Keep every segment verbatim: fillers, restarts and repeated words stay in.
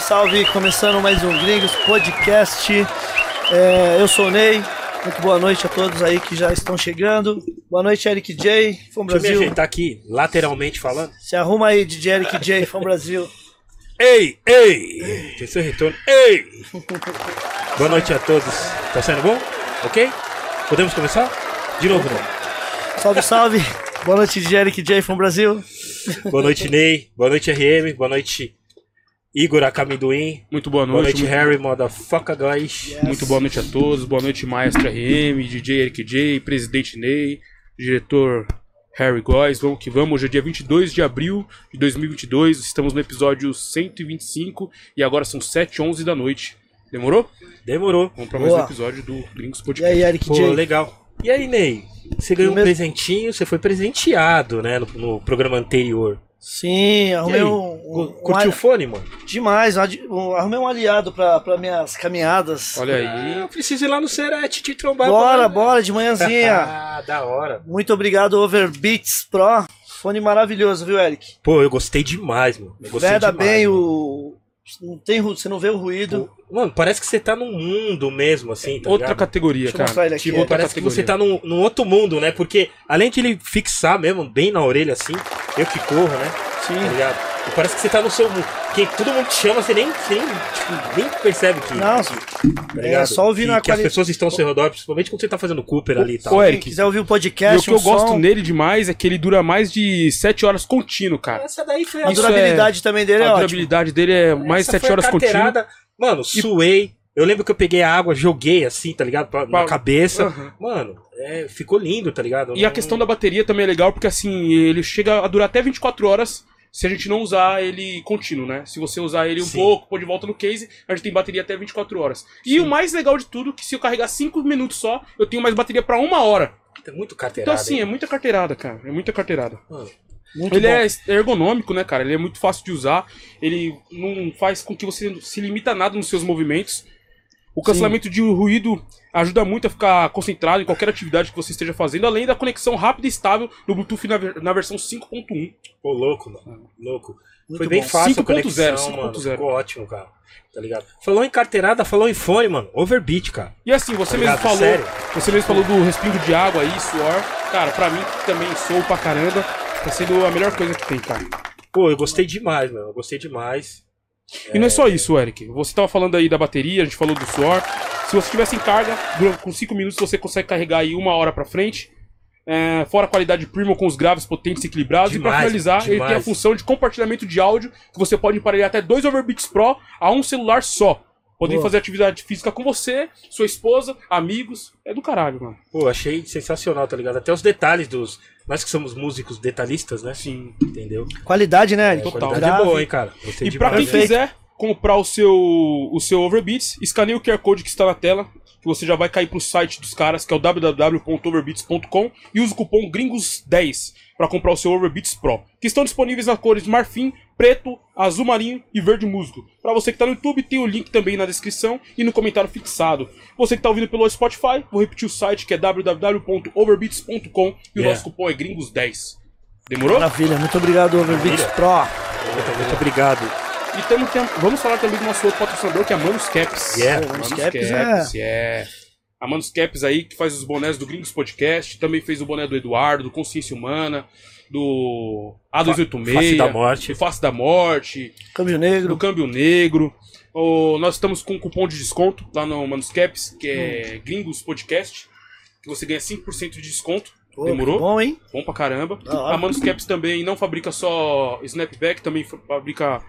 salve! Começando mais um Gringos Podcast. É, eu sou o Ney. Muito boa noite a todos aí que já estão chegando. Boa noite, Eric J, Fã Brasil. Deixa eu me ajeitar aqui, lateralmente falando. Se arruma aí, D J Eric J, Fã Brasil. Ei, ei! Tem seu retorno. Ei! Boa noite a todos. Tá saindo bom? Ok? Podemos começar? De novo, não? Salve, salve! Boa noite, D J Eric J, Fã Brasil. Boa noite, Ney. Boa noite, R M. Boa noite, Igor Akamenduim. Muito boa noite. Boa noite, muito... Harry, motherfucker, guys. Yes. Muito boa noite a todos. Boa noite, Maestro R M, D J Eric J, Presidente Ney, Diretor Harry Góes. Vamos que vamos. Hoje é dia vinte e dois de abril de dois mil e vinte e dois. Estamos no episódio cento e vinte e cinco e agora são sete e onze da noite. Demorou? Demorou. Vamos para mais um episódio do Gringos Podcast. E aí, Eric Pô, J? legal. E aí, Ney? Você ganhou um mesmo... presentinho, você foi presenteado, né, no, no programa anterior. Sim, arrumei um, um... Curtiu um... o fone, mano? Demais, um, arrumei um aliado pra, pra minhas caminhadas. Olha aí. Ah, eu preciso ir lá no Serete te trombar. Bora, bora, de manhãzinha. Ah, da hora. Muito obrigado, Overbeats Pro. Fone maravilhoso, viu, Eric? Pô, eu gostei demais, mano. Eu gostei Veda demais, bem mano. o... Não tem, você não vê o ruído. Pô, mano, parece que você tá num mundo mesmo, assim, tá Outra ligado? categoria, Deixa eu mostrar cara. ele aqui, Tipo, é. outra Parece categoria. que você tá num, num outro mundo, né? Porque além de ele fixar mesmo bem na orelha, assim, eu que corro, né? Sim. Tá ligado? E parece que você tá no seu mundo. Porque todo mundo te chama, você nem, você nem, tipo, nem percebe que... Não, tá ligado? é só ouvir que, na que as quali- pessoas estão ao seu redor, principalmente quando você tá fazendo Cooper ali e tal. Ô, Quem Eric, quiser ouvir o e podcast, o que eu um gosto som, nele demais é que ele dura mais de sete horas contínuo, cara. Essa daí foi a Isso durabilidade também dele é A ótima. durabilidade dele é mais de Essa sete foi a horas contínuo. carteirada. Mano, suei. Eu lembro que eu peguei a água, joguei assim, tá ligado? Pra, na Pra- cabeça. Uhum. Mano, é, ficou lindo, tá ligado? E a questão da bateria também é legal, porque assim, ele chega a durar até vinte e quatro horas se a gente não usar ele contínuo, né? Se você usar ele um Sim. pouco, pôr de volta no case, a gente tem bateria até vinte e quatro horas. E Sim. o mais legal de tudo, que se eu carregar cinco minutos só, eu tenho mais bateria pra uma hora. É muito carteirada. Então assim, hein? é muita carteirada, cara. É muita carteirada. Mano, Muito Ele bom. é ergonômico, né, cara? Ele é muito fácil de usar. Ele não faz com que você se limita a nada nos seus movimentos. O cancelamento de ruído ajuda muito a ficar concentrado em qualquer atividade que você esteja fazendo, além da conexão rápida e estável no Bluetooth na, ver- na versão cinco ponto um. Pô, louco, mano. Louco. Muito Foi bem bom. fácil a cinco ponto zero, conexão, cinco mano. ponto zero. Ficou ótimo, cara. Tá ligado? Falou em carteirada, falou em fone, mano. Overbeat, cara. E assim, você Tá mesmo ligado? falou, Sério? você mesmo falou do respingo de água aí, suor. Cara, pra mim que também sou pra caramba, tá sendo a melhor coisa que tem, cara. Pô, eu gostei demais, meu. Eu gostei demais. E não é só isso, Eric. Você tava falando aí da bateria, a gente falou do suor. Se você tivesse em carga, dura- com cinco minutos você consegue carregar aí uma hora pra frente. É, fora a qualidade premium com os graves potentes e equilibrados. Demais, e pra finalizar, ele tem a demais. função de compartilhamento de áudio, que você pode emparelhar até dois Overbeats Pro a um celular só. Podem Boa. fazer atividade física com você, sua esposa, amigos. É do caralho, mano. Pô, achei sensacional, tá ligado? Até os detalhes dos... Nós que somos músicos detalhistas, né? Sim. Entendeu? Qualidade, né, Eric? total. Qualidade é Grave. boa, hein, cara? Gostei E pra demais. quem Perfeito. quiser comprar o seu, o seu Overbeats, escaneie o Q R Code que está na tela, que você já vai cair pro site dos caras, que é o w w w ponto overbeats ponto com, e use o cupom gringos dez para comprar o seu Overbeats Pro, que estão disponíveis nas cores marfim, preto, azul marinho e verde musgo. Para você que tá no YouTube, tem o link também na descrição e no comentário fixado. Você que tá ouvindo pelo Spotify, vou repetir o site, que é w w w ponto overbeats ponto com, e o Yeah. nosso cupom é gringos dez. Demorou? Maravilha, muito obrigado, Overbeats Pro. Muito, muito obrigado. E tamo, tem- vamos falar também do nosso outro patrocinador, que é a Manus Caps. Yeah. Pô, Manus Manus Caps Caps, é. A Manus Caps aí, que faz os bonés do Gringos Podcast, também fez o boné do Eduardo, do Consciência Humana, do A duzentos e oitenta e seis, Face da Morte. do Face da Morte, Câmbio do Negro. Câmbio Negro. O- nós estamos com um cupom de desconto lá no Manus Caps, que é Hum. Gringos Podcast, que você ganha cinco por cento de desconto. Pô, Demorou? Bom, hein? Bom pra caramba. Da hora. A Manus Caps também não fabrica só snapback, também fa- fabrica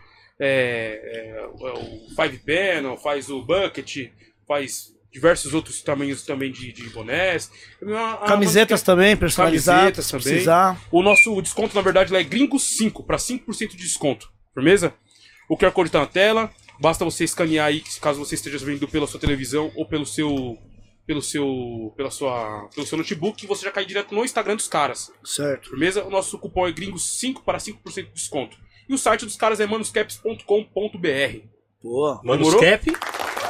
é, é, o Five Panel, faz o Bucket, faz diversos outros tamanhos também de, de bonés. A- a Camisetas Manus também, personalizadas, Camisetas se também. precisar. O nosso desconto, na verdade, lá é Gringos cinco, para cinco por cento de desconto. Firmeza? O Q R Code tá na tela. Basta você escanear aí, caso você esteja vendo pela sua televisão ou pelo seu... Pelo seu, pela sua, pelo seu notebook, você já cai direto no Instagram dos caras. Certo. Firmeza? O nosso cupom é gringos cinco para cinco por cento de desconto. E o site dos caras é manuscaps ponto com ponto b r. Boa. Manuscap?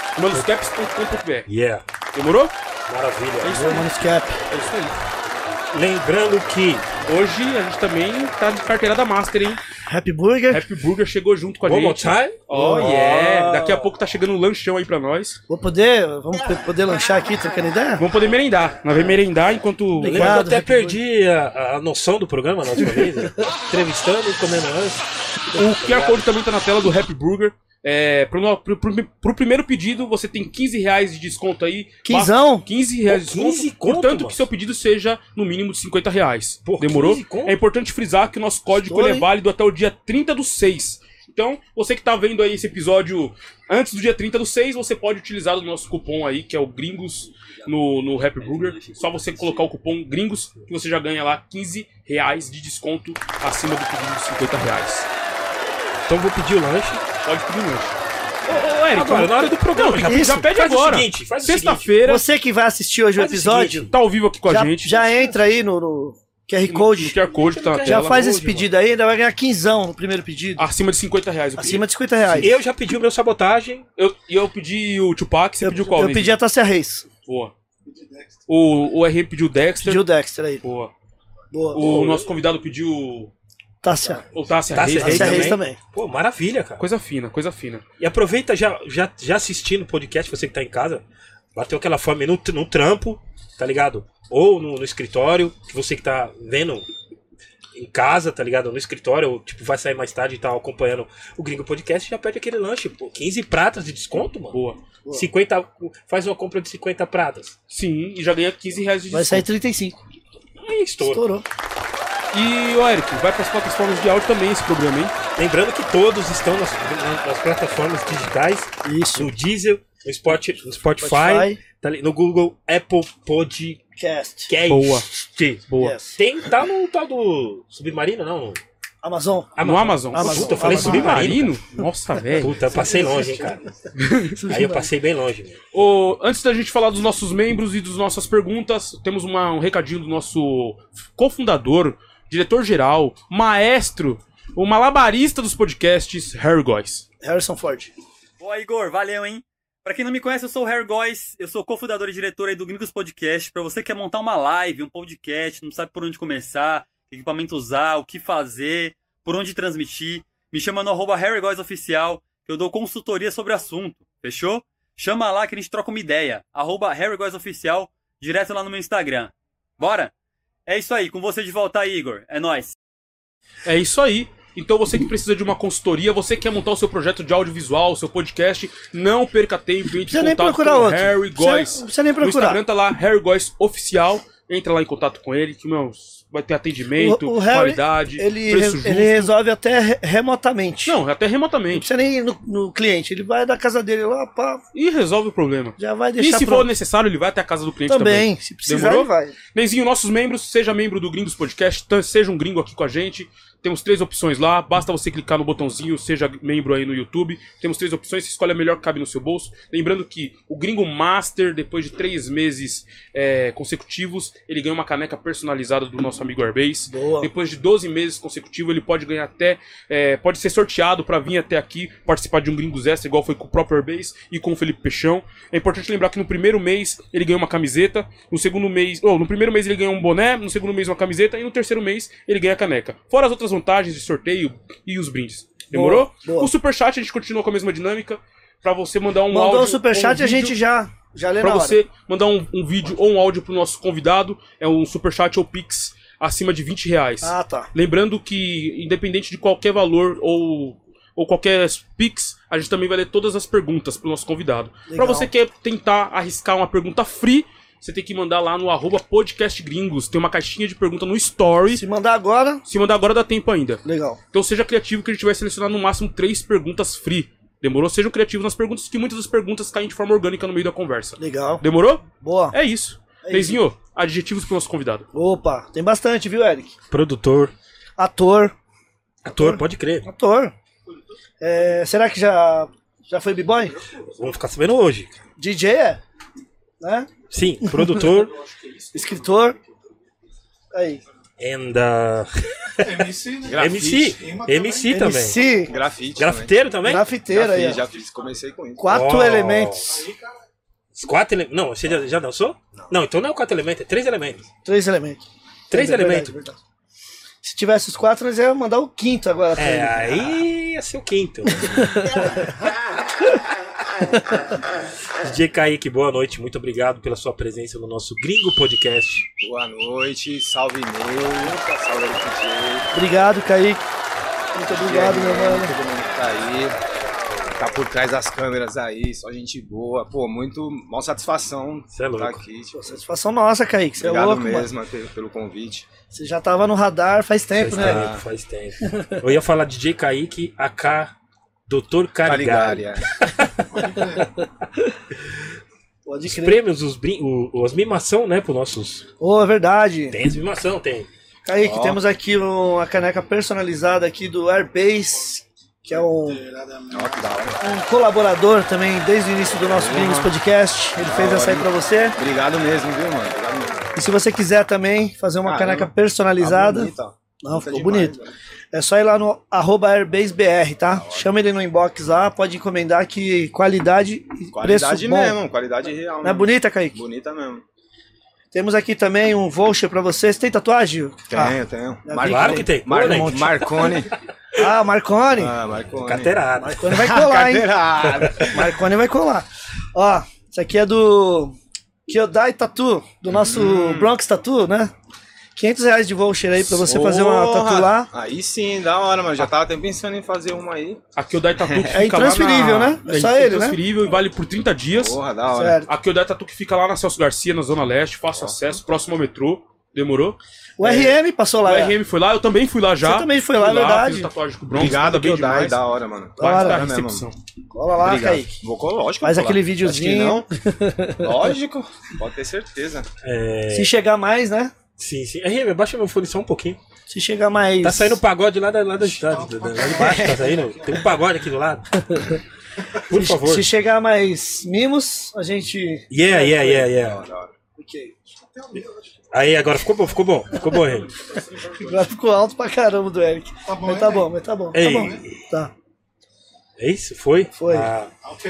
manuscaps ponto com ponto b r. Yeah. Demorou? Maravilha. É isso Boa, aí. Manuscap. É isso aí. Lembrando que hoje a gente também tá de carteira da Master, hein? Happy Burger. Happy Burger chegou junto com a One more gente. time? Oh, yeah! Daqui a pouco tá chegando um lanchão aí pra nós. Vou poder, vamos poder lanchar aqui, trocando ideia? Vamos poder merendar. Nós vamos merendar enquanto... Obrigado. lembra que eu até Happy perdi a, a noção do programa na última vez, né? Entrevistando e comendo antes. O Q R Code também tá na tela do Happy Burger. É, pro, no- pro, pro, pro primeiro pedido, você tem quinze reais de desconto aí. Quinzão? quinze reais de Pô, quinze desconto. conto, Portanto, mano. que seu pedido seja no mínimo de cinquenta reais. Pô, Demorou? quinze conto? É importante frisar que o nosso código Estou, ele é hein? válido até o dia trinta do seis. Então, você que tá vendo aí esse episódio antes do dia trinta do seis, você pode utilizar o nosso cupom aí, que é o Gringos no, no Happy Burger. Só você colocar o cupom Gringos que você já ganha lá quinze reais de desconto acima do pedido de cinquenta reais. Então vou pedir o lanche. Pode pedir um lanche. Ô, ô, Eric, Agora, na hora do programa, não, já, já pede faz agora. o seguinte, faz o Sexta-feira, Você que vai assistir hoje o Faz o episódio, seguinte, tá ao vivo aqui com a já, gente. já entra aí no, no Q R no, Code, no Q R Code que tá na já tela. faz esse hoje, pedido aí, ainda vai ganhar quinzão no primeiro pedido. Acima de cinquenta reais. Eu pedi. Acima de cinquenta reais. eu já pedi o meu sabotagem. Eu, e eu pedi o Tupac, você eu, pediu qual? eu Ney? pedi a Tássia Reis. Boa. O, o R M pediu o Dexter. Pediu o Dexter aí. Boa. Boa. O nosso convidado pediu Tássia. o Tássia Tássia Reis. Reis Tássia Reis também. Pô, maravilha, cara. Coisa fina, coisa fina. E aproveita já, já, já assistindo o podcast, você que tá em casa, bateu aquela fome no, no trampo, tá ligado? Ou no, no escritório, que você que tá vendo em casa, tá ligado? No escritório, ou tipo, vai sair mais tarde e tá acompanhando o Gringo Podcast, já pede aquele lanche, pô. quinze pratas de desconto, mano. Boa. cinquenta, faz uma compra de cinquenta pratas. Sim, e já ganha quinze reais de Vai desconto. sair trinta e cinco. Aí estoura. Estourou. E, ô Eric, vai pras plataformas de áudio também esse programa, hein? Lembrando que todos estão nas, nas plataformas digitais, Isso. no Diesel, no, Spot, no Spotify, Spotify. tá ali, no Google, Apple Podcast. Cast. Boa. Boa. Yes. Tem, tá no tal do Submarino, não? Amazon. No Amazon. Amazon. Puta, eu falei Amazon. Submarino. Submarino? Nossa, velho. Puta, eu passei longe, hein, cara. Aí eu passei bem longe, velho. Ô, antes da gente falar dos nossos membros e das nossas perguntas, temos uma- um recadinho do nosso cofundador, diretor-geral, maestro, o malabarista dos podcasts, Harry Góes. Harrison Ford. Boa, Igor, valeu, hein? Pra quem não me conhece, eu sou o Harry Góes, eu sou cofundador e diretor aí do Gringos Podcast. Pra você que quer montar uma live, um podcast, não sabe por onde começar, que equipamento usar, o que fazer, por onde transmitir, me chama no arroba Harry Góes Oficial, que eu dou consultoria sobre o assunto, fechou? Chama lá que a gente troca uma ideia, arroba Harry Góes Oficial, direto lá no meu Instagram. Bora? É isso aí, com você de volta aí, Igor, é nóis. É isso aí. Então você que precisa de uma consultoria, você que quer montar o seu projeto de audiovisual, o seu podcast, não perca tempo em Precisa nem contato procurar com o outro. Harry Precisa- Góes. não precisa nem No procurar. Instagram tá lá, Harry Góes Oficial. Entra lá em contato com ele, que meu, vai ter atendimento, O- o Harry, qualidade, Ele, preço re- justo. ele resolve até re- remotamente. Não, até Não remotamente. precisa nem ir no, no cliente. Ele vai da casa dele lá, pá, E resolve o problema. já vai E deixar se for pronto. necessário, ele vai até a casa do cliente também. Também, se precisar, Demorou? ele vai. Neizinho, nossos membros, seja membro do Gringos Podcast, então seja um gringo aqui com a gente. Temos três opções lá, basta você clicar no botãozinho, seja membro aí no YouTube. Temos três opções, você escolhe a melhor que cabe no seu bolso. Lembrando que o Gringo Master, depois de três meses é, consecutivos, ele ganha uma caneca personalizada do nosso amigo Airbase. Boa. Depois de doze meses consecutivos, ele pode ganhar até, é, pode ser sorteado para vir até aqui, participar de um Gringos Extra, igual foi com o próprio Airbase e com o Felipe Peixão. É importante lembrar que no primeiro mês ele ganhou uma camiseta, no segundo mês, ou no primeiro mês ele ganhou um boné, no segundo mês uma camiseta e no terceiro mês ele ganha a caneca. Fora as outras vantagens de sorteio e os brindes. Demorou? Boa, boa. O superchat a gente continua com a mesma dinâmica para você mandar um Mandou áudio o superchat ou um e a gente vídeo. já, já lê Pra na hora. você mandar um, um vídeo ou um áudio pro nosso convidado, é um superchat ou pix acima de vinte reais. Ah, tá. Lembrando que, independente de qualquer valor ou, ou qualquer pix, a gente também vai ler todas as perguntas pro nosso convidado. Legal. Pra você que quer tentar arriscar uma pergunta free, você tem que mandar lá no arroba podcastgringos. Tem uma caixinha de pergunta no story. Se mandar agora, Se mandar agora dá tempo ainda. legal. Então seja criativo que a gente vai selecionar no máximo três perguntas free. Demorou? Sejam criativos nas perguntas, que muitas das perguntas caem de forma orgânica no meio da conversa. Legal. Demorou? Boa. É isso. É Neizinho, adjetivos pro nosso convidado. Opa, tem bastante, viu, Eric? Produtor. Ator. Ator, pode crer. Ator. É, será que já, já foi b-boy? Vamos ficar sabendo hoje. D J é? Né? Sim, produtor. Escritor. Aí. And uh, M C, né? M C. M C também. M C. Grafite. Grafiteiro também? Grafiteiro também. aí. Já ó. fiz, já fiz, comecei com isso. Quatro Oh. elementos. Os quatro elementos. Não, você já, já dançou? Não. Não, então não é o quatro elementos, é três elementos. Três elementos. Três É verdade, elementos. verdade. Se tivesse os quatro, nós ia mandar o quinto agora. pra É, ele. aí ia ser o quinto. D J Kaique, boa noite. Muito obrigado pela sua presença no nosso Gringo Podcast. Boa noite, salve Ney, salve aí, D J. Obrigado, Kaique. Muito obrigado, meu mano. Todo mundo que tá aí, tá por trás das câmeras aí, só gente boa. Pô, muito, maior satisfação Cê é louco. tá aqui. Tipo, Satisfação nossa, Kaique. Você é obrigado louco, mano. mesmo pelo, pelo convite. Você já tava no radar faz tempo, Faz né? tempo, faz tempo. Eu ia falar D J Kaique, A K doutor Caligari. Caligari, é. Pode Os crer. prêmios, os brin o, as mimação, né, pro nossos... Ô, é verdade. Tem as mimação, tem. Kaique, Ó. temos aqui uma caneca personalizada aqui do Airbase, que é um, Ó, que da hora. um colaborador também desde o início do nosso Gringos Podcast. Ele fez Da essa aí hora, pra você. Obrigado mesmo, viu, mano? Obrigado mesmo. E se você quiser também fazer uma Caramba. caneca personalizada, Tá bonito, ó. não, Bonita ficou demais, bonito. velho. É só ir lá no arroba airbasebr, tá? Chama ele no inbox lá, pode encomendar que qualidade e Qualidade preço bom. mesmo, qualidade real. Não é mesmo. bonita, Kaique? Bonita mesmo. Temos aqui também um voucher pra você. Você tem tatuagem? Tenho, tenho. já Mar- vi Claro que tem. Mar- Pô, né? Marconi. Ah, ah, Marconi. Ah, Marconi. Carteirada. Marconi vai colar, hein? Carteirada. Marconi vai colar. Ó, isso aqui é do Kyodai Tattoo, do nosso Hum. Bronx Tattoo, né? quinhentos reais de voucher aí pra você fazer uma Porra! tatu lá. Aí sim, da hora, mano. Já tava até pensando em fazer uma aí. Aqui o Dai Tatu que fica É intransferível, lá na... né? É só ele, né? intransferível e vale por trinta dias. Porra, da hora. Certo. Aqui o Dai Tatu que fica lá na Celso Garcia, na Zona Leste, fácil acesso, próximo ao metrô. Demorou? O R M passou O lá. R M foi lá, eu também fui lá já. Você também foi lá, Fui é verdade. Fiz tatuagem com o Bronx, Obrigado, nada bem Kyodai. demais. Da hora, mano. Da hora. Da mesmo. recepção. Cola lá, Obrigado. Kaique. Vou colar, lógico. Faz vou aquele colar. videozinho. Acho que não. Lógico. Pode ter certeza. Se chegar mais, né? Sim, sim. R M, baixa meu fone só um pouquinho. Se chegar mais. Tá saindo pagode lá, da, lá, da, lá, da, da- lá de baixo, tá saindo. Tem um pagode aqui do lado. Por favor. Se chegar mais mimos, a gente. Yeah, yeah, yeah, yeah. Da hora. Ok. Aí, agora ficou bom, ficou bom. Ficou bom, R M. Agora ficou alto pra caramba do Eric. Tá bom, mas tá bom, mas tá bom. Ei. Tá bom. Tá. É isso? Foi? Foi. Ah.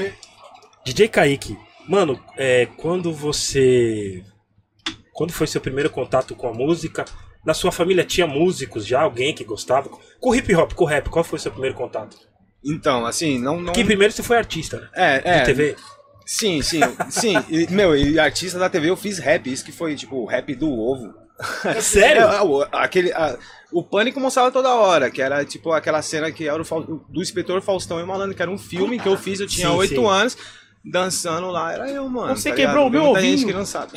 D J Kaique, mano, é, quando você... Quando foi seu primeiro contato com a música? Na sua família tinha músicos já? Alguém que gostava? Com o hip hop, com o rap, qual foi seu primeiro contato? Então, assim, não. não... Que primeiro você foi artista, né? É, é. De T V? Sim, sim, sim. E, meu, e artista da T V eu fiz rap, isso que foi, tipo, o rap do ovo. Sério? É, o- aquele, a- o Pânico mostrava toda hora, que era, tipo, aquela cena que era o Fau- do Inspetor Faustão e Malandro, que era um filme que eu fiz, eu tinha Sim, oito sim. anos, dançando lá, era eu, mano. Você tá quebrou ligado? o meu Tem muita gente ovinho. que não sabe.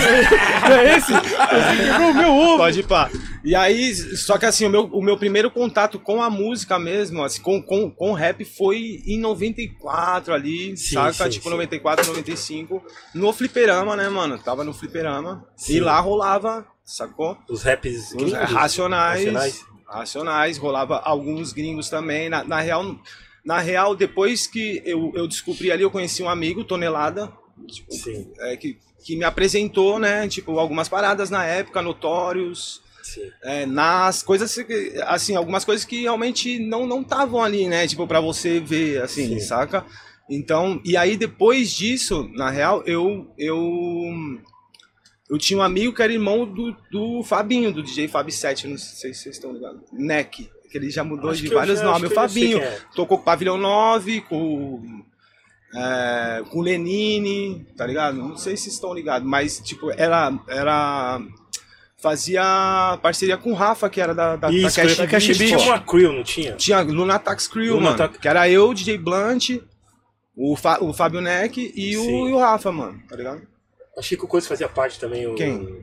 É esse? Você quebrou o meu ovo. Pode ir pá. E aí, só que assim, o meu, o meu primeiro contato com a música mesmo, assim, com, com, com rap foi em noventa e quatro ali, Sim, saca? sim, tipo, sim. noventa e quatro, noventa e cinco, no fliperama, né, mano? Tava no fliperama. Sim. E lá rolava, sacou? Os raps Os gringos? racionais, Racionais? racionais, rolava alguns gringos também. Na, na real, na real, depois que eu, eu descobri ali, eu conheci um amigo, Tonelada, tipo, Sim, é, que, que me apresentou, né, tipo, algumas paradas na época, Notórios, sim. é, nas coisas, que- assim, algumas coisas que realmente não não estavam ali, né, tipo, pra você ver, assim, Sim. saca? Então, e aí depois disso, na real, eu, eu, eu tinha um amigo que era irmão do, do Fabinho, do D J Fab sete, não sei se vocês estão ligados, Neck, que ele já mudou Acho de que eu vários já- nomes, acho o que eu já sei Fabinho, quem é. tocou com o Pavilhão nove, com, é, com o Lenine, tá ligado? Não sei se estão ligados, mas, tipo, era... era fazia parceria com o Rafa, que era da, da, Isso, da Cash da Cash Beat. Beat. Tinha uma crew, não tinha? Tinha Lunatax Crew, Luna mano. Tax- Que era eu, D J Blunt, o, Fa- o Fábio Neck e o, Sim. e o Rafa, mano. Tá ligado? A Chico Coisa fazia parte também. O, Quem?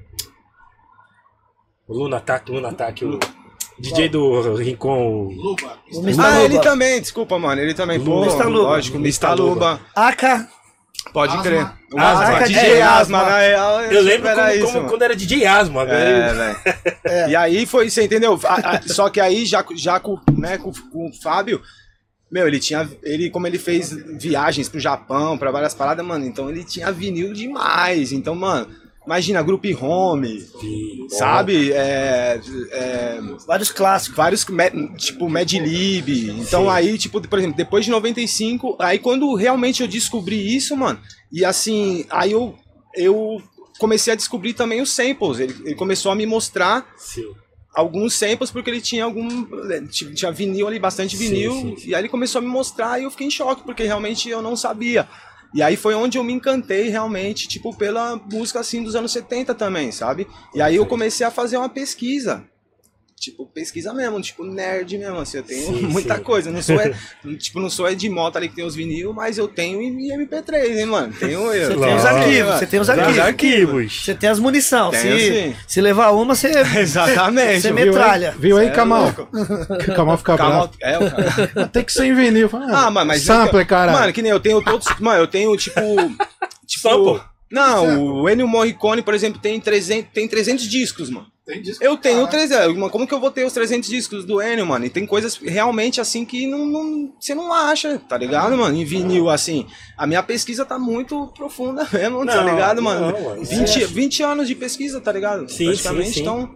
O Luna Attack, Luna Attack, o D J do Rincon. o- O mister Ah, Luba. ele também, desculpa, mano. Ele também. Pô, mister Luba. lógico, mister mister Luba. Aka. Pode crer. O Asma. Asma, Asma. D J É, Asma, Asma. na real. Eu lembro era como, isso, como mano. quando era D J Asma, É, velho. velho. E aí foi, você entendeu? A- a- só que aí, já, já com, né, com, com o Fábio, meu, ele tinha. Ele, como ele fez viagens pro Japão, pra várias paradas, mano, então ele tinha vinil demais. Então, mano, imagina, Group Home, Sim, sabe? É, é, Vários clássicos. vários, me- tipo, Mad Lib. Então Sim. aí, tipo, por exemplo, depois de noventa e cinco, aí quando realmente eu descobri isso, mano, e assim, aí eu, eu comecei a descobrir também os samples. Ele, ele começou a me mostrar Sim. alguns samples, porque ele tinha algum... Tinha, tinha vinil ali, bastante vinil. Sim, sim, sim. E aí ele começou a me mostrar e eu fiquei em choque, porque realmente eu não sabia. E aí foi onde eu me encantei realmente, tipo, pela música assim dos anos setenta também, sabe? E aí eu comecei a fazer uma pesquisa. Tipo, pesquisa mesmo, tipo, nerd mesmo, assim, eu tenho Sim, muita sim. coisa, não sou, é, tipo, não sou é de moto ali que tem os vinil, mas eu tenho em M P três, hein, mano, tenho eu. Você tenho tem os Lógico. arquivos, você tem os arquivos. arquivos. Você tem as munição. Tenho, Se, sim. se levar uma, você, Exatamente. você viu, metralha. Viu aí, Cê é Kamal? louco. Que o Kamal fica Calma, bravo. é, o cara. Tem que ser em vinil. Fala, Ah, mano, mas... Sampler, caralho. Mano, que nem eu tenho todos... Mano, eu tenho, tipo... tipo Sample? Não, o Ennio Morricone, por exemplo, tem trezentos, tem trezentos discos, mano. Tem disco. Eu tenho trezentos. Mas como que eu vou ter os trezentos discos do Ennio, mano? E tem coisas realmente assim que não, não, você não acha, tá ligado, mano? Em vinil, assim. A minha pesquisa tá muito profunda mesmo, tá Não, ligado, mano? não, mano. vinte, É. vinte anos de pesquisa, tá ligado? Sim, Praticamente, sim, sim. então...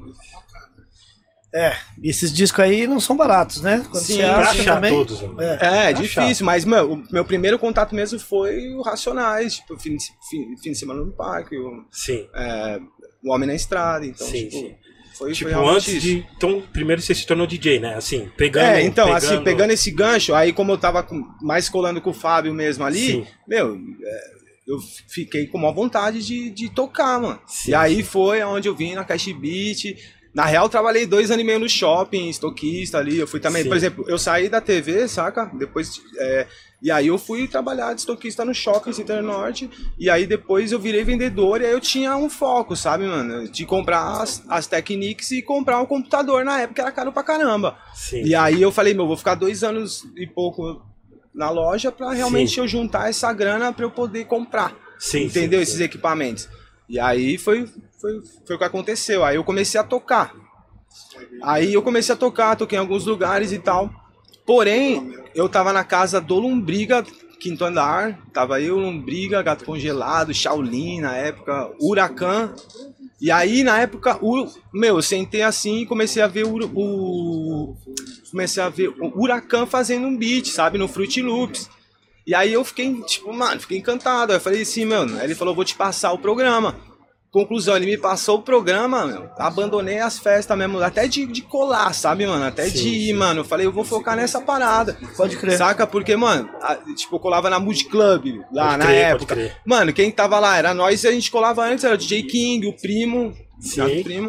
É, e esses discos aí não são baratos, né? Quando Sim, você Pra acha achar também... todos, mano. É. É, é Tá difícil, mas, meu, o meu primeiro contato mesmo foi o Racionais, tipo, fim de, fim, fim de semana no parque, o, Sim. é, o Homem na Estrada, então, Sim, tipo, sim. foi, Tipo, foi realmente antes isso. de. Então, primeiro você se tornou D J, né? Assim, pegando. É, então, pegando... assim, pegando esse gancho, aí como eu tava com- mais colando com o Fábio mesmo ali, Sim. meu, é, eu fiquei com uma vontade de, de tocar, mano. Sim, e aí sim. foi onde eu vim na Cash Beat. Na real, eu trabalhei dois anos e meio no shopping, estoquista ali. Eu fui também, Sim. por exemplo, eu saí da T V, saca? Depois, é, e aí eu fui trabalhar de estoquista no shopping Center Norte. E aí depois eu virei vendedor e aí eu tinha um foco, sabe, mano? De comprar as, as Technics e comprar um computador na época, era caro pra caramba. Sim. E aí eu falei, meu, vou ficar dois anos e pouco na loja pra realmente Sim. eu juntar essa grana pra eu poder comprar. Sim, Entendeu? sim, Esses sim. equipamentos. E aí foi, foi, foi o que aconteceu. Aí eu comecei a tocar. Aí eu comecei a tocar, toquei em alguns lugares e tal. Porém, eu tava na casa do Lombriga, quinto andar. Tava eu, Lombriga, Gato Congelado, Shaolin na época, Huracan. E aí, na época, o, meu, eu sentei assim e comecei a ver o, o. Comecei a ver o Huracan fazendo um beat, sabe? No Fruit Loops. E aí eu fiquei, tipo, mano, fiquei encantado. Aí eu falei assim, mano. Aí ele falou, vou te passar o programa. Conclusão, ele me passou o programa, meu. Abandonei as festas mesmo, até de, de colar, sabe, mano? Até Sim, de ir, sim. mano. Eu falei, eu vou focar nessa parada. Pode crer. Saca? Porque, mano, a- tipo, eu colava na Mood Club lá Pode na crer, pode época. crer. Mano, quem tava lá era nós e a gente colava antes, era o D J King, o Primo, Sim. o Primo,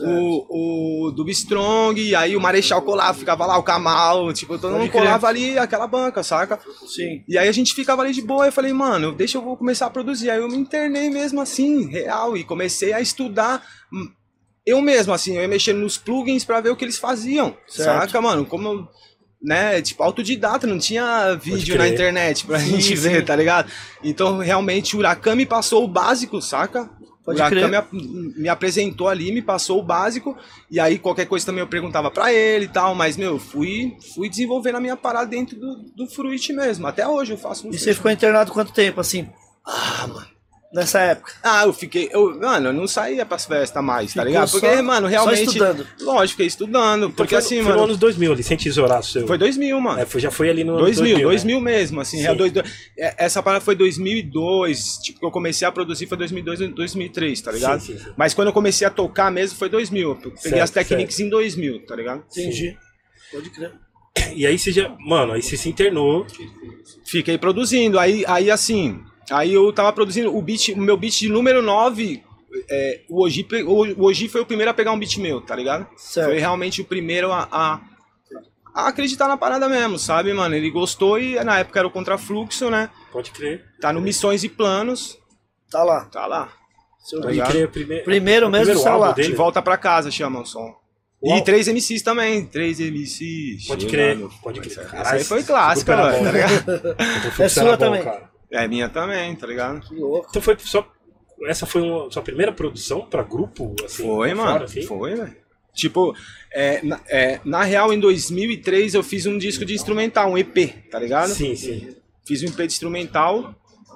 o, o Dub Strong, e aí o Marechal colava, ficava lá, o Kamal, tipo, todo Pode mundo crer. colava ali, aquela banca, saca? Sim. E aí a gente ficava ali de boa, eu falei, mano, deixa eu vou começar a produzir. Aí eu me internei mesmo assim, real, e comecei a estudar hum, eu mesmo, assim, eu ia mexendo nos plugins pra ver o que eles faziam, Certo. saca, mano? Como eu, né, tipo, autodidata, não tinha vídeo crer. na internet pra Sim, gente sim. ver, tá ligado? Então, realmente, o Huracan me passou o básico, saca? Pode o Huracan crer. me, ap- me apresentou ali, me passou o básico, e aí qualquer coisa também eu perguntava pra ele e tal, mas, meu, fui, fui desenvolvendo a minha parada dentro do, do Fruit mesmo. Até hoje eu faço no E Fruit. você ficou internado quanto tempo, assim, Ah, mano. nessa época? Ah, eu fiquei. Eu, mano, eu não saía pras festas mais, tá Ficou ligado? Porque, só- mano, só realmente. estudando. Lógico, fiquei estudando. Então porque foi, assim, foi mano. no anos dois mil ali, sem tesourar seu. Foi dois mil, mano. É, foi, já foi ali no dois mil, dois né? mil mesmo, assim. Sim. É, dois, dois- é, essa parada foi dois mil e dois. Tipo, que eu comecei a produzir foi dois mil e dois, dois mil e três, tá ligado? Sim, sim, sim. Mas quando eu comecei a tocar mesmo foi dois mil. Eu peguei Certo, as Technics em dois mil, tá ligado? Entendi. Pode crer. E aí você já. Mano, aí você se internou. Fiquei produzindo. Aí, aí assim, aí eu tava produzindo o beat, o meu beat de número nove. É, o, Oji, pe- o, o Oji foi o primeiro a pegar um beat meu, tá ligado? Certo. Foi realmente o primeiro a, a, a acreditar na parada mesmo, sabe, mano? Ele gostou e na época era o Contrafluxo, né? Pode crer. Tá no Missões e Planos, Tá lá. tá lá. Seu Pode ligado? crer. Primeiro, Primeiro o mesmo primeiro celular. álbum De dele. Volta Pra Casa chama o som. Uau. E três M Cs também, três M Cs. Pode chegando. crer, pode crer. Essa, Caralho, essa aí foi esse clássica, grupo era velho, bom, tá né? ligado? Então, É sua era bom, também. cara. É minha também, tá ligado? Que louco. Então foi só. Essa foi uma, sua primeira produção pra grupo? Assim, Foi, pra mano. fora, assim? Foi, velho. Tipo, é, na, é, na real, em dois mil e três eu fiz um disco de instrumental, um E P, tá ligado? Sim, sim. Fiz um E P de instrumental.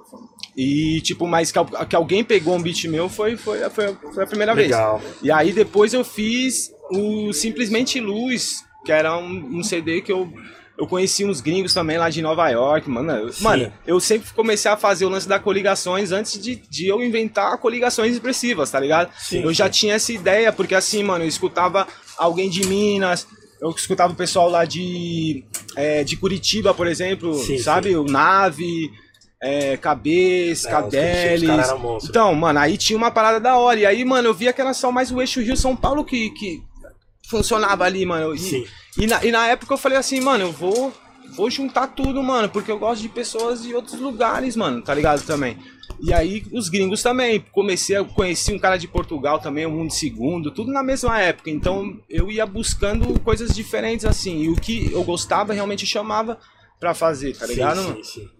E, tipo, mas que, al- que alguém pegou um beat meu foi, foi, foi, foi a primeira Legal. vez. E aí depois eu fiz o Simplesmente Luz, que era um, um C D que eu eu conheci uns gringos também lá de Nova York, mano. Eu, mano, eu sempre comecei a fazer o lance da coligações antes de, de eu inventar coligações expressivas, tá ligado? Sim, eu já sim. tinha essa ideia, porque assim, mano, eu escutava alguém de Minas, eu escutava o pessoal lá de, é, de Curitiba, por exemplo, Sim, sabe? sim. O Nave, é, Cabeça, É, Cadelis. os caras eram monstros. Então, mano, aí tinha uma parada da hora. E aí, mano, eu via que era só mais o eixo Rio-São Paulo que, que funcionava ali, mano. E, Sim. e, na, e na época eu falei assim, mano, eu vou, vou juntar tudo, mano, porque eu gosto de pessoas de outros lugares, mano, tá ligado também? E aí os gringos também, comecei a conhecer um cara de Portugal também, o Mundo Segundo, tudo na mesma época, então eu ia buscando coisas diferentes assim, e o que eu gostava realmente chamava pra fazer, tá ligado, sim, mano? sim, sim.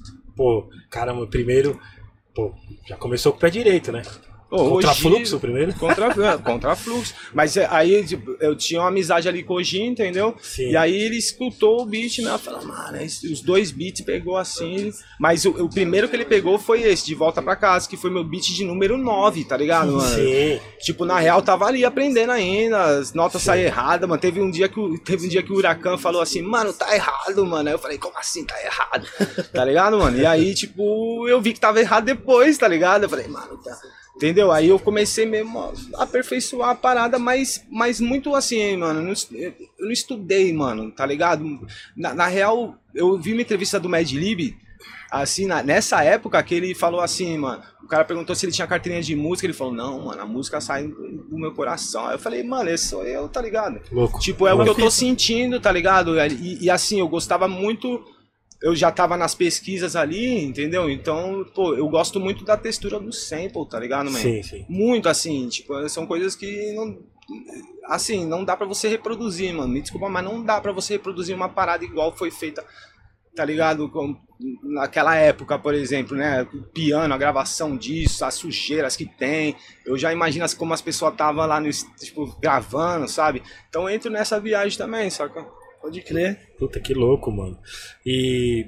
Pô, caramba, primeiro, pô, já começou com o pé direito, né? Pô, Contra hoje- fluxo primeiro? Contra, contra fluxo. Mas é, aí tipo, eu tinha uma amizade ali com o Gin, entendeu? Sim. E aí ele escutou o beat, né? Eu falei, mano, esse- os dois beats pegou assim. Mas o, o primeiro que ele pegou foi esse, De Volta Pra Casa, que foi meu beat de número nove, tá ligado, mano? Sim. Tipo, na real, tava ali aprendendo ainda, as notas Sim. saíram erradas, mano. Teve um dia que o, teve um dia que o Huracan falou assim, mano, tá errado, mano. Aí eu falei, como assim tá errado? Tá ligado, mano? E aí, tipo, eu vi que tava errado depois, tá ligado? Eu falei, mano, tá. Entendeu? Aí eu comecei mesmo a aperfeiçoar a parada, mas, mas muito assim, mano. Eu não, est- eu não estudei, mano, tá ligado? Na, na real, eu vi uma entrevista do Mad Lib, assim, na- nessa época que ele falou assim, mano. O cara perguntou se ele tinha carteirinha de música. Ele falou, não, mano, a música sai do, do meu coração. Aí eu falei, mano, esse sou eu, tá ligado? Louco. Tipo, é o que eu Louco. tô sentindo, tá ligado? E, e assim, eu gostava muito. Eu já tava nas pesquisas ali, entendeu? Então, pô, eu gosto muito da textura do sample, tá ligado, man? Sim, sim. Muito assim, tipo, são coisas que não. Assim, não dá pra você reproduzir, mano. Me desculpa, mas não dá pra você reproduzir uma parada igual foi feita, tá ligado? Com, naquela época, por exemplo, né? O piano, a gravação disso, as sujeiras que tem. Eu já imagino como as pessoas estavam lá no, tipo, gravando, sabe? Então eu entro nessa viagem também, saca? Pode crer. Puta, que louco, mano. E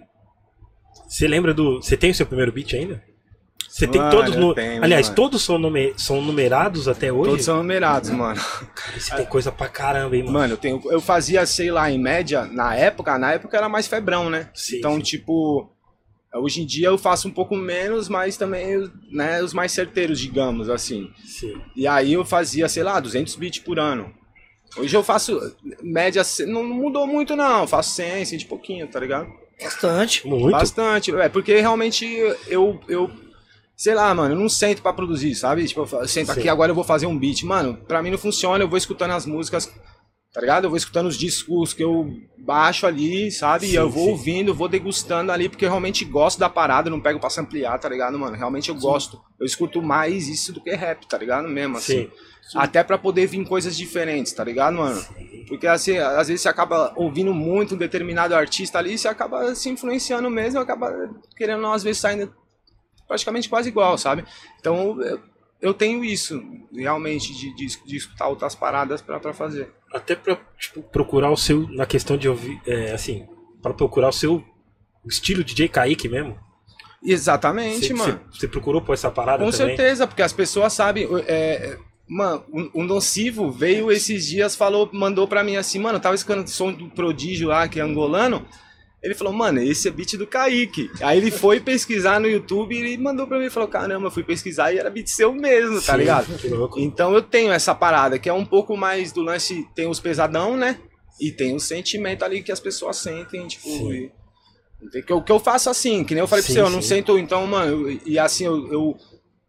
você lembra do... Você tem o seu primeiro beat ainda? Você tem Mano, todos eu no... tenho, Aliás, mano. todos são, nume... são numerados até hoje? Todos são numerados, mano. Cara, você tem coisa pra caramba, hein, mano? Mano, eu, tenho, eu fazia, sei lá, em média, na época, na época era mais febrão, né? Sim, então, sim. tipo, hoje em dia eu faço um pouco menos, mas também, né, os mais certeiros, digamos, assim. Sim. E aí eu fazia, sei lá, duzentos beats por ano. Hoje eu faço, média, não mudou muito não, eu faço cem, cem de pouquinho, tá ligado? Bastante. Muito? Bastante, é, porque realmente eu, eu, sei lá, mano, eu não sento pra produzir, sabe? Tipo, eu fa- sento Sim. aqui agora eu vou fazer um beat. Mano, pra mim não funciona, eu vou escutando as músicas, tá ligado? Eu vou escutando os discos que eu baixo ali, sabe? Sim, e eu vou sim. ouvindo, vou degustando ali, porque eu realmente gosto da parada, eu não pego pra samplear, tá ligado, mano? Realmente eu gosto. Eu escuto mais isso do que rap, tá ligado? Mesmo, assim. Sim. Até pra poder vir coisas diferentes, tá ligado, mano? Porque assim, às vezes você acaba ouvindo muito um determinado artista ali, você acaba se influenciando mesmo, acaba querendo, às vezes, saindo praticamente quase igual, sabe? Então, eu, eu tenho isso, realmente, de, de, de escutar outras paradas pra, pra fazer. Até pra, tipo, procurar o seu... Na questão de ouvir... É, assim, pra procurar o seu estilo D J Kaique mesmo. Exatamente, Você- mano. Você, você procurou por essa parada Com também? certeza, porque as pessoas sabem. É, mano, o, o Nocivo veio esses dias, falou, mandou pra mim assim, mano, eu tava escutando o som do Prodígio lá, que é angolano. Ele falou, mano, esse é beat do Kaique. Aí ele foi pesquisar no YouTube e ele mandou pra mim e falou, caramba, eu fui pesquisar e era beat seu mesmo, tá Sim, ligado? que louco. Então eu tenho essa parada, que é um pouco mais do lance, tem os pesadão, né? E tem o sentimento ali que as pessoas sentem, tipo. Sim. E, que eu, que eu faço assim, que nem eu falei Sim, pra você, eu não sim. sento, então, mano, eu- e assim, eu, eu,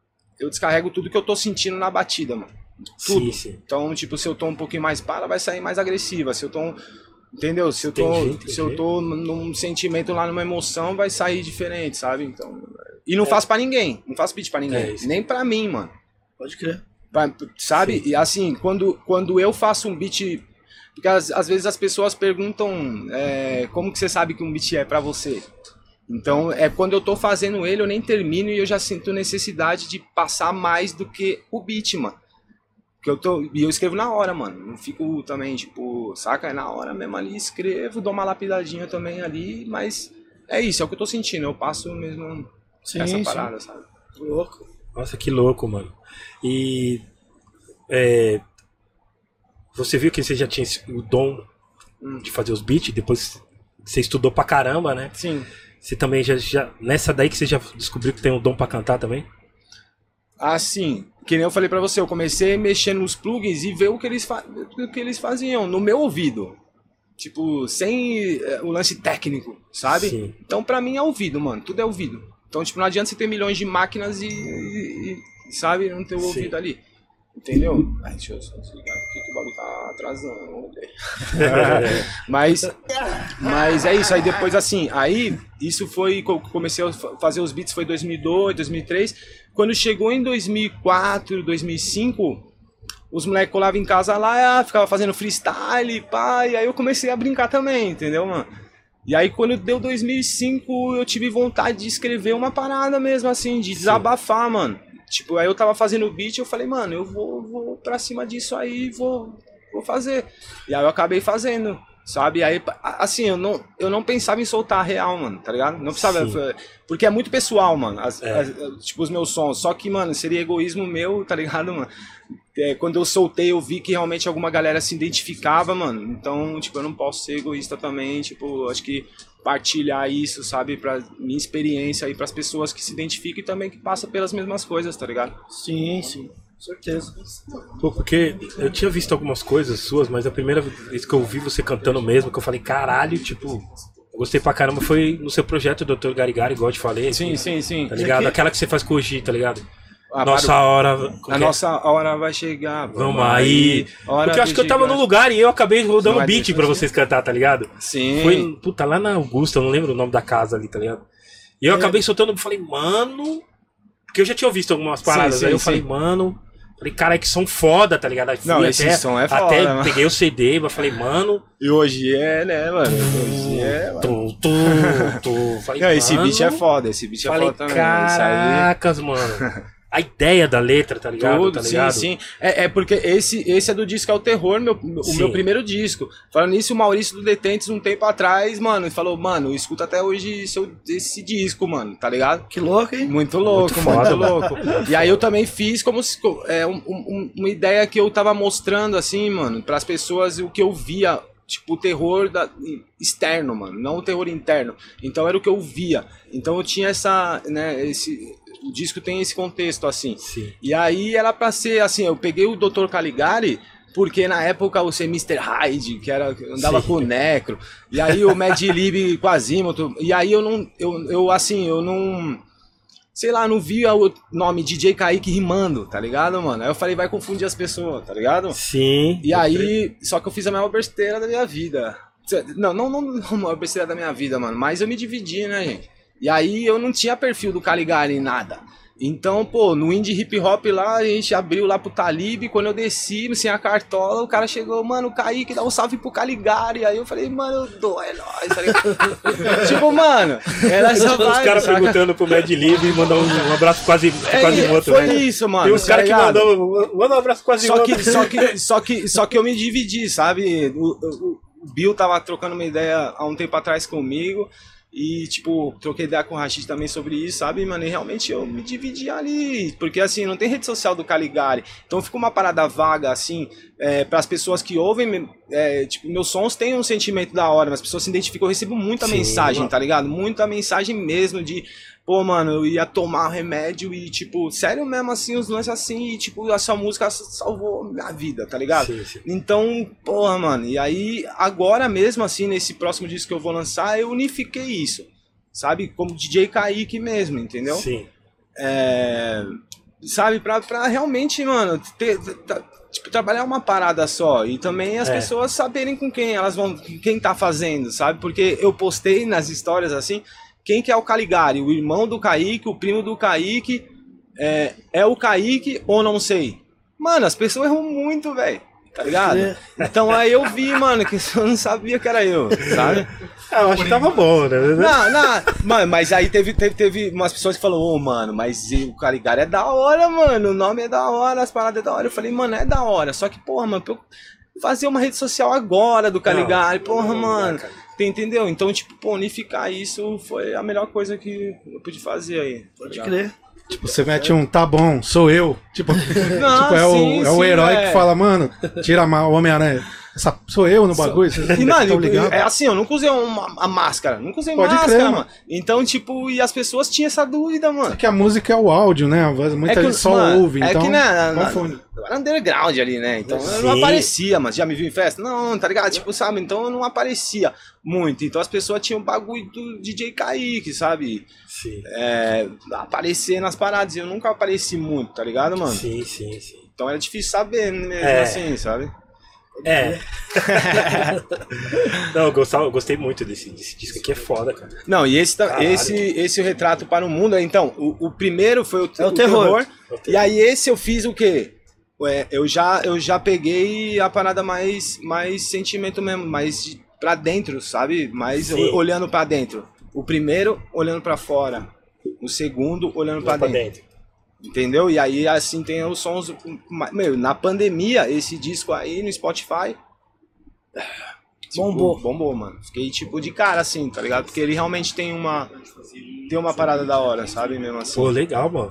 eu descarrego tudo que eu tô sentindo na batida, mano. Tudo. Sim, sim. Então, tipo, se eu tô um pouquinho mais para, vai sair mais agressiva. Se eu tô. Entendeu? Se eu tô, Entendi, entendi. se eu tô num sentimento lá, numa emoção, vai sair diferente, sabe? Então. E não faço pra ninguém. Não faço beat pra ninguém. É isso. Nem pra mim, mano. Pode crer. Pra- Sabe? Sim. E assim, quando, quando eu faço um beat. Porque às, às vezes as pessoas perguntam é, como que você sabe que um beat é pra você. Então, é quando eu tô fazendo ele, eu nem termino e eu já sinto necessidade de passar mais do que o beat, mano. Porque eu tô. E eu escrevo na hora, mano. Não fico também, tipo, saca? É na hora mesmo ali, escrevo, dou uma lapidadinha também ali, mas é isso, é o que eu tô sentindo. Eu passo mesmo Sim, essa sim. parada, sabe? Louco. Nossa, que louco, mano. E... é, você viu que você já tinha esse- o dom Hum. de fazer os beats, depois você estudou pra caramba, né? Sim. Você também já, já... Nessa daí que você já descobriu que tem um dom pra cantar também? Assim, que nem eu falei pra você, eu comecei mexendo nos plugins e ver o que eles, fa... o que eles faziam no meu ouvido. Tipo, sem uh, o lance técnico, sabe? Sim. Então pra mim é ouvido, mano, tudo é ouvido. Então, tipo, não adianta você ter milhões de máquinas e, e, e sabe, não ter o ouvido ali. Entendeu? Ai, deixa eu só desligar aqui que o bagulho tá atrasando. Vamos ver. mas, mas é isso. Aí depois, assim, aí isso foi. Comecei a fazer os beats, foi dois mil e dois, dois mil e três. Quando chegou em dois mil e quatro, dois mil e cinco, os moleques colavam em casa lá, ficava fazendo freestyle, pá. E aí eu comecei a brincar também, entendeu, mano? E aí quando deu dois mil e cinco, eu tive vontade de escrever uma parada mesmo, assim, de desabafar, mano. Tipo, aí eu tava fazendo o beat e eu falei, mano, eu vou, vou pra cima disso aí, vou, vou fazer. E aí eu acabei fazendo, sabe? Aí, assim, eu não, eu não pensava em soltar a real, mano, tá ligado? Não precisava, Sim. porque é muito pessoal, mano, as, é. as, tipo, os meus sons. Só que, mano, seria egoísmo meu, tá ligado, mano? É, quando eu soltei, eu vi que realmente alguma galera se identificava, mano. Então, tipo, eu não posso ser egoísta também, tipo, acho que partilhar isso, sabe, pra minha experiência aí pras pessoas que se identificam e também que passam pelas mesmas coisas, tá ligado? Sim, sim, com certeza. Pô, porque eu tinha visto algumas coisas suas, mas a primeira vez que eu vi você cantando mesmo, que eu falei, caralho, tipo, eu gostei pra caramba, foi no seu projeto, doutor Garigari, igual eu te falei. Sim, assim, sim, sim. Tá ligado? Aqui... Aquela que você faz com o G, tá ligado? Ah, nossa para... hora... A é? nossa hora vai chegar. Vamos aí. Porque eu acho que eu tava no lugar e eu acabei rodando beat pra vocês cantar, tá ligado? Sim. Foi, puta, lá na Augusta, eu não lembro o nome da casa ali, tá ligado? E eu é. acabei soltando, falei, mano... Porque eu já tinha visto algumas paradas, sim, sim, aí eu sim. falei, mano... Falei, cara, que som foda, tá ligado? Aí não, até, esse som é foda, até mano. Peguei o C D, mas falei, mano... E hoje é, né, mano? Hoje é, mano. Tu, tu, tu. Falei, não, esse mano, beat é foda, esse beat é falei, foda também. Caracas, isso aí... mano. A ideia da letra, tá ligado? Tudo, tá ligado? sim, sim. É, é porque esse, esse é do disco É o Terror, meu, o sim. meu primeiro disco. Falando nisso, o Maurício do Detentes, um tempo atrás, mano, ele falou, mano, escuta até hoje seu, esse disco, mano, tá ligado? Que louco, hein? Muito louco, muito, muito louco. E aí eu também fiz como se, é, um, um, uma ideia que eu tava mostrando, assim, mano, pras pessoas o que eu via. Tipo, o terror da, externo, mano, não o terror interno. Então era o que eu via. Então eu tinha essa, né, esse... O disco tem esse contexto, assim. Sim. E aí era pra ser, assim, eu peguei o doutor Caligari, porque na época o mister Hyde, que era, andava Sim. com o Necro, e aí o Mad Lib com Azimuth, e aí eu não, eu, eu assim, eu não... Sei lá, não via o nome D J Kaique rimando, tá ligado, mano? Aí eu falei, vai confundir as pessoas, tá ligado? Sim. E aí, só que eu fiz a maior besteira da minha vida. Não, não, não, não a maior besteira da minha vida, mano, mas eu me dividi, né, gente? E aí eu não tinha perfil do Caligari em nada. Então, pô, no indie hip hop lá, a gente abriu lá pro Talib, quando eu desci, sem a cartola, o cara chegou, mano, Kaique, dá um salve pro Caligari. Aí eu falei, mano, eu dou, é nóis, tá ligado? Tipo, mano, era essa vibe, os caras perguntando pro Mad Lib e mandar um, um abraço quase, é, quase morto. Foi né? isso, mano. Tem uns caras que mandam, manda um abraço quase só morto. Que, só, que, só, que, só que eu me dividi, sabe? O, o, o Bill tava trocando uma ideia há um tempo atrás comigo. E, tipo, troquei ideia com o Rashid também sobre isso, sabe, mano? E realmente eu me dividi ali. Porque, assim, não tem rede social do Caligari. Então fica uma parada vaga, assim, é, para as pessoas que ouvem. É, tipo, meus sons têm um sentimento da hora, mas as pessoas se identificam. Eu recebo muita Sim, mensagem, mano. Tá ligado? Muita mensagem mesmo de. Pô, mano, eu ia tomar remédio e, tipo, sério mesmo, assim, os lances assim, e, tipo, a sua música salvou minha vida, tá ligado? Sim, sim. Então, porra, mano, e aí, agora mesmo, assim, nesse próximo disco que eu vou lançar, eu unifiquei isso, sabe? Como D J Kaique mesmo, entendeu? Sim. É, sabe, pra, pra realmente, mano, ter, ter, tipo, trabalhar uma parada só e também as é. pessoas saberem com quem elas vão, quem tá fazendo, sabe? Porque eu postei nas histórias, assim... Quem que é o Caligari? O irmão do Kaique, o primo do Kaique, é, é o Kaique ou não sei? Mano, as pessoas erram muito, velho, tá ligado? É. Então aí eu vi, mano, que eu não sabia que era eu, sabe? Ah, eu acho que tava bom, né? Não, não, mano, mas aí teve, teve, teve umas pessoas que falaram, ô, oh, mano, mas o Caligari é da hora, mano, o nome é da hora, as paradas é da hora. Eu falei, mano, é da hora, só que, porra, mano, pra eu fazer uma rede social agora do Caligari, não, porra, não, mano... Não, entendeu? Então, tipo, pô, unificar isso foi a melhor coisa que eu pude fazer aí. Pode crer. Tipo, você mete um, tá bom, sou eu. Tipo, não, tipo é, sim, o, é o sim, herói é. que fala, mano, tira o Homem-Aranha. Essa, sou eu no bagulho? Vocês E, mano, estão eu- ligados? é assim, eu nunca usei uma, a máscara. Nunca usei Pode máscara, crer, mano. mano. Então, tipo, e as pessoas tinham essa dúvida, mano. É que a música é o áudio, né? Muita É que, gente só mano, ouve, é então que na, na, confunde. eu era underground ali, né? Então eu Sim. não aparecia, mas já me viu em festa? Não, tá ligado? Tipo, sabe? Então eu não aparecia muito. Então as pessoas tinham o bagulho do D J Kaique, sabe? Sim. É, aparecer nas paradas. Eu nunca apareci muito, tá ligado, mano? Sim, sim, sim. Então era difícil saber mesmo É. assim, sabe? É. Não, eu, gostava, eu gostei muito desse, desse disco aqui, é foda, cara. Não, e esse, ta- Caralho. esse, esse Retrato para o Mundo, então, o, o primeiro foi o, É o terror. E aí esse eu fiz o quê? Ué, eu, já, eu já peguei a parada mais, mais sentimento mesmo, mais de- pra dentro, sabe? Mais Sim. o- olhando pra dentro. O primeiro, olhando pra fora. O segundo, olhando pra, Lá pra dentro. dentro. Entendeu? E aí, assim, tem os sons... Meu, na pandemia, esse disco aí no Spotify... tipo, Bombou. Bombou, mano. Fiquei, tipo, de cara, assim, tá ligado? Porque ele realmente tem uma... Tem uma parada da hora, sabe? Mesmo assim. Pô, legal, mano.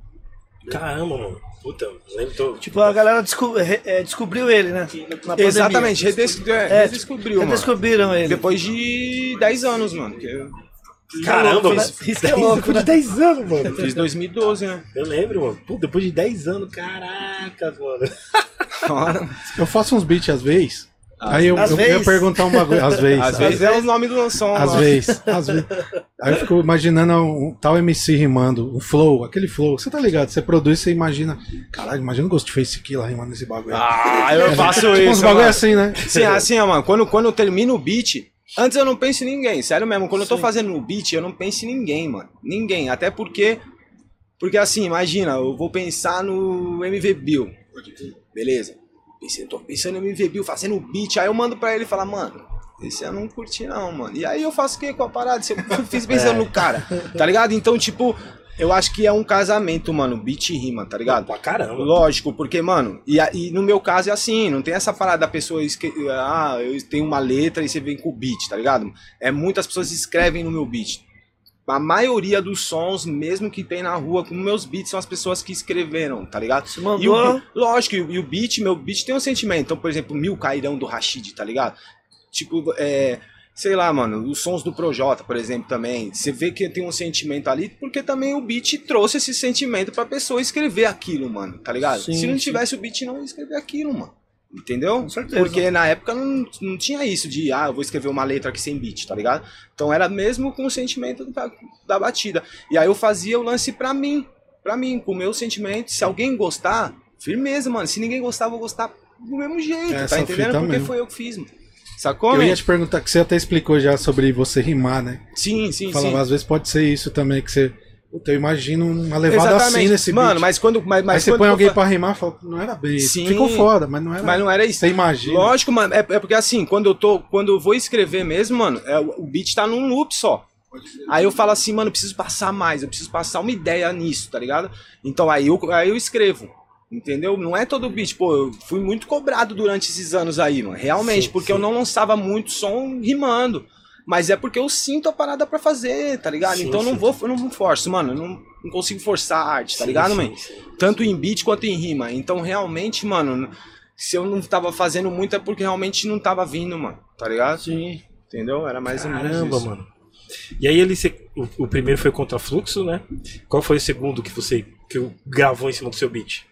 Caramba, mano. Puta, eu lembro. Tô... Tipo, a galera desco- re- é, descobriu ele, né? Na pandemia. Exatamente. Redesc... É, É, redescobriu, mano. Redescobriram ele. Depois de dez anos, mano. Que eu Caramba, Isso mano. isso que é louco, Depois né? de dez anos, mano. fiz dois mil e doze, né? Eu lembro, mano. Pô, depois de dez anos, caraca, mano. Ora, Eu faço uns beats às vezes. aí eu, Às eu, eu ia vezes. perguntar um bagulho. Às vezes. Às vezes é o nome do som. Às mano. vezes, às vezes. Aí eu fico imaginando um tal M C rimando, o flow, aquele flow. Você tá ligado? Você produz, você imagina. Caralho, imagina o Ghostface Killa rimando esse bagulho. Ah, eu faço tipo isso, uns bagulho mano. assim, né? Sim, assim, ó, mano, quando, quando eu termino o beat, antes eu não penso em ninguém, sério mesmo. Quando eu tô fazendo o beat, eu não penso em ninguém, mano. Ninguém. Até porque. Porque assim, imagina, eu vou pensar no M V Bill. Beleza. Pensei, tô pensando no M V Bill, fazendo o beat. Aí eu mando pra ele e falo, mano, esse eu não curti não, mano. E aí eu faço o que com a parada? Se eu fiz pensando no cara, tá ligado? Então, tipo, eu acho que é um casamento, mano, beat e rima, tá ligado? Pra caramba. Lógico, porque, mano, e, a- e no meu caso é assim, não tem essa parada da pessoa, esque- ah, eu tenho uma letra e você vem com o beat, tá ligado? É muitas pessoas escrevem no meu beat. A maioria dos sons, mesmo que tem na rua, com meus beats, são as pessoas que escreveram, tá ligado? Se E mandou. o, bi- lógico, e o, e o beat, meu beat tem um sentimento. Então, por exemplo, Mil Cairão do Rashid, tá ligado? Tipo, é... Sei lá, mano, os sons do Projota, por exemplo, também. Você vê que tem um sentimento ali, porque também o beat trouxe esse sentimento pra pessoa escrever aquilo, mano, tá ligado? Sim, Se não sim. tivesse o beat, não ia escrever aquilo, mano. Entendeu? Com certeza. Porque na época não, não tinha isso de, ah, eu vou escrever uma letra aqui sem beat, tá ligado? Então era mesmo com o sentimento da, da batida. E aí eu fazia o lance pra mim, pra mim, com o meu sentimento. Se alguém gostar, firmeza, mano. Se ninguém gostar, eu vou gostar do mesmo jeito, Essa tá entendendo? fita Porque mesmo. foi eu que fiz, mano. Sacou, Eu man? ia te perguntar, que você até explicou já sobre você rimar, né? Sim, sim, Falava, sim. às vezes pode ser isso também, que você. Puta, eu imagino uma levada assim nesse beat. Mano, mas quando. Mas, mas Aí você quando põe eu alguém fa- pra rimar e fala, não era bem isso. Sim. Ficou foda, mas não era. Mas não era isso. Você imagina. Lógico, mano. É, é porque assim, quando eu tô. Quando eu vou escrever mesmo, mano, é, o o beat tá num loop só. Aí eu falo assim, mano, eu preciso passar mais, eu preciso passar uma ideia nisso, tá ligado? Então aí eu, aí eu escrevo. Entendeu? Não é todo beat. Pô, eu fui muito cobrado durante esses anos aí, mano. Realmente, Sim, porque sim. eu não lançava muito som rimando. Mas é porque eu sinto a parada pra fazer, tá ligado? Sim, então eu não sim. vou, eu não forço, mano. Eu não, não consigo forçar a arte, tá Sim, ligado, sim, man? sim. Tanto em beat quanto em rima. Então realmente, mano, se eu não tava fazendo muito é porque realmente não tava vindo, mano. Tá ligado? Sim. Entendeu? Era mais ou menos Caramba, isso. mano. E aí ele se- o, o primeiro foi Contra Fluxo, né? Qual foi o segundo que você que gravou em cima do seu beat?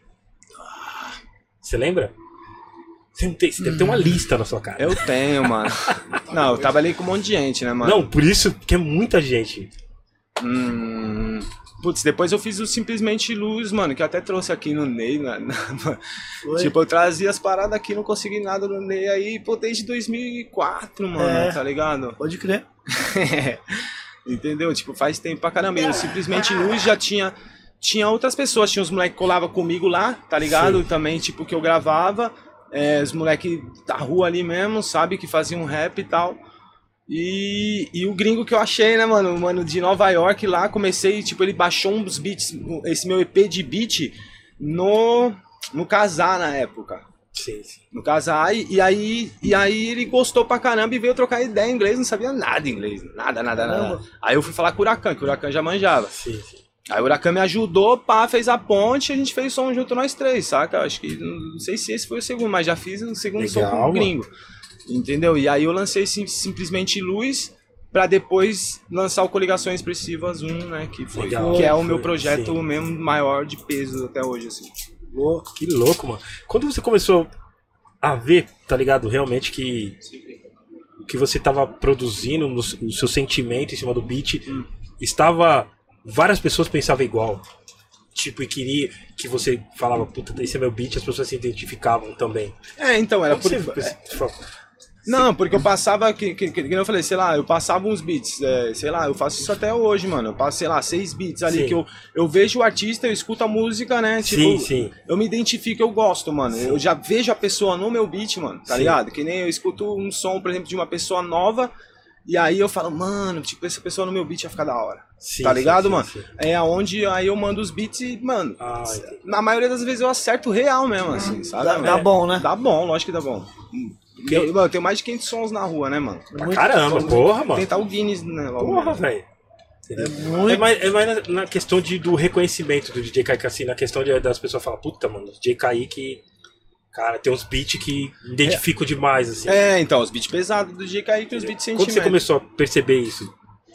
Você lembra? Você, não tem, você deve ter uma lista na sua cara. Eu tenho, mano. Não, eu trabalhei com um monte de gente, né, mano? Não, por isso que é muita gente. Hum, putz, depois eu fiz o Simplesmente Luz, mano, que eu até trouxe aqui no Ney. Na, na- tipo, eu trazia as paradas aqui, não consegui nada no Ney aí, pô, desde dois mil e quatro, mano, É. tá ligado? Pode crer. Entendeu? Tipo, faz tempo pra caramba. E o Simplesmente Luz já tinha. Tinha outras pessoas, tinha os moleques que colavam comigo lá, tá ligado? Sim. Também, tipo, que eu gravava. É, os moleques da rua ali mesmo, sabe? Que faziam rap e tal. E, e o gringo que eu achei, né, mano? Mano, de Nova York lá, comecei, tipo, ele baixou uns beats, esse meu E P de beat no, no Casar na época. Sim, sim. No Casar, e, e aí, e aí ele gostou pra caramba e veio trocar ideia em inglês, não sabia nada em inglês, nada, nada, nada. Caramba. Aí eu fui falar com o Huracan, que o Huracan já manjava. Sim, sim. Aí o Huracan me ajudou, pá, fez a ponte e a gente fez som junto nós três, saca? Acho que, não sei se esse foi o segundo, mas já fiz o segundo Legal, som com o mano. Gringo. Entendeu? E aí eu lancei sim, simplesmente Luz, pra depois lançar o Coligações Expressivas um, né? Que, foi, Legal, que é o foi, meu projeto sim. mesmo maior de peso até hoje, assim. Louco, que louco, mano. Quando você começou a ver, tá ligado, realmente que o que você tava produzindo, no, o seu sentimento em cima do beat, Hum. estava... Várias pessoas pensavam igual. Tipo, e queria que você falava, puta, esse é meu beat, as pessoas se identificavam também. É, então, era Quando por... você- Não, porque eu passava, que, que, que, que eu falei, sei lá, eu passava uns beats, é, sei lá, eu faço isso até hoje, mano. Eu passo, sei lá, seis beats ali Sim. que eu, eu vejo o artista, eu escuto a música, né? Tipo, Sim, sim. eu me identifico, eu gosto, mano. Eu já vejo a pessoa no meu beat, mano, tá Sim. ligado? Que nem eu escuto um som, por exemplo, de uma pessoa nova, e aí eu falo, mano, tipo, essa pessoa no meu beat vai ficar da hora. Sim, Tá ligado, sim, mano? sim, sim. É aonde aí eu mando os beats e, mano, Ah, entendi. na maioria das vezes eu acerto real mesmo, assim, sabe? Dá, dá É, bom, né? Dá bom, lógico que dá bom. Eu, mano, eu tenho mais de quinhentos sons na rua, né, mano? Pra caramba, porra, mano. Tentar o Guinness, né? Logo Porra, mesmo. velho. É muito. É mais, é mais na, na questão de, do reconhecimento do D J Kaique, assim, na questão de, das pessoas falarem, puta, mano, D J Kaique, cara, tem uns beats que identifico demais, assim. É, então, os beats pesados do D J Kaique e os beats Quando sentimentos. você começou a perceber isso?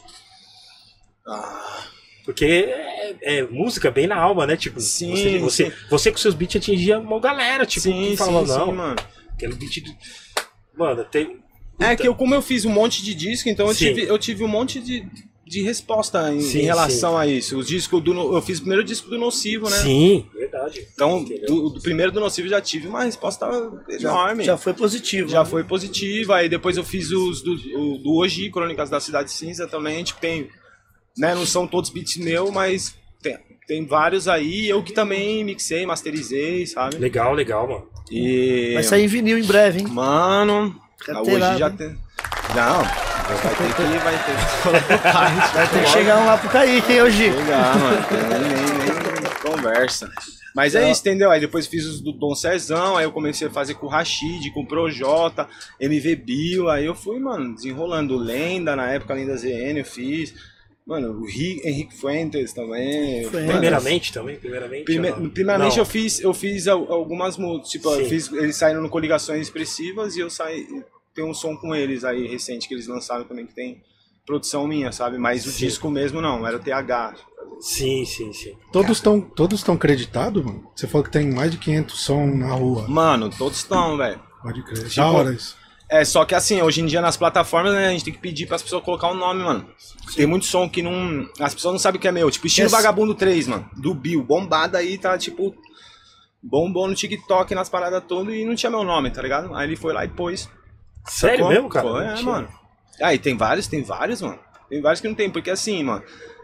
Ah, Porque é, é música bem na alma, né? Tipo, Sim, você, você, sim. você com seus beats atingia uma galera, tipo, sim, que falava, sim, não, sim, mano. aquele beat... Do... Mano, tem... É que eu, como eu fiz um monte de disco, então eu Sim. tive, eu tive um monte de, de resposta em, Sim, em relação a isso. Os discos do, No- eu fiz o primeiro disco do Nocivo, né? Sim, verdade. Então, Entendeu? do, do primeiro do Nocivo já tive uma resposta enorme. Já foi positivo. Já né? foi positiva, aí depois eu fiz os do, o, do Hoje, Crônicas da Cidade Cinza também, tipo, tem, né, não são todos beats meus, mas tem, tem vários aí, eu que também mixei, masterizei, sabe? Legal, legal, mano. E... Vai sair em vinil em breve, hein? Mano, Carteirada, hoje já hein? tem... Não, vai ter que, vai ter que... Vai ter que chegar um lá pro Kaique, hein, hoje. chegar, mano, nem, nem, nem conversa. Mas é isso, entendeu? Aí depois fiz os do Dom Cezão, aí eu comecei a fazer com o Rashid, com o Projota, M V Bill, aí eu fui, mano, desenrolando Lenda, na época Lenda Z N eu fiz. Mano, o Ri- Henrique Fuentes também. Fuentes. Mano, Primeiramente também, primeiramente. prime- ou não? primeiramente Não. eu fiz, eu fiz al- algumas músicas, tipo, eu Sim. fiz, eles saíram no Coligações Expressivas e eu saí, tem um som com eles aí recente que eles lançaram também que tem produção minha, sabe? Mas o Sim. disco mesmo não, era o T H. Sim, sim, sim. Todos estão todos estão creditados, mano? Você falou que tem mais de quinhentos sons na rua. Mano, todos estão, velho. Pode crer. Tipo, Da hora isso. É, só que assim, hoje em dia nas plataformas, né, a gente tem que pedir pras pessoas colocar o nome, mano. Tem muito som que não... As pessoas não sabem o que é meu. Tipo, estilo Yes. Vagabundo três, mano. Do Bill. Bombada aí, tá, tipo... Bombou no TikTok, nas paradas todas e não tinha meu nome, tá ligado? Aí ele foi lá e pôs. Sério Sacou? mesmo, cara? Foi, Não é, tinha. mano. Aí tem vários, tem vários, mano. Tem vários que não tem, porque assim, mano...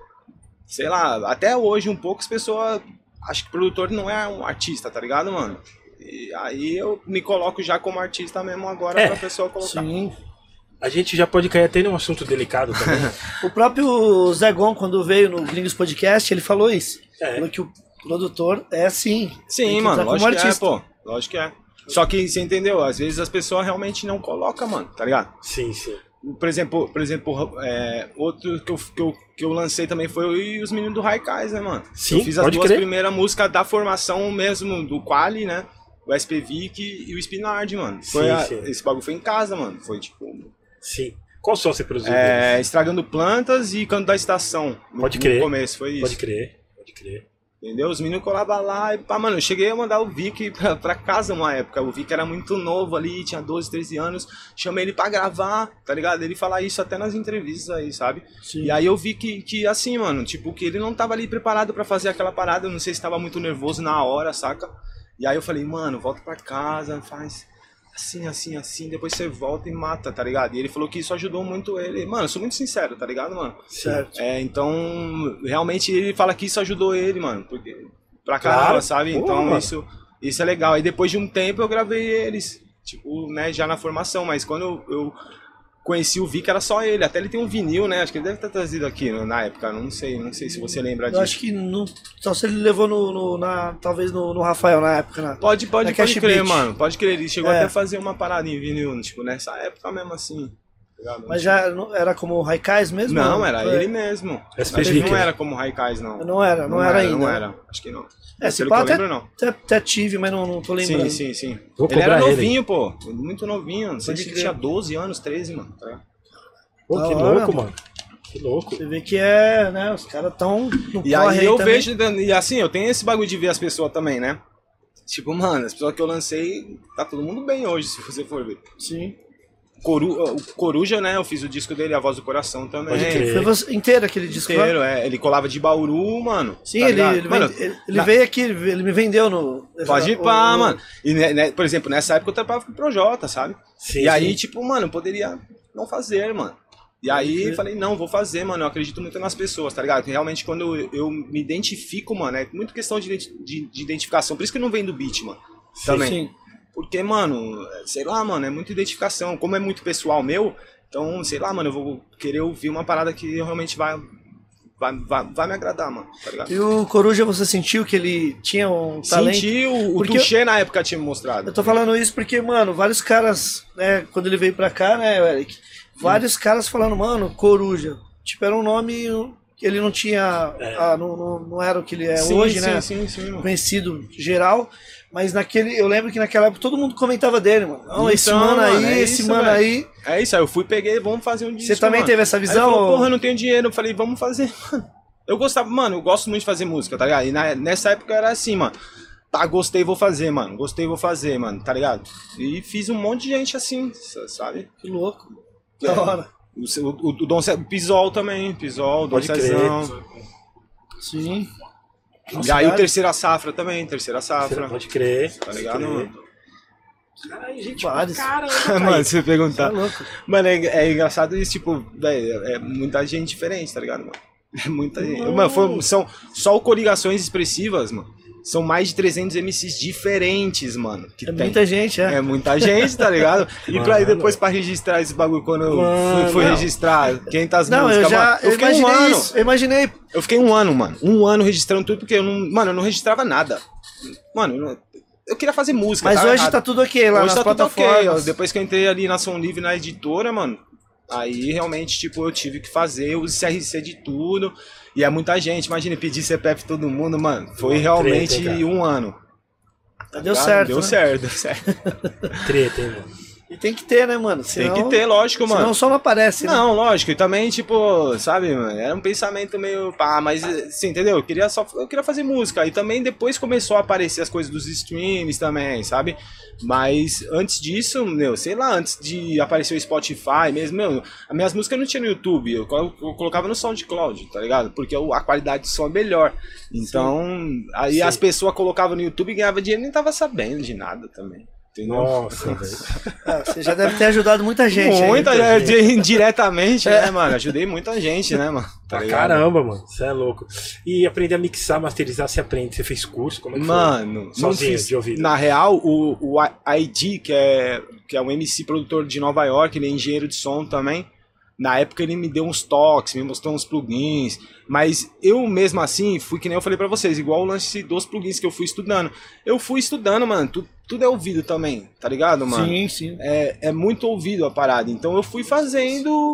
Sei lá, até hoje um pouco as pessoas... Acho que o produtor não é um artista, tá ligado, mano? E aí eu me coloco já como artista mesmo agora É, pra pessoa colocar. Sim. A gente já pode cair até num assunto delicado também. O próprio Zé Gon, quando veio no Gringos Podcast, ele falou isso. É. Falou que o produtor é sim. tem Sim, que mano, entrar como lógico que é, artista. pô. Lógico que é. Só que você entendeu? Às vezes as pessoas realmente não colocam, mano, tá ligado? Sim, sim. Por exemplo, por exemplo é, outro que eu, que, eu, que eu lancei também foi os meninos do Raikais, né, mano? Sim, eu fiz as pode duas crer. primeiras músicas da formação mesmo, do Quali, né? O S P Vic e o Spinard, mano. Foi Sim, a- sim. Esse bagulho foi em casa, mano. Foi tipo. Sim. Qual som você produziu? É, deles? Estragando Plantas e Canto da Estação. No, Pode crer. No começo, foi isso. Pode crer, pode crer. Entendeu? Os meninos colavam lá e pá, mano, eu cheguei a mandar o Vic pra, pra casa uma época. O Vic era muito novo ali, tinha doze, treze anos. Chamei ele pra gravar, tá ligado? Ele fala isso até nas entrevistas aí, sabe? Sim. E aí eu vi que, que assim, mano, tipo, que ele não tava ali preparado pra fazer aquela parada. Eu não sei se tava muito nervoso na hora, saca? E aí eu falei, mano, volta pra casa, faz assim, assim, assim, depois você volta e mata, tá ligado? E ele falou que isso ajudou muito ele. Mano, eu sou muito sincero, tá ligado, mano? Certo. É, então, realmente ele fala que isso ajudou ele, mano, porque pra caramba, Claro, sabe? porra, Então mano. isso, isso é legal. Aí depois de um tempo eu gravei eles, tipo, né, já na formação, mas quando eu, eu conheci o Vic era só ele, até ele tem um vinil, né? Acho que ele deve ter trazido aqui né, na época, não sei, não sei se você lembra Eu disso. acho que não. Só se ele levou no. no- na, talvez no, no Rafael na época, né? Pode, pode, Na pode Cash crer, Beat. mano. Pode crer. Ele chegou É. até a fazer uma parada em vinil, tipo, nessa época mesmo assim. ligado? Mas já não- era como o Haikais mesmo? Não, era Foi- ele mesmo. S P Mas G. não era como o Haikais, não. Não era, não, era, ainda. Não era, acho que não. É, se Pelo pá, que eu até, lembro, não. até, até tive, mas não, não tô lembrando. Sim, sim, sim. Vou Ele era cobrar ele. novinho, pô. Muito novinho. Não sei Pode se ele crer. tinha doze anos, treze, mano. Tá? Pô, que Da hora, louco, mano. mano. Que louco. Você vê que é, né, os caras tão no E corre aí eu também. vejo, e assim, eu tenho esse bagulho de ver as pessoas também, né? Tipo, mano, as pessoas que eu lancei, tá todo mundo bem hoje, se você for ver. Sim. Coru, o Coruja, né? Eu fiz o disco dele, A Voz do Coração também. Pode crer. Foi você, inteiro aquele disco lá? Inteiro, é. Ele colava de Bauru, mano. Sim, tá ele, ligado? ele, Mano, vende- ele, ele na- veio aqui, ele me vendeu no... Pode ir o- pá, o- mano. E, né, né, por exemplo, nessa época eu trabalhava com o Projota, sabe? Sim, e aí, sim. tipo, mano, eu poderia não fazer, mano. E aí crer. falei, não, vou fazer, mano. Eu acredito muito nas pessoas, tá ligado? Que realmente quando eu, eu me identifico, mano, é muito questão de, identi- de, de identificação. Por isso que eu não venho do beat, mano. Também. Sim. Porque, mano, sei lá, mano, é muita identificação. Como é muito pessoal meu, então, sei lá, mano, eu vou querer ouvir uma parada que realmente vai, vai, vai, vai me agradar, mano, tá ligado? E o Coruja, você sentiu que ele tinha um talento? Senti o, o Porque Tuxê na época tinha me mostrado. Eu tô falando isso porque, mano, vários caras, né, quando ele veio pra cá, né, Eric, vários caras falando, mano, Coruja. Tipo, era um nome que ele não tinha, ah, não, não, não era o que ele é Sim, hoje, sim, né? Sim, sim, mano. Conhecido geral, mas naquele, eu lembro que naquela época todo mundo comentava dele, mano. Não, esse Então, mano aí, mano, é esse isso, mano velho. aí. É isso, aí eu fui, peguei, vamos fazer um disco, Você também mano. teve essa Aí ele visão? falou, ou- porra, eu não tenho dinheiro. Eu falei, vamos fazer, mano. Eu gostava, mano, eu gosto muito de fazer música, tá ligado? E na- nessa época era assim, mano. Tá, gostei, vou fazer, mano. Gostei, vou fazer, mano, tá ligado? E fiz um monte de gente assim, sabe? Que louco. Da hora. O, o, o, o Dom Ce... Pisol também, Pisol, Dom Pode crer. Cezão. Sim. E aí o Terceira Safra também, Terceira Safra. Pode crer. Tá ligado, pode crer. mano? Caralho, gente, Vários. caramba, Mano, cara. se você Tá perguntar. louco. Mano, é, é engraçado isso, tipo, velho, é muita gente diferente, tá ligado, mano? É muita gente. Mano, foi- são só o Coligações Expressivas, mano. São mais de trezentos M Cs diferentes, mano. Que É tem. muita gente, é. É muita gente, tá ligado? E pra aí Mano. depois pra registrar esse bagulho quando eu Mano. fui, fui Não. registrar quinhentas Não, eu músicas, já mano. Eu eu fiquei um imaginei ano. isso. Eu imaginei. Eu fiquei um ano, mano. Um ano registrando tudo porque eu não. Mano, eu não registrava nada. Mano, eu, não- eu queria fazer música. Mas tava hoje errado. tá tudo ok lá Hoje nas tá tudo ok, plataformas. ó. Depois que eu entrei ali na Som Livre, na editora, mano, aí realmente, tipo, eu tive que fazer os C R C de tudo. E é muita gente, imagina, pedir C P F todo mundo, mano. Foi Uma realmente treta, cara. um ano. Deu Cara, certo. Deu né? certo, deu certo. Treta, hein, mano. E tem que ter, né, mano? Tem Senão, que ter, lógico, mano. Senão só não aparece, né? Não, lógico, e também, tipo, sabe, mano, era um pensamento meio, pá, mas, assim, entendeu? Eu queria só, eu queria fazer música, e também depois começou a aparecer as coisas dos streams também, sabe? Mas antes disso, meu, sei lá, antes de aparecer o Spotify mesmo, meu, as minhas músicas não tinha no YouTube, eu, colo- eu colocava no SoundCloud, tá ligado? Porque o- a qualidade do som é melhor. Então, aí Sim. as pessoas colocavam no YouTube e ganhavam dinheiro e nem tava sabendo de nada também. Entendeu? Nossa, velho. Ah, você já deve ter ajudado muita gente. aí. Muita, é, de- indiretamente, né, mano? Ajudei muita gente, né, mano? Tá Pra ligado? caramba, mano. Você é louco. E aprender a mixar, masterizar, você aprende? Você fez curso? Como é que Mano, foi? não Sozinho, fiz- de ouvido. na real, o, o I D, que é, que é um M C produtor de Nova York, ele é engenheiro de som também. Na época ele me deu uns toques, me mostrou uns plugins, mas eu mesmo assim, fui que nem eu falei pra vocês, igual o lance dos plugins que eu fui estudando. Eu fui estudando, mano, tu, tudo é ouvido também, tá ligado, mano? Sim, sim. É, é muito ouvido a parada, então eu fui fazendo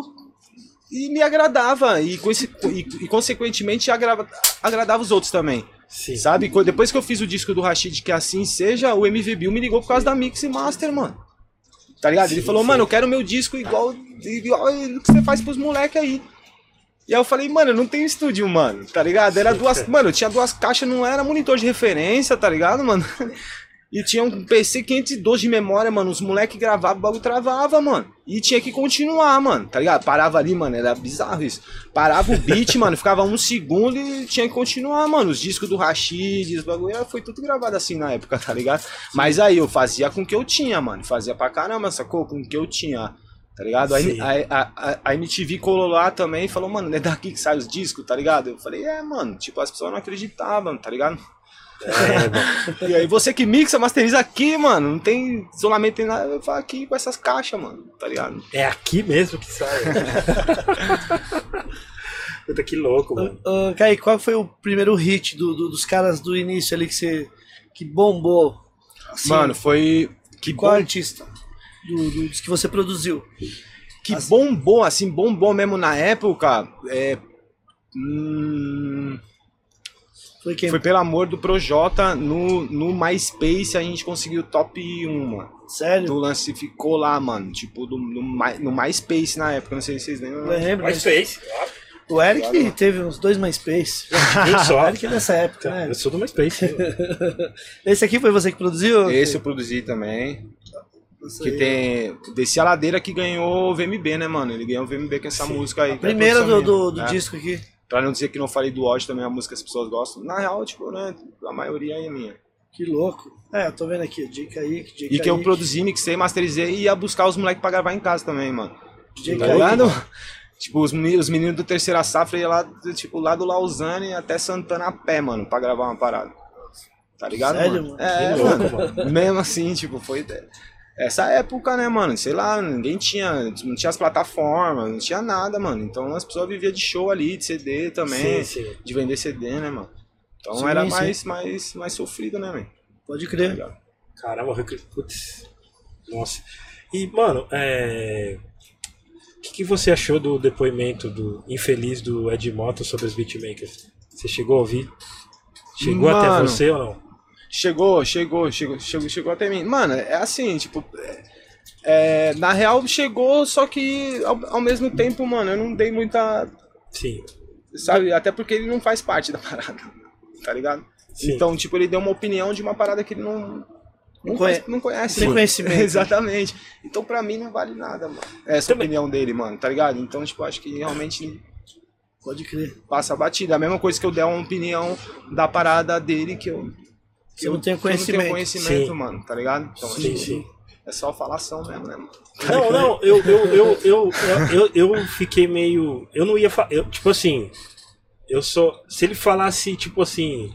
e me agradava, e, conse- e, e consequentemente agrava, agradava os outros também. Sim. Sabe? Co- Depois que eu fiz o disco do Rashid, que assim seja, o M V Bill me ligou por causa da Mix e Master, mano. Tá ligado? Ele Sim, falou, sim. mano, eu quero meu disco igual, igual o que você faz pros moleques aí. E aí eu falei, mano, eu não tenho estúdio, mano, tá ligado? Era duas. Mano, eu tinha duas caixas, não era monitor de referência, tá ligado, mano? E tinha um P C quinhentos e doze de memória, mano. Os moleques gravavam, o bagulho travava, mano. E tinha que continuar, mano, tá ligado? Parava ali, mano, era bizarro isso. Parava o beat, mano, ficava um segundo e tinha que continuar, mano. Os discos do Rashid, os bagulho, foi tudo gravado assim na época, tá ligado? Mas aí eu fazia com o que eu tinha, mano. Fazia pra caramba, sacou? Com o que eu tinha. Tá ligado? Sim. Aí a, a, a M T V colou lá também e falou, mano, não é daqui que sai os discos, tá ligado? Eu falei, é, mano, tipo, as pessoas não acreditavam, tá ligado? É, mano. E aí você que mixa, masteriza aqui, mano, não tem isolamento, tem nada, eu falo aqui com essas caixas, mano, tá ligado? É aqui mesmo que sai. Puta, que louco, mano. Ô, ô, Kaique, qual foi o primeiro hit do, do- dos caras do início ali que você que bombou? Assim, Mano, foi... Que qual bom artista do, do- dos que você produziu? Que As- bombou, assim, bombou mesmo na época. É. Hum, Foi quem? foi pelo amor do Projota no, no MySpace a gente conseguiu top um, mano. Sério? Do lance ficou lá, mano. Tipo, do, no, My- no MySpace na época, não sei se vocês lembram. Eu lembro. Mas fez. O Eric teve uns dois MySpace. Viu O só? Eric nessa época, né? Eu sou do MySpace. Esse aqui foi você que produziu? Esse eu produzi também. Isso Que aí. tem. Desci a ladeira que ganhou o V M B, né, mano? Ele ganhou o V M B com essa música aí. que é a Primeira do, produção do, minha, do né? disco aqui. Pra não dizer que não falei do Odd também, a música que as pessoas gostam. Na real, tipo, né? A maioria é minha. Que louco. É, eu tô vendo aqui. J K I, J K I. E que eu produzi, mixei, masterizei e ia buscar os moleques pra gravar em casa também, mano. J K Tá I. ligado? Tipo, os, meni- os meninos do Terceira Safra iam lá, tipo, lá do Lausanne até Santana a pé, mano, pra gravar uma parada. Tá ligado, Sério, mano? mano? É, Que louco, mano. Mesmo assim, tipo, foi... Essa época, né, mano? Sei lá, ninguém tinha... Não tinha as plataformas, não tinha nada, mano. Então as pessoas viviam de show ali, de C D também. Sim, sim. De vender C D, né, mano? Então Sim, era sim. mais, mais, mais sofrido, né, velho? Pode Tá crer. ligado? Caramba, eu- putz. Nossa. E, mano, é. O que, que você achou do depoimento do infeliz do Ed Mota sobre os beatmakers? Você chegou a ouvir? Chegou até Mano. você ou não? Chegou, chegou, chegou, chegou, chegou até mim. Mano, é assim, tipo. é- é, na real chegou, só que ao, ao mesmo tempo, mano, eu não dei muita. Sim. Sabe? Até porque ele não faz parte da parada. Tá ligado? Sim. Então, tipo, ele deu uma opinião de uma parada que ele não. Não, Não conhe- faz- não conhece. Sem mano. conhecimento. Exatamente. Então, pra mim, não vale nada, mano. Essa Também- opinião dele, mano, tá ligado? Então, tipo, acho que realmente Pode crer. passa a batida. A mesma coisa que eu der uma opinião da parada dele que eu. que Você eu- não tem que eu não conhecimento. tenho conhecimento, Sim. mano, tá ligado? Então, Sim, acho que sim. é só falação mesmo, né, mano? Não, não, eu, eu, eu, eu, eu, eu, eu fiquei meio. Eu não ia falar. Tipo assim. Eu só. Se ele falasse, tipo assim.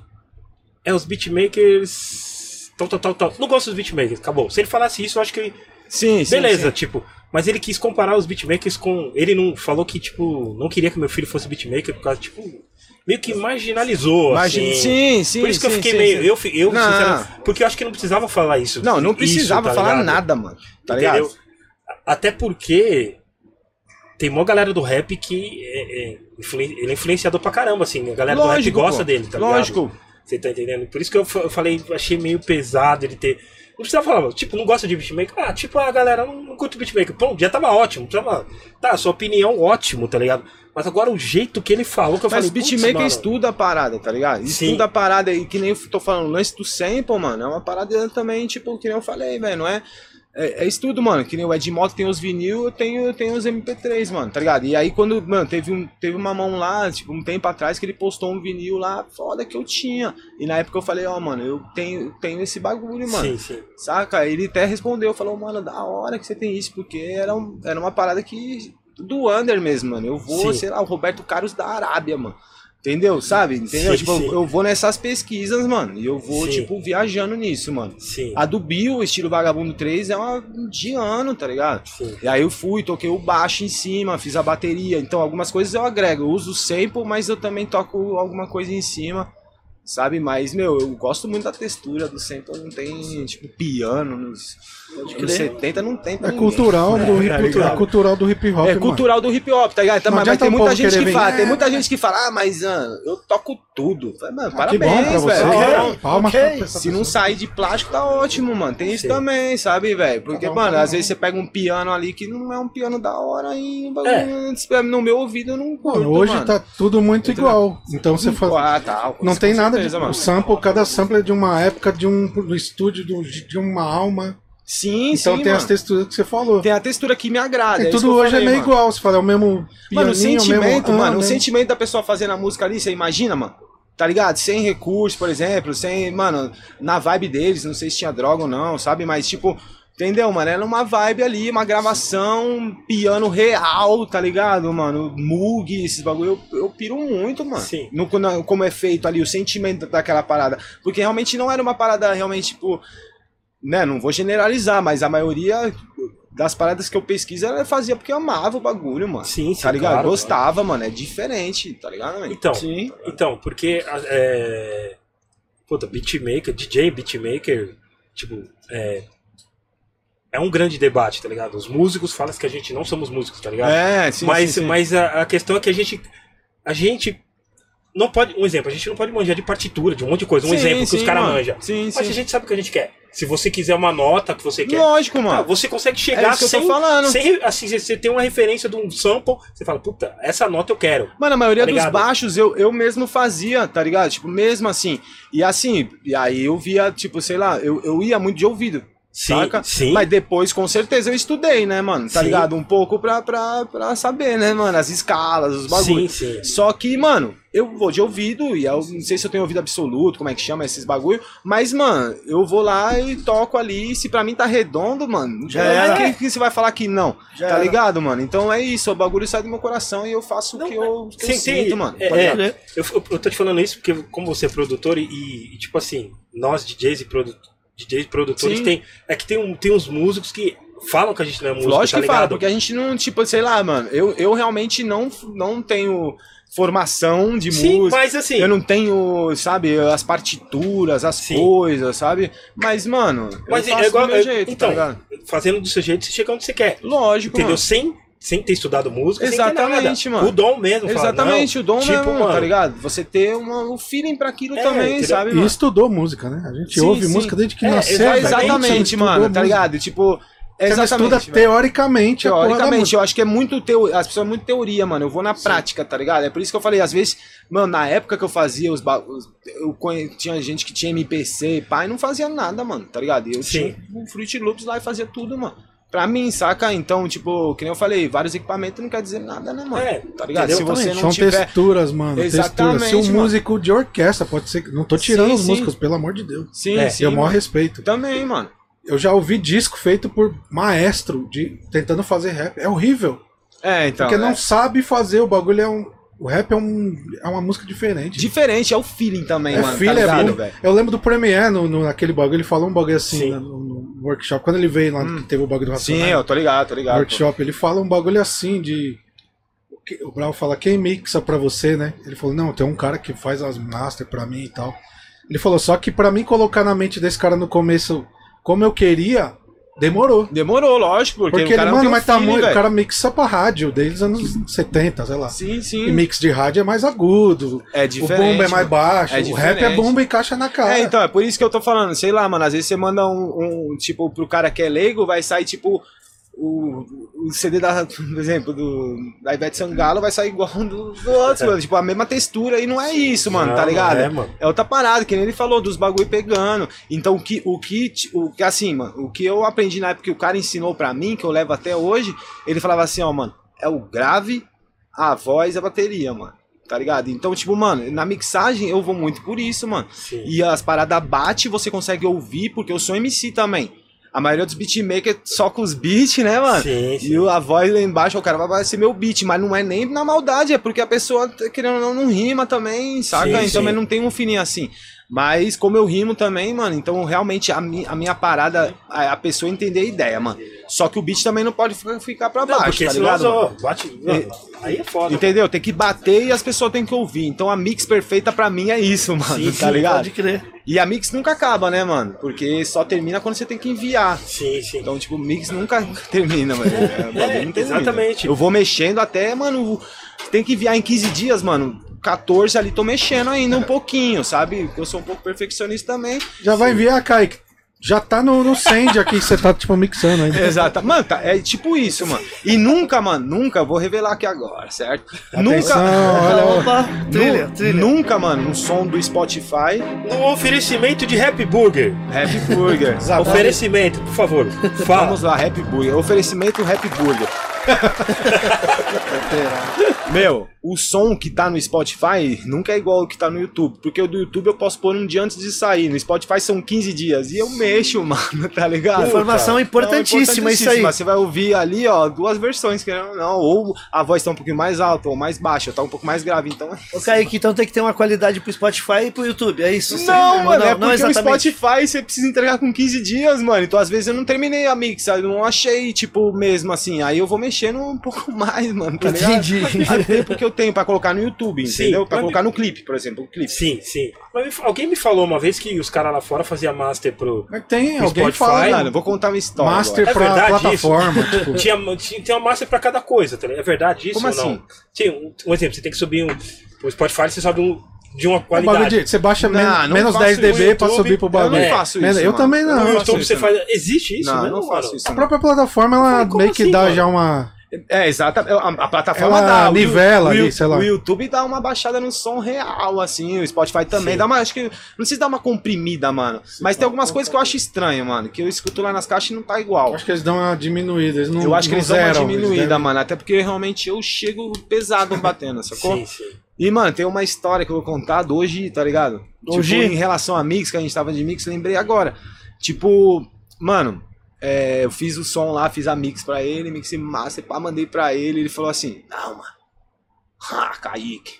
É, os beatmakers. Tal, tal, tal, tal. Não gosto dos beatmakers, acabou. Se ele falasse isso, eu acho que. Sim, sim. Beleza, sim. tipo. Mas ele quis comparar os beatmakers com. Ele não falou que, tipo, não queria que meu filho fosse beatmaker por causa, tipo. Meio que marginalizou, Imagina- assim. sim, sim. Por isso que eu sim, fiquei sim, meio. sim. Eu, fi- eu Não. sinceramente. Porque eu acho que não precisava falar isso. Não, não isso, precisava tá falar ligado? nada, mano. Tá Entendeu? ligado? Até porque tem uma galera do rap que é, é, influen- ele é influenciador pra caramba, assim. A galera do rap Lógico, gosta pô. dele, tá Lógico. ligado? Você tá entendendo? Por isso que eu fa- eu falei, achei meio pesado ele ter. Não precisava falar, tipo, não gosta de beatmaker. Ah, tipo, a galera não, não curte beatmaker. Pronto, já tava ótimo. Precisava... Tá, sua opinião, ótimo, tá ligado? Mas agora o jeito que ele falou, que eu Mas falei, o beatmaker mano, estuda a parada, tá ligado? Sim. Estuda a parada e que nem eu tô falando, o lance do sample, mano, é uma parada também, tipo, que nem eu falei, velho, não é? É, é estudo, mano, que nem o Ed Mota tem os vinil, eu tenho, eu tenho os M P três, mano, tá ligado? E aí quando, mano, teve, um, teve uma mão lá, tipo, um tempo atrás que ele postou um vinil lá, foda que eu tinha. E na época eu falei, ó, mano, eu tenho, tenho esse bagulho, mano. Sim, sim. Saca? Ele até respondeu, falou, mano, da hora que você tem isso, porque era, um, era uma parada que. Do under mesmo, mano. Eu vou, Sim. sei lá, o Roberto Carlos da Arábia, mano. Entendeu? Sabe? Entendeu? Sim, tipo, sim. eu- eu vou nessas pesquisas, mano. E eu vou, Sim. tipo, viajando nisso, mano. Sim. A do Bill, estilo Vagabundo três, é uma de ano, tá ligado? Sim. E aí eu fui, toquei o baixo em cima, fiz a bateria. Então algumas coisas eu agrego. Eu uso o sample, mas eu também toco alguma coisa em cima. Sabe? Mas, meu, eu gosto muito da textura do sample. Não tem, tipo, piano nos, nos setenta, não tem pra É ninguém. cultural do Tá hip, ligado? é cultural do hip hop, É mano. cultural do hip hop, tá ligado? Então, Não mas, mas adianta tem o muita povo gente querer que vir, fala, "É, tem muita mas-" gente que fala, ah, mas ah, eu toco tudo. Fala, mano, Que parabéns, bom pra você. velho. cara. Palmas ok. pra essa Se não pessoa. sair de plástico, tá ótimo, mano. Tem isso Sim. também, sabe, velho? Porque, Cada um, mano, cada às um. vezes você pega um piano ali que não é um piano da hora e um bagulho no meu ouvido eu não curto, Mano, hoje mano. tá tudo muito igual. Então você faz. Ah, tá. Não com tem nada certeza, de mano. o sample, cada sample é de uma época, de um do estúdio, do- de uma alma. Sim, Então sim, tem as mano. texturas que você falou. Tem a textura que me agrada. E é isso tudo que eu hoje falei, é meio mano. igual. Você fala, é o mesmo Mano, o pianinho, sentimento, o mesmo, mano, ah, o mesmo- sentimento da pessoa fazendo a música ali, você imagina, mano? Tá ligado? Sem recurso, por exemplo, sem, mano, na vibe deles, não sei se tinha droga ou não, sabe? Mas, tipo, entendeu, mano? Era uma vibe ali, uma gravação, piano real, tá ligado, mano? Moog, esses bagulho, eu, eu piro muito, mano. Sim. No, no- como é feito ali, o sentimento daquela parada. Porque realmente não era uma parada realmente, tipo, né? Não vou generalizar, mas a maioria das paradas que eu pesquiso, ela fazia porque eu amava o bagulho, mano. Sim, sim, Tá ligado? claro, Gostava, mano. É diferente, tá ligado, velho? Então, Sim. então, porque é, puta, beatmaker, D J beatmaker, tipo, é, é um grande debate, tá ligado? Os músicos falam que a gente não somos músicos, tá ligado? É, sim, mas sim, sim. mas a, a questão é que a gente a gente não pode, um exemplo, a gente não pode manjar de partitura, de um monte de coisa, um Sim, exemplo que sim, os caras mano. manjam. Sim, Mas sim. a gente sabe o que a gente quer. Se você quiser uma nota que você quer, Lógico, tá, mano. você consegue É chegar isso que eu tô sem, falando. sem assim, você- você tem uma referência de um sample, você fala, puta, essa nota eu quero. Mano, a maioria Tá dos ligado? baixos eu, eu mesmo fazia, tá ligado? Tipo, mesmo assim. E assim, e aí eu via, tipo, sei lá, eu, eu ia muito de ouvido. Sim, Saca? sim. Mas depois, com certeza, eu estudei, né, mano? Tá Sim. ligado? Um pouco pra, pra, pra saber, né, mano? As escalas, os bagulhos. Sim, sim. Só que, mano, eu vou de ouvido, e eu não sei se eu tenho ouvido absoluto, como é que chama esses bagulho, mas, mano, eu vou lá e toco ali, se pra mim tá redondo, mano, Já é, era. quem que você vai falar que não? Já tá era. ligado, mano? Então é isso, o bagulho sai do meu coração e eu faço o que eu, que eu Sim, tem- sinto, mano. é, tá é, ligado? eu, eu, eu tô te falando isso porque, como você é produtor e, e, tipo assim, nós D Js e produ D Js e produtores, Sim. tem, é que tem, um, tem uns músicos que falam que a gente não é músico, Lógico tá que fala, ligado? porque a gente não, tipo, sei lá, mano, eu, eu realmente não, não tenho formação de Sim, música. mas assim, Eu não tenho, sabe, as partituras, as Sim. coisas, sabe? Mas, mano, mas eu faço é igual, do meu é- jeito, então, tá ligado? fazendo do seu jeito, você chega onde você quer. Lógico, Entendeu? mano. Sem, sem ter estudado música, Exatamente, sem ter nada. mano. O dom mesmo. fala, Exatamente, não, o dom tipo, mesmo, mano, tá ligado? Você ter uma, um feeling pra aquilo É, também, entendeu? sabe, E mano? estudou música, né? A gente Sim, ouve sim. música desde que É, nasceu. exa- velho. Exatamente, Você mano, estudou tá música. ligado? Tipo, Você não estuda exatamente, velho. teoricamente a porra da Teoricamente, música. eu acho que é muito teo... as pessoas é muito teoria, mano. Eu vou na prática, tá ligado? É por isso que eu falei, às vezes, mano, na época que eu fazia os ba... os- eu conhe... tinha gente que tinha M P C, pai, não fazia nada, mano, tá ligado? E eu Sim. tinha o Fruit Loops lá e fazia tudo, mano. Pra mim, saca? Então, tipo, que nem eu falei, vários equipamentos não quer dizer nada, né, mano? É, Tá ligado? entendeu? Se você Exatamente, não São tiver... texturas, mano. Exatamente, texturas. Se um mano. músico de orquestra pode ser. Não tô tirando Sim, os sim. músicos, pelo amor de Deus. Sim, É, sim, Eu maior mano. respeito. Também, mano. Eu já ouvi disco feito por maestro de tentando fazer rap. É horrível. É, então. porque não é sabe fazer. O bagulho é um. O rap é, um, é uma música diferente. diferente, é o feeling também, É mano. filho, tá é ligado, bom. velho? Eu lembro do Premiere no, no, naquele bagulho, ele falou um bagulho assim Sim. né, no, no workshop. Quando ele veio lá, que teve o bagulho do Sim, Racionais, eu tô ligado, tô no ligado. pô. workshop, ele fala um bagulho assim de. o que- O Brau fala, quem mixa pra você, né? Ele falou, não, tem um cara que faz as master pra mim e tal. Ele falou, só que pra mim colocar na mente desse cara no começo como eu queria, demorou. Demorou, lógico, porque, Porque, o cara ele, não mano, tem um mas tá feeling, muito. O velho. cara mixa pra rádio, desde os anos setenta, sei lá. Sim, sim. E mix de rádio é mais agudo. É O diferente. bomba é mais mano. baixo. É o rap é diferente. bomba e caixa na cara. É, então, é por isso que eu tô falando, sei lá, mano, às vezes você manda um, um, tipo, pro cara que é leigo, vai sair, tipo, o, o C D da, por exemplo, do, da Ivete Sangalo vai sair igual do, do outro, mano, tipo, a mesma textura, e não é isso, mano, Não, tá ligado? é, mano. É outra parada, que nem ele falou, dos bagulho pegando. Então, o que, o que, o que, assim, mano, o que eu aprendi na época que o cara ensinou pra mim, que eu levo até hoje, ele falava assim, ó, mano, é o grave, a voz e a bateria, mano. Tá ligado? Então, tipo, mano, na mixagem eu vou muito por isso, mano. Sim. E as paradas bate, você consegue ouvir, porque eu sou M C também. A maioria dos beatmakers só com os beats, né, mano? Sim, sim. E o- a voz lá embaixo, o cara vai parecer meu beat, mas não é nem na maldade, é porque a pessoa, querendo ou não, não rima também, saca? Sim, então sim. também não tem um fininho assim. Mas como eu rimo também, mano, então realmente a, mi, a minha parada é a pessoa entender a ideia, mano. Só que o beat também não pode ficar- ficar pra Não, baixo, porque tá senão ligado? ó, mano? bate. Mano, aí é foda. Entendeu? Tem que bater e as pessoas têm que ouvir. Então a mix perfeita pra mim é isso, mano, Sim, tá sim, ligado? Pode crer. E a mix nunca acaba, né, mano? Porque só termina quando você tem que enviar. Sim, sim. Então, tipo, o mix nunca termina, mano. É, o bagulho não termina. exatamente. Eu vou mexendo até, mano, tem que enviar em quinze dias, mano. quatorze ali, tô mexendo ainda um pouquinho, sabe? Eu sou um pouco perfeccionista também. Já vai enviar, Kaique. Já tá no, no send aqui, que você tá, tipo, mixando ainda. Exato. Mano, tá, é tipo isso, mano. E nunca, mano, nunca, vou revelar aqui agora, certo? Atenção, Nunca. olha, olha. Opa, trilha, nu- trilha. Nunca, mano, um som do Spotify, No oferecimento de Happy Burger. Happy Burger. Oferecimento, por favor. Fala. Vamos lá, Happy Burger. Oferecimento Happy Burger. Meu, o som que tá no Spotify nunca é igual ao que tá no YouTube. Porque o do YouTube eu posso pôr um dia antes de sair. No Spotify são quinze dias. E eu mexo, mano, tá ligado? Informação importantíssima, isso aí. Você vai ouvir ali, ó, duas versões, querendo ou não. Ou a voz tá um pouquinho mais alta ou mais baixa, tá um pouco mais grave. Então. Ô, Kaique, então tem que ter uma qualidade pro Spotify e pro YouTube, é isso? Não, mano, é não, porque o exatamente. Spotify você precisa entregar com quinze dias, mano. Então às vezes eu não terminei a mix, eu não achei, tipo, mesmo assim. Aí eu vou mexer. mexendo um pouco mais, mano, tá ligado? Entendi. Mas tempo que eu tenho pra colocar no YouTube, Sim, entendeu? Pra mas- colocar no clipe, por exemplo, o clipe. Sim, sim. Mas me fa- alguém me falou uma vez que os caras lá fora faziam master pro. Mas tem, No alguém Spotify, fala Mano, eu vou contar uma história master É pra verdade plataforma. Tipo, Tinha, tinha, tem uma master pra cada coisa, tá ligado? É verdade isso Como ou não? assim? Tinha um, um exemplo, você tem que subir um. O Spotify você sobe um, de uma o bagulho qualidade. de- você baixa Não, men- não menos faço dez isso no decibéis pra YouTube, subir pro Eu bagulho. não É, faço Men- isso, eu mano. também não. No Eu não YouTube faço você isso, faz. Existe isso, Não, né? eu não faço mano? isso. A não. própria plataforma, ela falei, como meio que assim, dá mano? já uma... É, exato. A, a plataforma Ela dá. o nivela Yu- ali, o, sei lá. O YouTube dá uma baixada no som real, assim. O Spotify também Sim. dá uma. Acho que. Não sei se dá uma comprimida, mano. Mas tem algumas coisas que eu acho estranho, mano. Que eu escuto lá nas caixas e não tá igual. Acho que eles dão uma diminuída. Eles não, Eu acho que não eles dão uma zeram, diminuída, eles devem- mano. Até porque realmente eu chego pesado batendo, sacou? Sim, sim. E, mano, tem uma história que eu vou contar do hoje, tá ligado? Hoje? Tipo, em relação a mix, que a gente tava de mix, lembrei agora. Tipo, mano, é, eu fiz o som lá, fiz a mix pra ele, mix e master, pá, mandei pra ele, ele falou assim, não, mano. Ah, Kaique.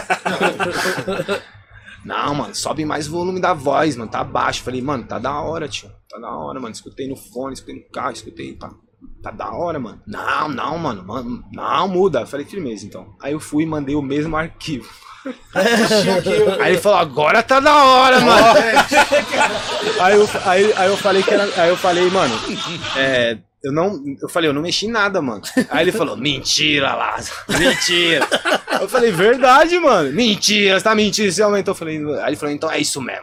Não, mano, sobe mais o volume da voz, mano, tá baixo. Falei, mano, tá da hora, tio. Tá da hora, mano. Escutei no fone, escutei no carro, escutei, pá. Tá da hora, mano. Não, não, mano, mano. Não, muda. Falei, firmeza, então. Aí eu fui e mandei o mesmo arquivo. Aí ele falou, agora tá da hora, mano. aí, eu, aí, aí eu falei que era. Aí eu falei, mano, é. Eu não. Eu falei, eu não mexi em nada, mano. Aí ele falou, mentira, Lázaro. Mentira. Eu falei, verdade, mano. Mentira, você tá mentindo, você aumentou. Eu falei, aí ele falou, então é isso mesmo.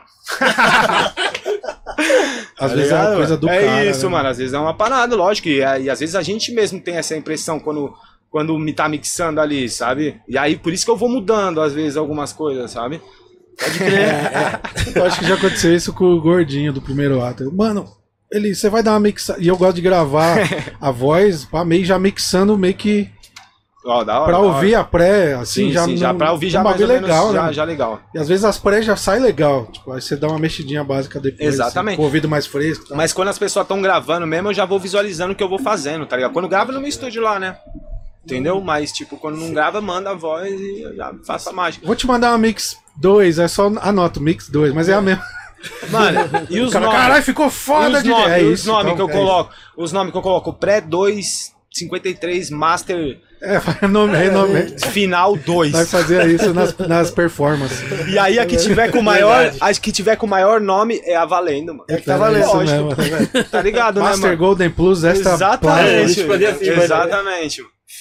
Às Tá vezes é ligado, uma coisa mano? do é cara. isso, né? mano. Às vezes é uma parada, lógico. E, e às vezes a gente mesmo tem essa impressão quando, quando me tá mixando ali, sabe? E aí por isso que eu vou mudando, às vezes, algumas coisas, sabe? Pode crer. Eu acho que já aconteceu isso com o gordinho do primeiro ato. Mano, ele, você vai dar uma mixada. E eu gosto de gravar a voz, pá, meio já mixando, meio que. Ó, da hora. Pra da ouvir hora. a pré, assim, Sim, já. sim, já não- pra ouvir já um mais bagulho ou menos, legal, já, né? já legal. E às vezes as pré já sai legal. Tipo, aí você dá uma mexidinha básica depois. Exatamente. Assim, com o ouvido mais fresco. Tá? Mas quando as pessoas estão gravando mesmo, eu já vou visualizando o que eu vou fazendo, tá ligado? Quando grava no meu estúdio lá, né? Entendeu? Mas, tipo, quando não grava, manda a voz e eu já faço a mágica. Vou te mandar uma Mix dois, é só anota, Mix dois, mas é a mesma. Mano, e os O cara, nomes? caralho, ficou E foda os de nomes, é os isso, nomes então, que eu é coloco? Os nomes que eu coloco, pré dois, cinquenta e três, master É, vai nome, renome. final dois. Vai fazer isso nas, nas performances. E aí a que tiver com o maior, a que tiver com o maior nome é a valendo, mano. É que tá valendo. isso Lógico. mesmo. Tá ligado, né, Master mano? Golden Plus, esta Exatamente. É, podia ser, Exatamente.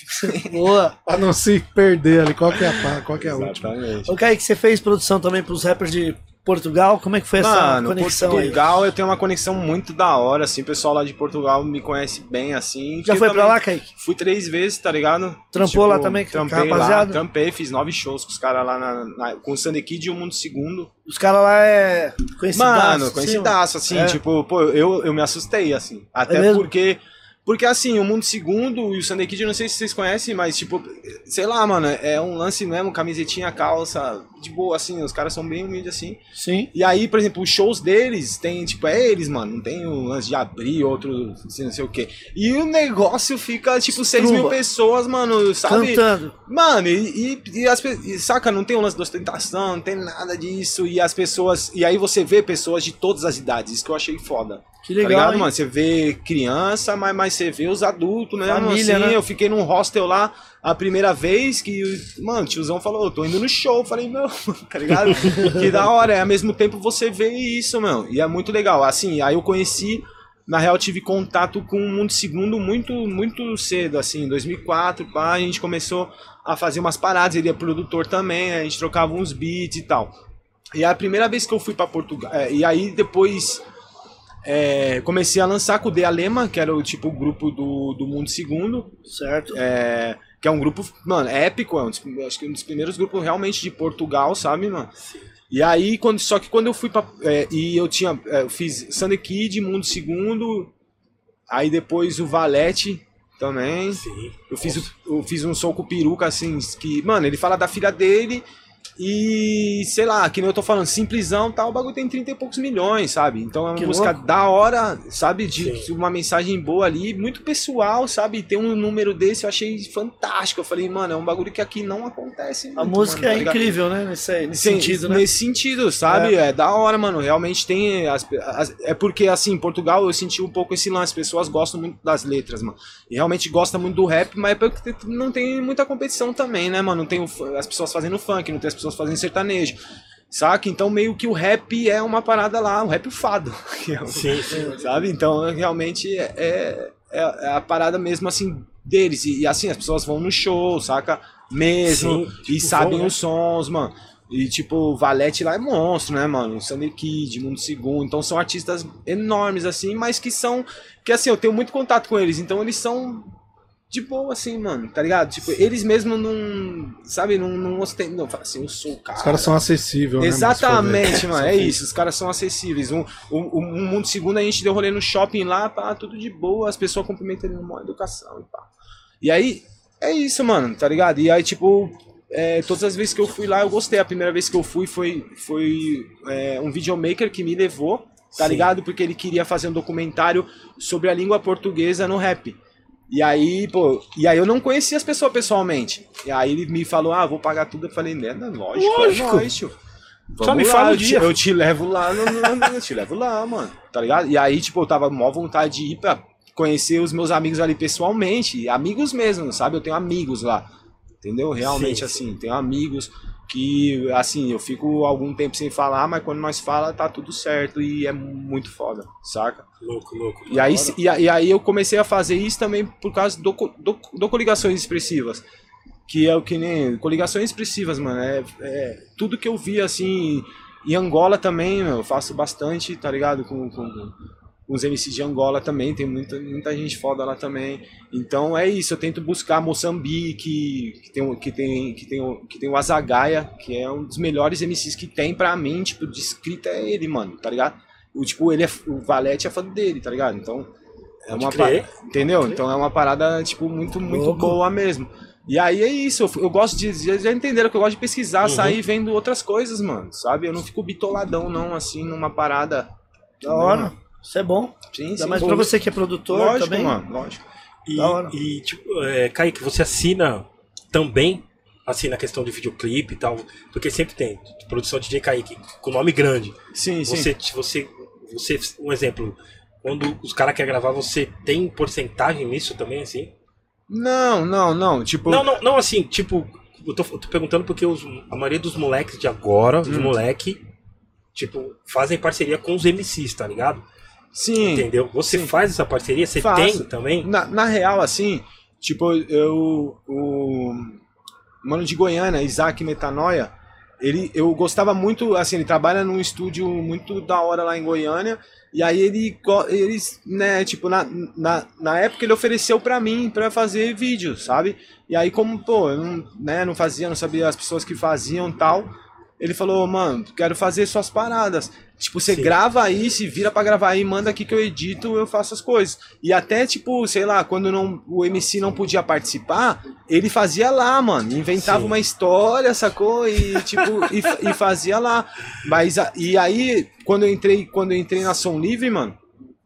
Boa. pra não se perder ali, qual que é a, pá, qual que é a última. Exatamente. Ô, Kaique, você fez produção também pros rappers de Portugal? Como é que foi essa Mano, conexão Portugal eu tenho uma conexão muito da hora, assim, o pessoal lá de Portugal me conhece bem, assim. aí? Já porque foi eu pra também lá, Kaique? Fui três vezes, tá ligado? Trampou lá também com a trampei rapaziada? lá, trampei, fiz nove shows com os caras lá, na, na- com o Sunday Kid e o Mundo Segundo. Os caras lá é conhecidaço. Mano, assim, conhecidaço, assim, É. tipo, pô, eu, eu me assustei, assim. Até É mesmo? porque, porque assim, o Mundo Segundo e o Sunday Kid, eu não sei se vocês conhecem, mas, tipo, sei lá, mano, é um lance mesmo, camisetinha, calça, de boa, assim, os caras são bem humildes, assim. Sim. E aí, por exemplo, os shows deles tem, tipo, é eles, mano. Não tem o lance de abrir outro, assim, não sei o quê. E o negócio fica, tipo, seis mil Trumba. pessoas, mano, sabe? Cantando. Mano, e, e, e as pe- e, saca, não tem o lance de ostentação, não tem nada disso. E as pessoas. E aí você vê pessoas de todas as idades. Isso que eu achei foda. Que Tá legal, ligado, hein? mano? Você vê criança, mas, mas você vê os adultos, né? Família, assim, né? Eu fiquei num hostel lá a primeira vez que, mano, o tiozão falou, eu tô indo no show. Eu falei, meu, tá ligado? Que da hora. E ao mesmo tempo você vê isso, meu. E é muito legal. Assim, aí eu conheci, na real, tive contato com o Mundo Segundo muito, muito cedo, assim, em dois mil e quatro, pá, a gente começou a fazer umas paradas, ele é produtor também, a gente trocava uns beats e tal. E a primeira vez que eu fui pra Portugal, é, e aí depois é, comecei a lançar com o De Alema, que era o tipo o grupo do, do Mundo Segundo, Certo. é, que é um grupo, mano, épico, é um dos, acho que um dos primeiros grupos realmente de Portugal, sabe, mano? E aí, quando, só que quando eu fui pra. É, e eu tinha. É, eu fiz Sunday Kid, Mundo Segundo, aí depois o Valete também. Sim. Eu fiz, o- eu fiz um som com o Peruca, assim, que, mano, ele fala da filha dele E, sei lá, que nem eu tô falando, simplesão, tal, o bagulho tem trinta e poucos milhões, sabe? Então é uma Que música louco. da hora, sabe? De, Sim. de uma mensagem boa ali, muito pessoal, sabe? Ter um número desse eu achei fantástico. Eu falei, mano, é um bagulho que aqui não acontece. A muito, música mano, é tá ligado? incrível, né? Nesse, nesse Sim, sentido, né? Nesse sentido, sabe? É. é da hora, mano. Realmente tem. As, as- é porque, assim, em Portugal eu senti um pouco esse lance. As pessoas gostam muito das letras, mano. E realmente gostam muito do rap, mas é porque não tem muita competição também, né, mano? Não tem o fu- as pessoas fazendo funk, não tem as pessoas fazendo sertanejo. Saca? Então meio que o rap é uma parada lá, o rap o fado. que é o- Sim, sim. Sabe? Então realmente é, é, é a parada mesmo assim deles. E, e, assim, as pessoas vão no show, saca? Mesmo. Sim, e tipo, sabem vão, né? os sons, mano. E tipo, o Valete lá é monstro, né, mano? O Sander Kid, Mundo Segundo. Então são artistas enormes, assim, mas que são. Que assim, eu tenho muito contato com eles. Então eles são de boa, assim, mano, tá ligado? Tipo, eles mesmo não. Sabe, não, não ostentam. Não, fala assim, eu sou o cara. Os caras são acessíveis, né? Exatamente, mano. mano, é isso, os caras são acessíveis. Um, um, um Mundo Segundo a gente deu rolê no shopping lá, pá, tudo de boa, as pessoas cumprimentam ele numa educação e pá. E aí, é isso, mano, tá ligado? E aí, tipo, é, todas as vezes que eu fui lá, eu gostei. A primeira vez que eu fui foi, foi é, um videomaker que me levou, tá Sim. ligado? Porque ele queria fazer um documentário sobre a língua portuguesa no rap. E aí, pô, e aí eu não conhecia as pessoas pessoalmente. E aí ele me falou, ah, vou pagar tudo. Eu falei, né, lógico, Lógico. é nóis, tio. Só Vamos me lá, fala o eu te- dia. Eu te levo lá, no, no- no- eu te levo lá, mano, tá ligado? E aí, tipo, eu tava com maior vontade de ir pra conhecer os meus amigos ali pessoalmente. Amigos mesmo, sabe? Eu tenho amigos lá, entendeu? Realmente, Sim, assim, tenho amigos que, assim, eu fico algum tempo sem falar, mas quando nós fala, tá tudo certo e é muito foda, saca? Louco, louco. E aí, e, a- e aí eu comecei a fazer isso também por causa do, co- do, do coligações expressivas. Que é o que nem. Coligações expressivas, mano. É, é tudo que eu vi assim. Em Angola também, meu, eu faço bastante, tá ligado? Com, com, com os M Cs de Angola também. Tem muita, muita gente foda lá também. Então é isso, eu tento buscar Moçambique, que tem, o- que tem, que tem, o- que tem o Azagaia, que é um dos melhores M Cs que tem pra mim, tipo, de escrita é ele, mano, tá ligado? O, tipo, ele é, o Valete é fã dele, tá ligado? Então, é Pode uma crer. parada, entendeu? Então é uma parada, tipo, muito, muito Louco. boa mesmo. E aí é isso, eu, eu gosto de, já já entenderam que eu gosto de pesquisar, Uhum. sair vendo outras coisas, mano, sabe? Eu não fico bitoladão, não, assim, numa parada. Da hora. Isso é bom. Sim, Ainda sim. mais pra você que é produtor Lógico, também. mano, lógico. E, Da hora. e tipo, é, Kaique, você assina também, assim, na questão de videoclipe e tal, porque sempre tem produção D J Kaique, com nome grande. Sim, sim. Você, você, você, um exemplo, quando os caras querem gravar, você tem porcentagem nisso também, assim? Não, não, não, tipo... Não, não, não assim, tipo, eu tô, eu tô perguntando porque os, a maioria dos moleques de agora, os Hum. moleque, tipo, fazem parceria com os M Cs, tá ligado? Sim. Entendeu? Você Sim. faz essa parceria? Você Faço. tem também? Na, na real, assim, tipo, eu... O mano de Goiânia, Isaac Metanoia, ele, eu gostava muito, assim, ele trabalha num estúdio muito da hora lá em Goiânia, e aí ele, go- eles, né, tipo, na, na, na época ele ofereceu pra mim pra fazer vídeo, sabe? E aí como, pô, eu não, né, não fazia, não sabia as pessoas que faziam e tal, ele falou, mano, quero fazer suas paradas. Tipo, você Sim. grava aí, se vira pra gravar aí, manda aqui que eu edito, eu faço as coisas. E até, tipo, sei lá, quando não, o M C não podia participar, ele fazia lá, mano. Inventava Sim. uma história, sacou? E, tipo, e, fa- e fazia lá. Mas, a- e aí, quando eu entrei, quando eu entrei na Som Livre, mano,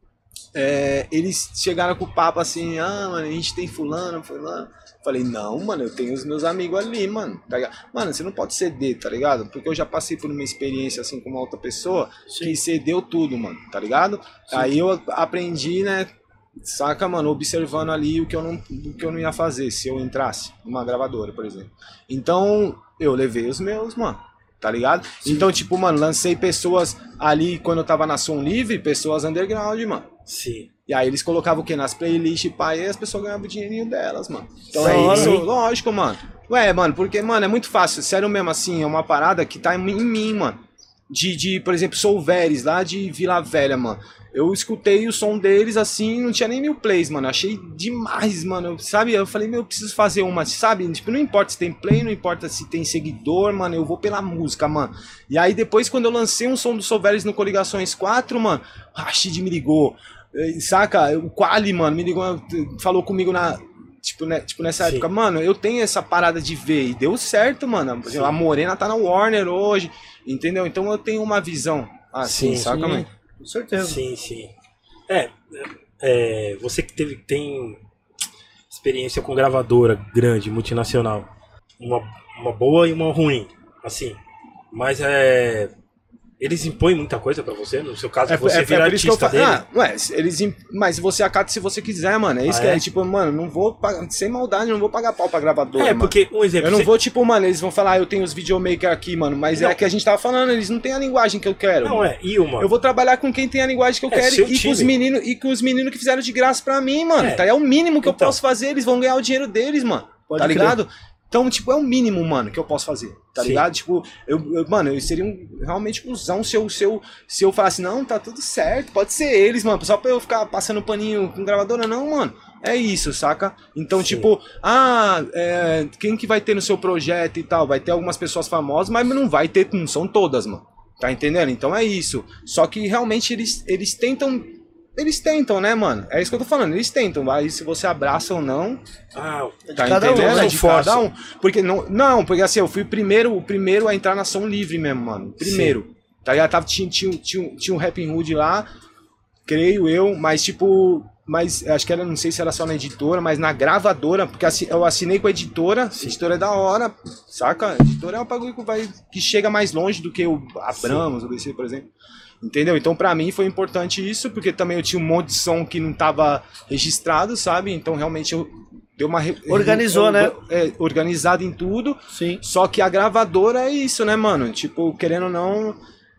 é, eles chegaram com o papo assim, ah, mano, a gente tem fulano, fulano. Falei, não, mano, eu tenho os meus amigos ali, mano, tá ligado? Mano, você não pode ceder, tá ligado? Porque eu já passei por uma experiência assim com uma outra pessoa que cedeu tudo, mano, tá ligado? Aí eu aprendi, né, saca, mano, observando ali o que eu não, o que eu não ia fazer se eu entrasse numa gravadora, por exemplo. Então, eu levei os meus, mano, tá ligado? Então, tipo, mano, lancei pessoas ali quando eu tava na Som Livre, pessoas underground, mano. Sim. E aí eles colocavam o quê? Nas playlists, pá, e as pessoas ganhavam o dinheirinho delas, mano. Então Da é hora, isso, hein? lógico, mano. Ué, mano, porque, mano, é muito fácil. Sério mesmo, assim, é uma parada que tá em em mim, mano. De, de por exemplo, Solveres, lá de Vila Velha, mano. Eu escutei o som deles, assim, não tinha nem mil plays, mano. Achei demais, mano. Sabe? Eu falei, meu, eu preciso fazer uma, sabe? Tipo, não importa se tem play, não importa se tem seguidor, mano. Eu vou pela música, mano. E aí, depois, quando eu lancei um som do Solveres no Coligações quatro, mano, Rashid me ligou. Eh, Saca? O Quali, mano, me ligou, falou comigo na, tipo, né, tipo nessa Sim. época, mano, eu tenho essa parada de ver e deu certo, mano. Por exemplo, a Morena tá na Warner hoje, entendeu? Então eu tenho uma visão assim, Sim, saca, sim. mano? Com certeza. Sim, sim. É, é, você que teve, tem experiência com gravadora grande, multinacional, uma, uma boa e uma ruim, assim, mas é... Eles impõem muita coisa pra você? No seu caso, É, você é, vira é por isso que eu artista falo. dele? Ah, ué, eles, imp- mas você acata se você quiser, mano. É isso Ah, que é? é? Tipo, mano, não vou pagar, sem maldade, não vou pagar pau pra gravadora. É, mano. porque, um exemplo... Eu não você- vou, tipo, mano, eles vão falar, ah, eu tenho os videomakers aqui, mano, mas Não. é que a gente tava falando, eles não têm a linguagem que eu quero. Não, é, e uma... Eu vou trabalhar com quem tem a linguagem que eu É, quero seu e com os time. meninos e com os meninos que fizeram de graça pra mim, mano. É. Tá? É o mínimo que eu Então. posso fazer, eles vão ganhar o dinheiro deles, mano. Pode tá crer. ligado? Então, tipo, é o mínimo, mano, que eu posso fazer, tá Sim. ligado? Tipo, eu, eu- mano, eu seria um, realmente cuzão se eu, se, eu, se eu falasse, não, tá tudo certo, pode ser eles, mano, só pra eu ficar passando paninho com gravadora, não, mano. É isso, saca? Então, Sim. tipo, ah, é, quem que vai ter no seu projeto e tal? Vai ter algumas pessoas famosas, mas não vai ter, não são todas, mano. Tá entendendo? Então é isso. Só que realmente eles, eles tentam. Eles tentam, né, mano? É isso que eu tô falando, eles tentam. Aí se você abraça ou não, Ah, tá cada um, entendendo? não É de força. cada um. Porque não, não, porque assim, eu fui primeiro, o primeiro a entrar na Som Livre mesmo, mano. Primeiro. Tá ligado? Tava, tinha, tinha, tinha, tinha um Rapping Hood lá, creio eu, mas tipo. Mas acho que era, não sei se era só na editora, mas na gravadora, porque assi- eu assinei com a editora, a editora é da hora, saca? A editora é um bagulho que, vai, que chega mais longe do que o Abramos, o B C, por exemplo. Entendeu? Então pra mim foi importante isso, porque também eu tinha um monte de som que não tava registrado, sabe? Então realmente eu dei uma... re- Organizou, eu- né? É, organizado em tudo. Sim. Só que a gravadora é isso, né, mano? Tipo, querendo ou não...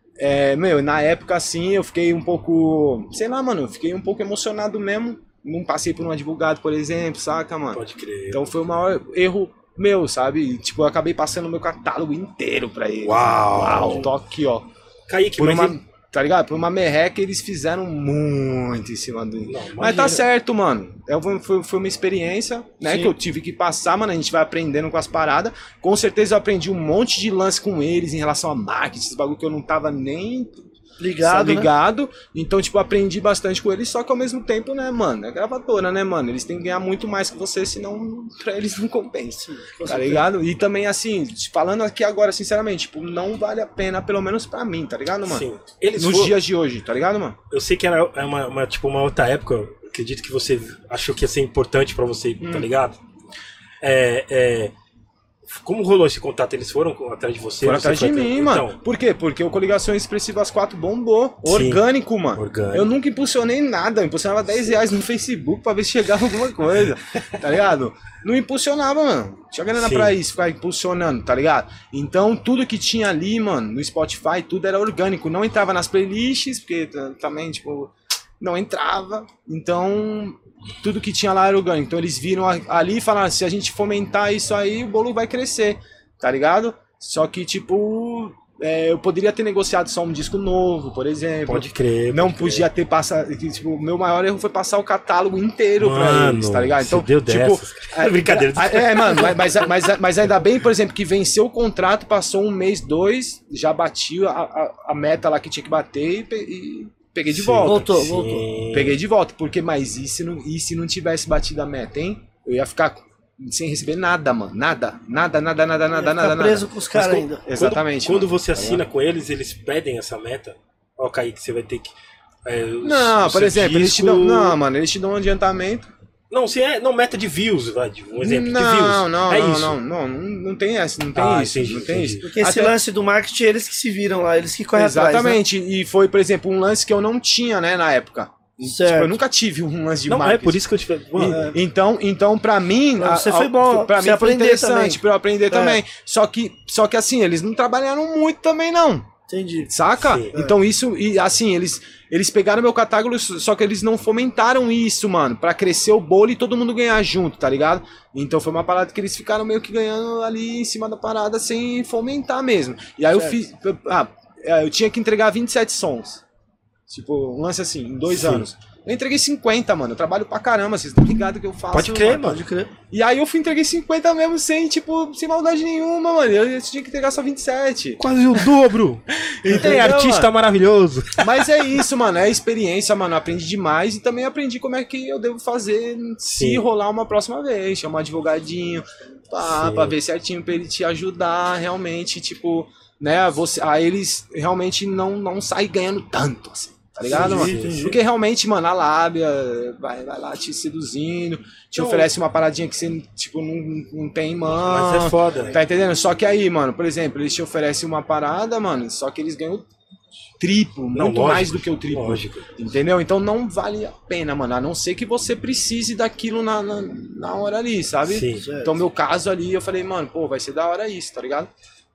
É, meu, na época assim eu fiquei um pouco... Sei lá, mano, eu fiquei um pouco emocionado mesmo. Não passei por um advogado, por exemplo, saca, mano? pode crer. Então foi o maior erro meu, sabe? Tipo, eu acabei passando o meu catálogo inteiro pra eles. Uau! Uau, tô aqui, ó. Kaique, Por mas uma, ele- tá ligado? Por uma merreca eles fizeram muito em cima do... Não, Mas imagina. tá certo, mano. É, foi, foi uma experiência, né? Sim. Que eu tive que passar, mano. A gente vai aprendendo com as paradas. Com certeza eu aprendi um monte de lance com eles em relação a marketing, esses bagulho que eu não tava nem Ligado, né? ligado. Então, tipo, aprendi bastante com eles, só que ao mesmo tempo, né, mano? É gravadora, né, mano? Eles têm que ganhar muito mais que você, senão pra eles não compensa. Com Tá certeza. ligado? E também, assim, falando aqui agora, sinceramente, tipo, não vale a pena, pelo menos pra mim, tá ligado, mano? Sim. Eles Nos foram- dias de hoje, tá ligado, mano? Eu sei que era é uma, uma, tipo, uma outra época, eu acredito que você achou que ia ser importante pra você, tá Hum. ligado? É, é, como rolou esse contato? Eles foram atrás de você? Foram Você atrás de foi mim, atrás- mano. Então, Por quê? Porque o Coligações Expressivas quatro bombou. Sim. Orgânico, mano. Orgânico. Eu nunca impulsionei nada. Eu impulsionava dez reais no Facebook pra ver se chegava alguma coisa. Tá ligado? Não impulsionava, mano. Tinha grana Sim. pra isso, ficar impulsionando, tá ligado? Então, tudo que tinha ali, mano, no Spotify, tudo era orgânico. Não entrava nas playlists, porque t- também, tipo, não entrava. Então, tudo que tinha lá era orgânico. Então, eles viram a- ali e falaram: se a gente fomentar isso aí, o bolo vai crescer, tá ligado? Só que, tipo, é, eu poderia ter negociado só um disco novo, por exemplo. pode crer. Não pode crer. podia ter passado. Tipo, o meu maior erro foi passar o catálogo inteiro pra Mano, eles, tá ligado? você deu dessas, cara. Brincadeira. É, é, mano, mas, mas, mas, mas ainda bem, por exemplo, que venceu o contrato, passou um mês, dois, já bati a, a, a meta lá que tinha que bater e, pe- e peguei de Sim. volta. Voltou, Sim. voltou. Peguei de volta, porque, mas e se não, e se não tivesse batido a meta, hein? Eu ia ficar sem receber nada, mano. Nada, nada, nada, nada, nada, Ficar nada, preso nada. com os caras Mas ainda. quando- Exatamente. Quando, mano. você assina com eles, eles pedem essa meta. Ó, Kaique, você vai ter que. é, o- Não, o por seu exemplo, eles te disco- dão. Não, mano, eles te dão um adiantamento. Não, se é. Não, meta de views, vai. de- Um exemplo de não, views. não, é não, isso. não, não, não, não tem essa, não tem Ah, isso, entendi, não tem entendi. isso. Porque esse Até- lance do marketing, eles que se viram lá, eles que correm atrás. Né? Exatamente, e foi, por exemplo, um lance que eu não tinha, né, na época. Certo. Tipo, eu nunca tive um lance de Não, é marketing. por isso que eu te falei. Mano, E- Então, então para mim, Pra a- você a- foi bom, pra pra mim você foi aprender interessante, também. pra eu aprender É. também. Só que, só que assim, eles não trabalharam muito também não, Entendi. saca? Sim. Então isso e assim, eles eles pegaram meu catálogo, só que eles não fomentaram isso, mano, pra crescer o bolo e todo mundo ganhar junto, tá ligado? Então foi uma parada que eles ficaram meio que ganhando ali em cima da parada sem fomentar mesmo. E aí eu Certo. fiz, ah, eu tinha que entregar vinte e sete sons. Tipo, um lance assim, em dois Sim. anos. Eu entreguei cinquenta, mano. Eu trabalho pra caramba, vocês estão ligados que eu faço. Pode crer, mano. Pode crer. E aí eu fui entreguei cinquenta mesmo sem, tipo, sem maldade nenhuma, mano. Eu, eu tinha que entregar só vinte e sete. Quase o dobro. E tem artista mano? maravilhoso. Mas é isso, mano. É experiência, mano. Eu aprendi demais e também aprendi como é que eu devo fazer se Sim. rolar uma próxima vez. Chamar um advogadinho, pá, Sim. pra ver certinho pra ele te ajudar realmente, tipo, né? Você, aí eles realmente não, não saem ganhando tanto, assim. Tá ligado, Sim, mano? entendi. Porque realmente, mano, a lábia vai, vai lá te seduzindo, te Não. oferece uma paradinha que você, tipo, não, não tem em mão. Mas é foda. Tá entendendo? Só que aí, mano, por exemplo, eles te oferecem uma parada, mano, só que eles ganham triplo, Não, muito lógico, mais do que o triplo. lógico. Entendeu? Então não vale a pena, mano, a não ser que você precise daquilo na, na, na hora ali, sabe? Sim. Então, meu caso ali, eu falei, mano, pô, vai ser da hora isso, tá ligado?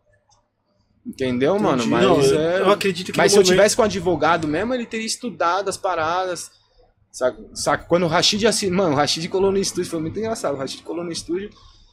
Entendeu, mano? Mas, Não, eu- é... eu acredito que Mas no se eu momento- tivesse com um advogado mesmo, ele teria estudado as paradas. Saca? Saca? Quando o Rashid assim, mano, o Rashid colou no estúdio, foi muito engraçado. O Rashid colou no estúdio.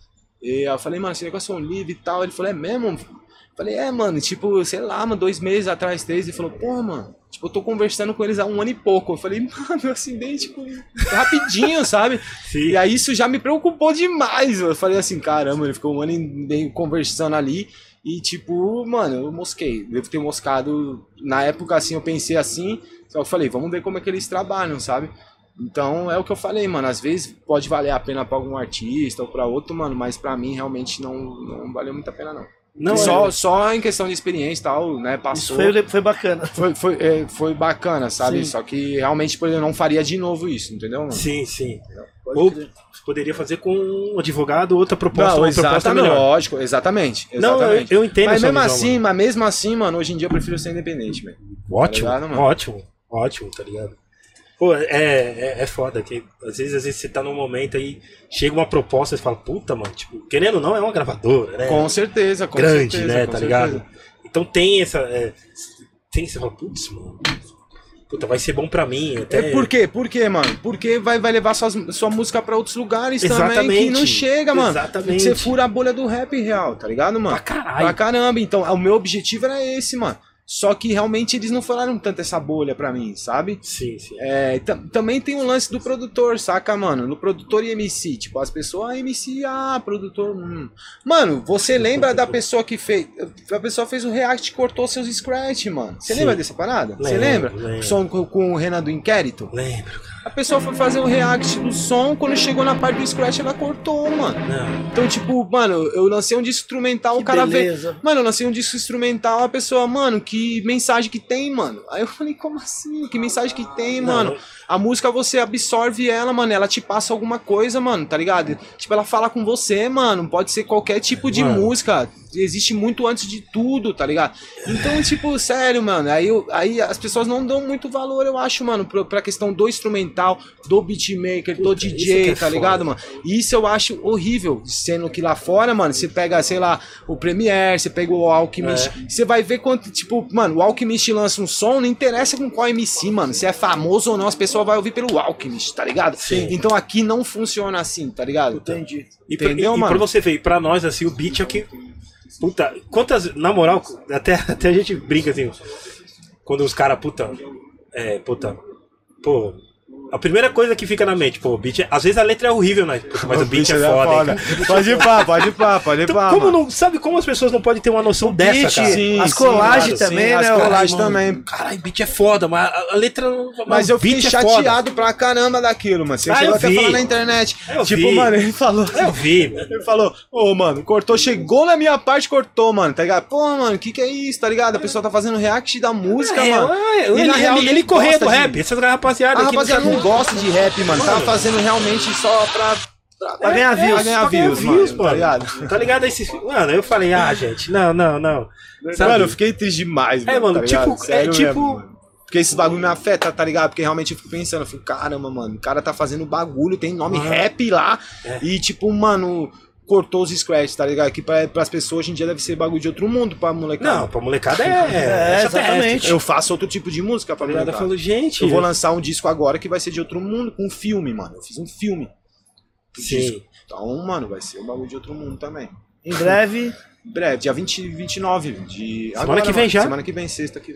E eu falei, mano, esse negócio é um livro e tal. Ele falou, é mesmo? Eu falei, é, mano, tipo, sei lá, mano, dois meses atrás, três. Ele falou, pô, mano, tipo, eu tô conversando com eles há um ano e pouco. Eu falei, mano, assim, bem, tipo, rapidinho, sabe? Sim. E aí isso já me preocupou demais. Eu falei assim, caramba, ele ficou um ano e meio conversando ali. E tipo, mano, eu mosquei. Devo ter moscado. Na época, assim, eu pensei assim. Só que eu falei, vamos ver como é que eles trabalham, sabe? Então é o que eu falei, mano. Às vezes pode valer a pena pra algum artista ou pra outro, mano. Mas pra mim realmente não, não valeu muito a pena, não. Não, só, é- só em questão de experiência e tal, né? Isso Passou. foi, foi bacana. Foi, foi, é, foi bacana, sabe? Sim. Só que realmente por exemplo, eu não faria de novo isso, entendeu, mano? Sim, sim. Pode Ou crer. poderia fazer com um advogado outra proposta, Não, uma proposta exatamente, melhor. lógico, exatamente. Não, eu, exatamente. eu entendo Mas essa mesmo visão, assim, mano. mas mesmo assim, mano, hoje em dia eu prefiro ser independente, velho. Ótimo, Tá ligado, mano? ótimo, ótimo, tá ligado? Pô, é, é, é foda, que às vezes, às vezes você tá num momento aí, chega uma proposta e você fala, puta, mano, tipo, querendo ou não, é uma gravadora, né? Com certeza, com Grande, certeza. né, com tá certeza. ligado? Então tem essa. É, tem você fala, putz, mano, puta, vai ser bom pra mim. Até... É, por quê? Por quê, mano? Porque vai, vai levar suas, sua música pra outros lugares também que Exatamente. não chega, mano. Exatamente. Você fura a bolha do rap real, tá ligado, mano? Pra caralho. Pra caramba. Então, o meu objetivo era esse, mano. Só que realmente eles não falaram tanto essa bolha pra mim, sabe? Sim, sim. É, tam- também tem um lance do produtor, saca, mano? No produtor e M C. Tipo, as pessoas, ah, M C, ah, produtor. Hum. Mano, você lembra da pessoa que fez. A pessoa fez o react e cortou seus scratch, mano. Você Sim. lembra dessa parada? Você Lembro, lembra? lembro. O som com, com o Renan do Inquérito? Lembro, cara. A pessoa foi fazer o react do som, quando chegou na parte do scratch, ela cortou, mano. Não. Então, tipo, mano, eu lancei um disco instrumental, o Que cara veio. beleza. Mano, eu lancei um disco instrumental, a pessoa, mano, que mensagem que tem, mano? Aí eu falei, como assim? Que mensagem que tem, Não. mano? A música você absorve ela, mano, ela te passa alguma coisa, mano, tá ligado? Tipo, ela fala com você, mano, pode ser qualquer tipo de Mano. música, existe muito antes de tudo, tá ligado? Então, tipo, sério, mano, aí, eu- aí as pessoas não dão muito valor, eu acho, mano, pra, pra questão do instrumental, do beatmaker, do Puta, isso D que J, é tá foda. ligado, mano? Isso eu acho horrível, sendo que lá fora, mano, você pega, sei lá, o Premiere, você pega o Alchemist, É. você vai ver quanto, tipo, mano, o Alchemist lança um som, não interessa com qual M C, mano, se é famoso ou não, as pessoas vão ouvir pelo Alchemist, tá ligado? Sim. Então aqui não funciona assim, tá ligado? Entendi. E, pra, Entendeu, e, e mano? pra você ver, e pra nós, assim, o beat é o que. Puta, quantas. Na moral, até, até a gente brinca assim. Quando os caras, puta. É, puta. Pô. A primeira coisa que fica na mente, pô, o beat é, às vezes a letra é horrível, né? Puta, mas o beat é foda, hein, cara? Pode ir pá, pode ir pá, pode ir Então, pá. como mano. não, sabe como as pessoas não podem ter uma noção dessa, beat, cara? Sim, as sim, colagens claro, também, sim, né? as o- colagens Ai, mano, também. Caralho, beat é foda, mas a, a letra não. Mas o eu fiquei beat é foda. chateado pra caramba daquilo, mano. Você Ah, chegou eu até vi. a falar na internet. Eu tipo, vi. mano, ele falou. Eu vi, mano. Ele falou, ô, mano, cortou, chegou na minha parte, cortou, mano, tá ligado? Pô, mano, que que é isso, tá ligado? A pessoa tá fazendo react da música, É, mano. é, E ele, na real ele, nem ele correu do gosta de- rap, essas rapaziadas A aqui rapaziada não não gosta de rap, mano. Mano. Tava fazendo realmente só pra... Pra, Pra ganhar views. Pra ganhar Pra ganhar views, views, mano, tá ligado? Tá ligado? Esse, mano, eu falei, ah, gente, não, não, não. Sabe? Mano, eu fiquei triste demais, É, mano, tá ligado? tipo, Sério é tipo- mesmo, mano. Porque esses bagulho me afeta, tá ligado? Porque realmente eu fico pensando, eu fico, caramba, mano, o cara tá fazendo bagulho, tem nome Mano. rap lá, É. e tipo, mano, cortou os scratch, tá ligado? Que pra, pras pessoas hoje em dia deve ser bagulho de outro mundo pra molecada. Não, pra molecada é. É, exatamente. Eu faço outro tipo de música pra A molecada molecada. falou, gente. Eu vou lançar um disco agora que vai ser de outro mundo, com um filme, mano. Eu fiz um filme. Sim. Disco. Então, mano, vai ser um bagulho de outro mundo também. Em breve. Em breve, dia vinte, vinte e nove de... Semana que vem mano. já? Semana que vem, sexta que vem, né?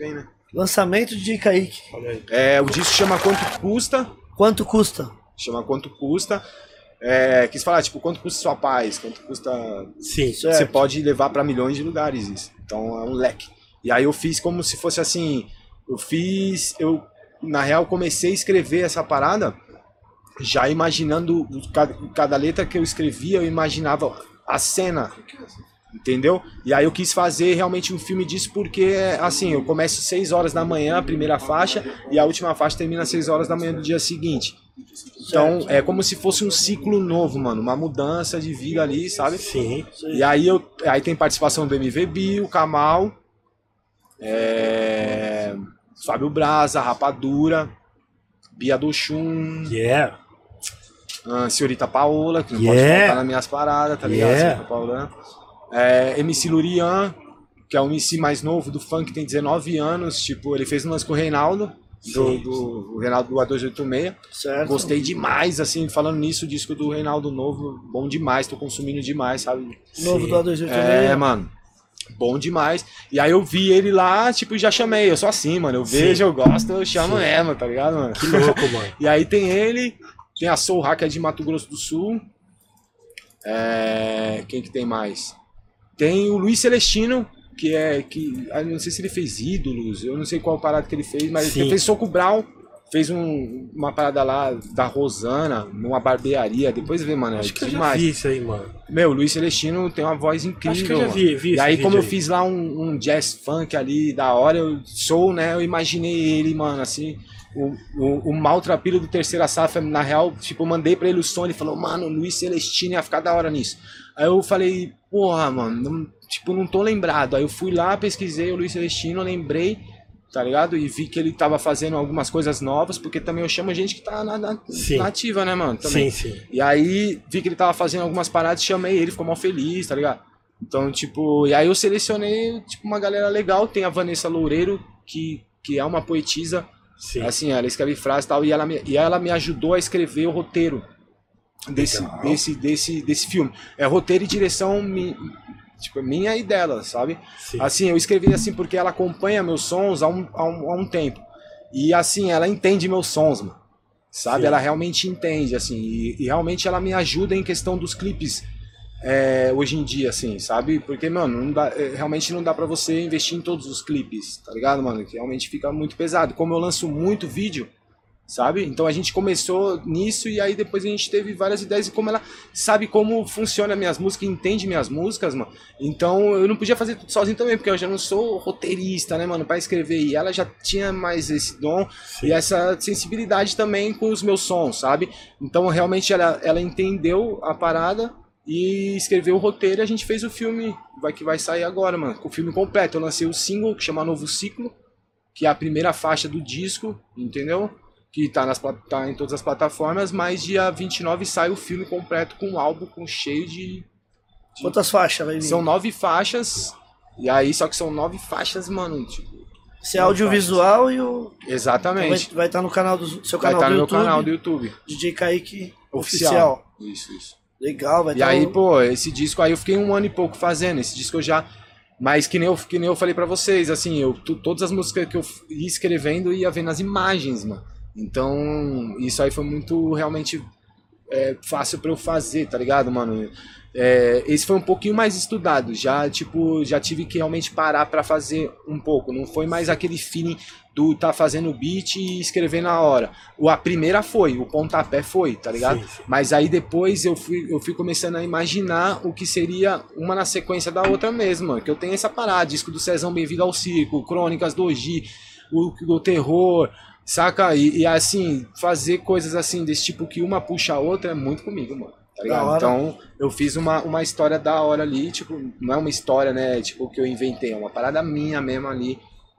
Lançamento de D J Kaique. Olha aí. É, o disco chama Quanto Custa. Quanto custa? Chama Quanto Custa. É, quis falar, tipo, quanto custa sua paz? Quanto custa... Sim. Certo. Você pode levar pra milhões de lugares isso. Então é um leque. E aí eu fiz como se fosse assim... Eu fiz... Eu, na real, comecei a escrever essa parada já imaginando... Cada, cada letra que eu escrevia, eu imaginava a cena. Entendeu? E aí eu quis fazer realmente um filme disso porque, assim, eu começo seis horas da manhã, a primeira faixa, e a última faixa termina às seis horas da manhã do dia seguinte. Então, é como se fosse um ciclo novo, mano. Uma mudança de vida ali, sabe? Sim. E aí, eu, aí tem participação do M V B, o Kamal, é, Fábio Braza, Rapadura, Bia do Chum, Yeah. a senhorita Paola, que não Yeah. pode faltar nas minhas paradas, tá ligado? Yeah. Senhorita Paola. É, M C Lurian, que é o M C mais novo do funk, tem dezenove anos. Tipo, ele fez um lance com o Reinaldo. Do, do o Reinaldo do A duzentos e oitenta e seis. Certo. Gostei demais, assim, falando nisso, o disco do Reinaldo novo, bom demais, tô consumindo demais, sabe? Novo Sim. do A duzentos e oitenta e seis. É, mano, bom demais. E aí eu vi ele lá, tipo, já chamei, eu sou assim, mano, eu vejo, Sim. eu gosto, eu chamo Sim. mesmo, tá ligado, mano? Que louco, mano. E aí tem ele, tem a Soul Hacker de Mato Grosso do Sul, é... quem que tem mais? Tem o Luiz Celestino, que é, que, eu não sei se ele fez Ídolos, eu não sei qual parada que ele fez, mas Sim. ele fez Soco Brown. Fez um, uma parada lá da Rosana, numa barbearia. Depois vê, mano. Acho que eu demais. já vi isso aí, mano. Meu, o Luiz Celestino tem uma voz incrível. Acho que eu já mano. vi, vi E esse aí, vídeo como eu aí. fiz lá um, um jazz funk ali da hora, eu sou, né? Eu imaginei ele, mano, assim. O, o, o Maltrapilho do Terceira Safra, na real, tipo, eu mandei pra ele o som, ele falou, mano, o Luiz Celestino ia ficar da hora nisso. Aí eu falei, porra, mano, não, tipo, não tô lembrado. Aí eu fui lá, pesquisei o Luiz Celestino, lembrei. Tá ligado? E vi que ele tava fazendo algumas coisas novas, porque também eu chamo gente que tá na, na, Sim. na ativa, né, mano? Também. Sim, sim. E aí vi que ele tava fazendo algumas paradas, chamei ele, ficou mal feliz, tá ligado? Então, tipo, e aí eu selecionei, tipo, uma galera legal. Tem a Vanessa Loureiro, que, que é uma poetisa, Sim. assim, ela escreve frases e tal, e ela, me, e ela me ajudou a escrever o roteiro desse, Legal. desse, desse, desse filme. É roteiro e direção, mi, tipo, minha e dela, sabe? Sim. Assim, eu escrevi assim porque ela acompanha meus sons há um, há um, há um tempo. E assim, ela entende meus sons, mano. Sabe? Sim. Ela realmente entende, assim. E, e realmente ela me ajuda em questão dos clipes é, hoje em dia, assim, sabe? Porque, mano, não dá, realmente não dá pra você investir em todos os clipes, tá ligado, mano? Que realmente fica muito pesado. Como eu lanço muito vídeo, sabe? Então a gente começou nisso e aí depois a gente teve várias ideias e como ela sabe como funciona minhas músicas, entende minhas músicas, mano. Então eu não podia fazer tudo sozinho também, porque eu já não sou roteirista, né, mano, pra escrever. E ela já tinha mais esse dom Sim. e essa sensibilidade também com os meus sons, sabe? Então realmente ela, ela entendeu a parada e escreveu o roteiro e a gente fez o filme vai, que vai sair agora, mano. Com o filme completo. Eu lancei o single que chama Novo Ciclo, que é a primeira faixa do disco, entendeu? Que tá, nas, tá em todas as plataformas, mas dia vinte e nove sai o filme completo com um álbum com cheio de... de... Quantas faixas vai vir? São nove faixas, e aí só que são nove faixas, mano, tipo... Esse é audiovisual e o... Vai Exatamente. vai estar no canal do seu Vai canal estar do no meu YouTube. canal do YouTube. D J Kaique Oficial. Oficial. Isso, isso. Legal, vai E estar aí, o- pô, esse disco aí eu fiquei um ano e pouco fazendo, esse disco eu já... Mas que nem eu, que nem eu falei pra vocês, assim, eu, tu- todas as músicas que eu ia escrevendo, eu ia vendo as imagens, mano. Então, isso aí foi muito, realmente, é, fácil pra eu fazer, tá ligado, mano? É, esse foi um pouquinho mais estudado, já, tipo, já tive que realmente parar pra fazer um pouco. Não foi mais aquele feeling do tá fazendo o beat e escrever na hora. O, a primeira foi, o pontapé foi, tá ligado? Sim, sim. Mas aí depois eu fui, eu fui começando a imaginar o que seria uma na sequência da outra mesmo, mano. Que eu tenho essa parada, disco do Cezão Bem-vindo ao Circo, Crônicas do Ogi, o, o Terror, saca? E, e assim, fazer coisas assim desse tipo que uma puxa a outra é muito comigo, mano. Tá Da ligado? hora. Então eu fiz uma, uma história da hora ali, tipo, não é uma história, né, tipo, que eu inventei, é uma parada minha mesmo ali.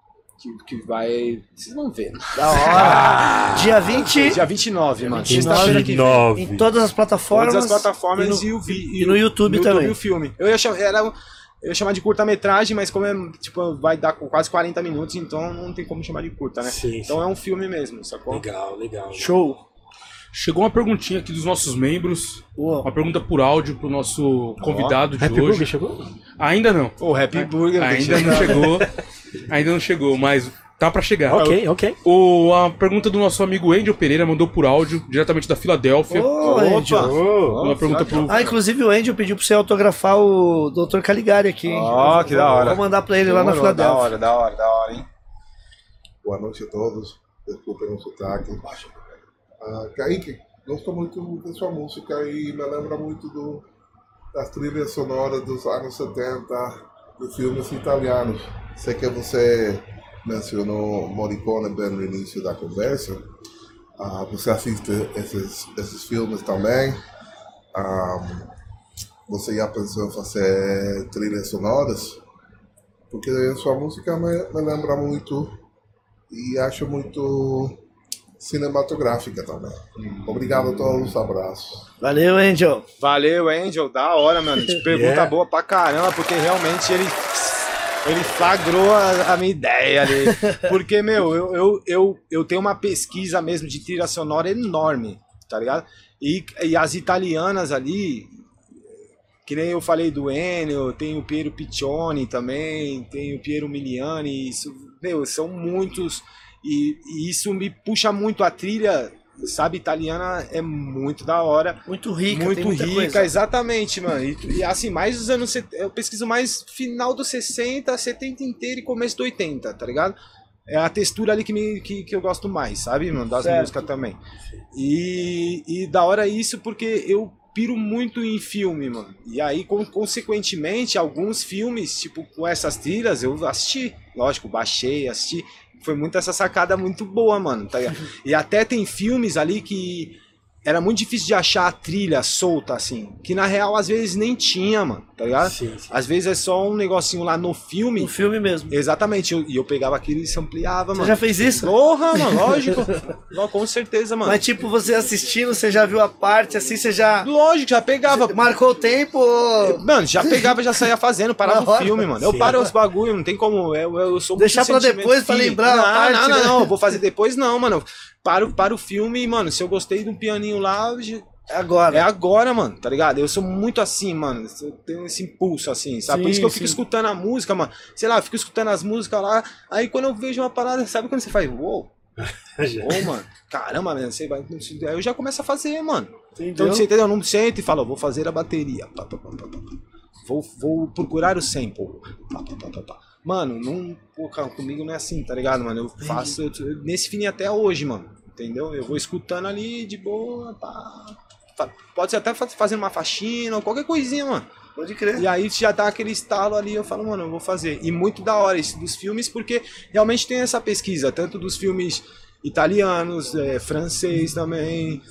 Que, que vai. Vocês vão ver. Da hora. Dia vinte, Dia vinte e nove, mano. vinte e nove. Sexta-feira que vem. nove. em todas as plataformas. Todas as plataformas e no, e, o vi, e no YouTube também. E o filme. Eu ia chamar, era, eu ia chamar de curta-metragem, mas como é, tipo, vai dar com quase quarenta minutos, então não tem como chamar de curta, né? Sim, Então sim. é um filme mesmo, sacou? Legal, legal. Show. Chegou uma perguntinha aqui dos nossos membros. Boa. Uma pergunta por áudio pro nosso convidado de Happy hoje. Burger chegou? Ainda não. O Happy Burger. Ainda não chegou. Ainda não chegou, mas Tá pra chegar. Ok, ok. O, a pergunta do nosso amigo Angel Pereira mandou por áudio, diretamente da Filadélfia. Ô, Angel. Uma pergunta pro... Ah, inclusive o Angel pediu pra você autografar o doutor Caligari aqui, hein? Ó, que da hora. Vou mandar pra ele lá na Demorou, Da Filadélfia. hora, da hora, da hora, hein? Boa noite a todos. Desculpem o sotaque. Ah, Kaique, gosto muito da sua música e me lembra muito do, das trilhas sonoras dos anos setenta, de filmes italianos. Sei que você mencionou Morricone bem no início da conversa. Ah, você assiste esses, esses filmes também. Ah, você já pensou em fazer trilhas sonoras? Porque sua música me, me lembra muito e acho muito cinematográfica também. Obrigado a todos, abraços. Valeu, Angel. Valeu, Angel, da hora, mano. Te pergunta Yeah. boa pra caramba, porque realmente ele, ele flagrou a, a minha ideia ali. Porque, meu, eu, eu, eu, eu tenho uma pesquisa mesmo de trilha sonora enorme, tá ligado? E, e as italianas ali, que nem eu falei do Ennio, tem o Piero Piccioni também, tem o Piero Miliani, isso, meu, são muitos, e, e isso me puxa muito a trilha, sabe, italiana é muito da hora. Muito rica, Muito tem muita rica, coisa. exatamente, mano. E, e assim, mais dos anos... set- Eu pesquiso mais final dos sessenta, setenta inteiro e começo do oitenta, tá ligado? É a textura ali que, me, que, que eu gosto mais, sabe, mano? Das Certo. músicas também. E, e da hora isso porque eu piro muito em filme, mano. E aí, con- consequentemente, alguns filmes, tipo, com essas trilhas, eu assisti. Lógico, baixei, assisti. Foi muito essa sacada muito boa, mano, tá ligado? E até tem filmes ali que era muito difícil de achar a trilha solta, assim. Que na real, às vezes, nem tinha, mano, tá ligado? Sim, sim. Às vezes é só um negocinho lá no filme. No filme mesmo. Exatamente, eu- e eu, pegava aquilo e sampleava, Você mano. já fez isso? Porra, mano, lógico. Ló- Com certeza, mano. Mas tipo, você assistindo, você já viu a parte, assim, você já Lógico, já pegava. marcou o tempo? ou- Mano, já pegava, já saía fazendo, parava Na o hora? filme, mano. Eu Sim. paro os bagulho, não tem como. Eu, eu sou muito Deixar pra sentimento depois, pra feeling. lembrar a não, parte, Não, não, né? não, eu vou fazer depois, não, mano. Paro, paro o filme e, mano, se eu gostei de um pianinho lá, eu já- É agora. é agora, mano, tá ligado? Eu sou muito assim, mano. Eu tenho esse impulso, assim, sabe? Por Sim, isso que eu fico sim. escutando a música, mano. Sei lá, eu fico escutando as músicas lá. Aí quando eu vejo uma parada, sabe quando você faz, uou, ô, mano, caramba, mano, você vai. Aí eu já começo a fazer, mano. Entendeu? Então você entendeu? Eu não sento e falo, vou fazer a bateria. Pá, pá, pá, pá, pá. Vou, vou procurar o sample. Pá, pá, pá, pá, pá. Mano, não, pô, cara, comigo não é assim, tá ligado, mano? Eu faço eu, eu- nesse fim até hoje, mano. Entendeu? Eu vou escutando ali de boa, pá. Fa- Pode ser até fa- fazendo uma faxina ou qualquer coisinha, mano. Pode crer. E aí já dá aquele estalo ali, eu falo, mano, eu vou fazer. E muito da hora isso dos filmes, porque realmente tem essa pesquisa, tanto dos filmes italianos, é, francês também.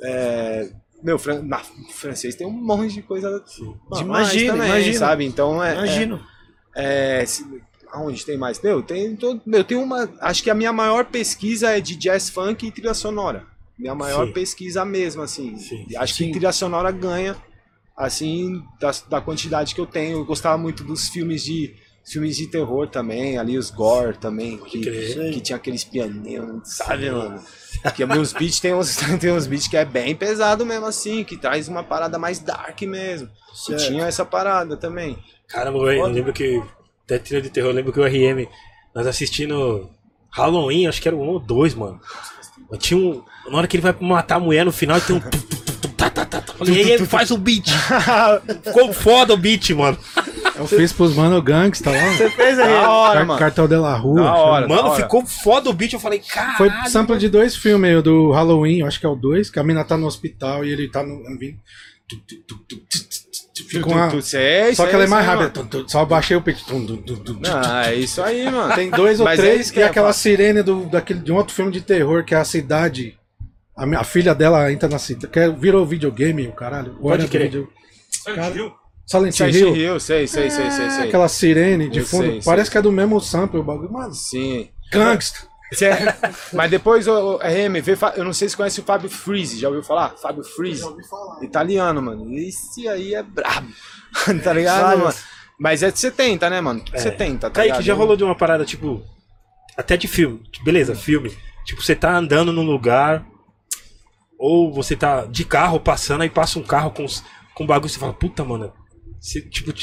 É, meu, fran na, francês tem um monte de coisa demais imagino, também, imagino. sabe? Então é. Imagino. É, é, se- aonde tem mais? Meu, tem, todo, meu, tem uma. Acho que a minha maior pesquisa é de jazz funk e trilha sonora. Minha maior Sim. pesquisa mesmo, assim. Sim, E acho sim. que trilha sonora ganha, assim, da, da quantidade que eu tenho. Eu gostava muito dos filmes de filmes de terror também, ali os gore também, que, crer. que tinha aqueles pianinhos, sabe, mano? Porque meus beats tem uns, tem uns beats que é bem pesado mesmo, assim, que traz uma parada mais dark mesmo. E Certo. tinha essa parada também. Caramba, velho, eu lembro que. Até trilha de terror, eu lembro que o R M, nós assistindo Halloween, acho que era o um ou dois, mano. Mas tinha um. Na hora que ele vai matar a mulher no final, tem um. tum, tum, tum, tum, tá, tá, tá, tá. E aí ele faz o beat. Ficou foda o beat, mano. Eu fiz pros mano gangsta lá. Você fez aí? Da hora, Car- mano. Cartel de la Rua. Da hora. Mano, da hora. ficou foda o beat. Eu falei, caralho. Foi sample de dois filmes, o do Halloween, eu acho que é o dois, que a mina tá no hospital e ele tá no. vindo. Fica uma- Tu- tu- sei, Só sei, que ela é mais sei, rápida. mano. Tum, tum, Só baixei o peito. Tum, tum, tum, tum, tum. Não, é isso aí, mano. Tem dois ou Mas é três isso que e eu aquela faço. sirene do, daquele, de um outro filme de terror, que é a cidade. A, minha, a filha dela entra na cidade. Que é- virou videogame, o caralho. Ou Pode era do crer. video- Cara, Silent Silent Hill. Hill, sei, sei, sei, sei, sei. Aquela sirene de Eu fundo. sei, Parece sei. que é do mesmo sample o bagulho. Mano, Sim. gangsta. Cê- Mas depois o o R M, vê, Fa- eu não sei se conhece o Fábio Freeze, já ouviu falar? Fábio Freeze. Italiano, mano. Esse aí é brabo. Tá ligado, Vários. mano? Mas é de setenta, né, mano? É. setenta, tá Kaique, ligado? já rolou de uma parada, tipo. Até de filme. Beleza, filme. Tipo, você tá andando num lugar. Ou você tá de carro passando, aí passa um carro com, os- com bagulho e você fala, puta, mano. Você, tipo, te-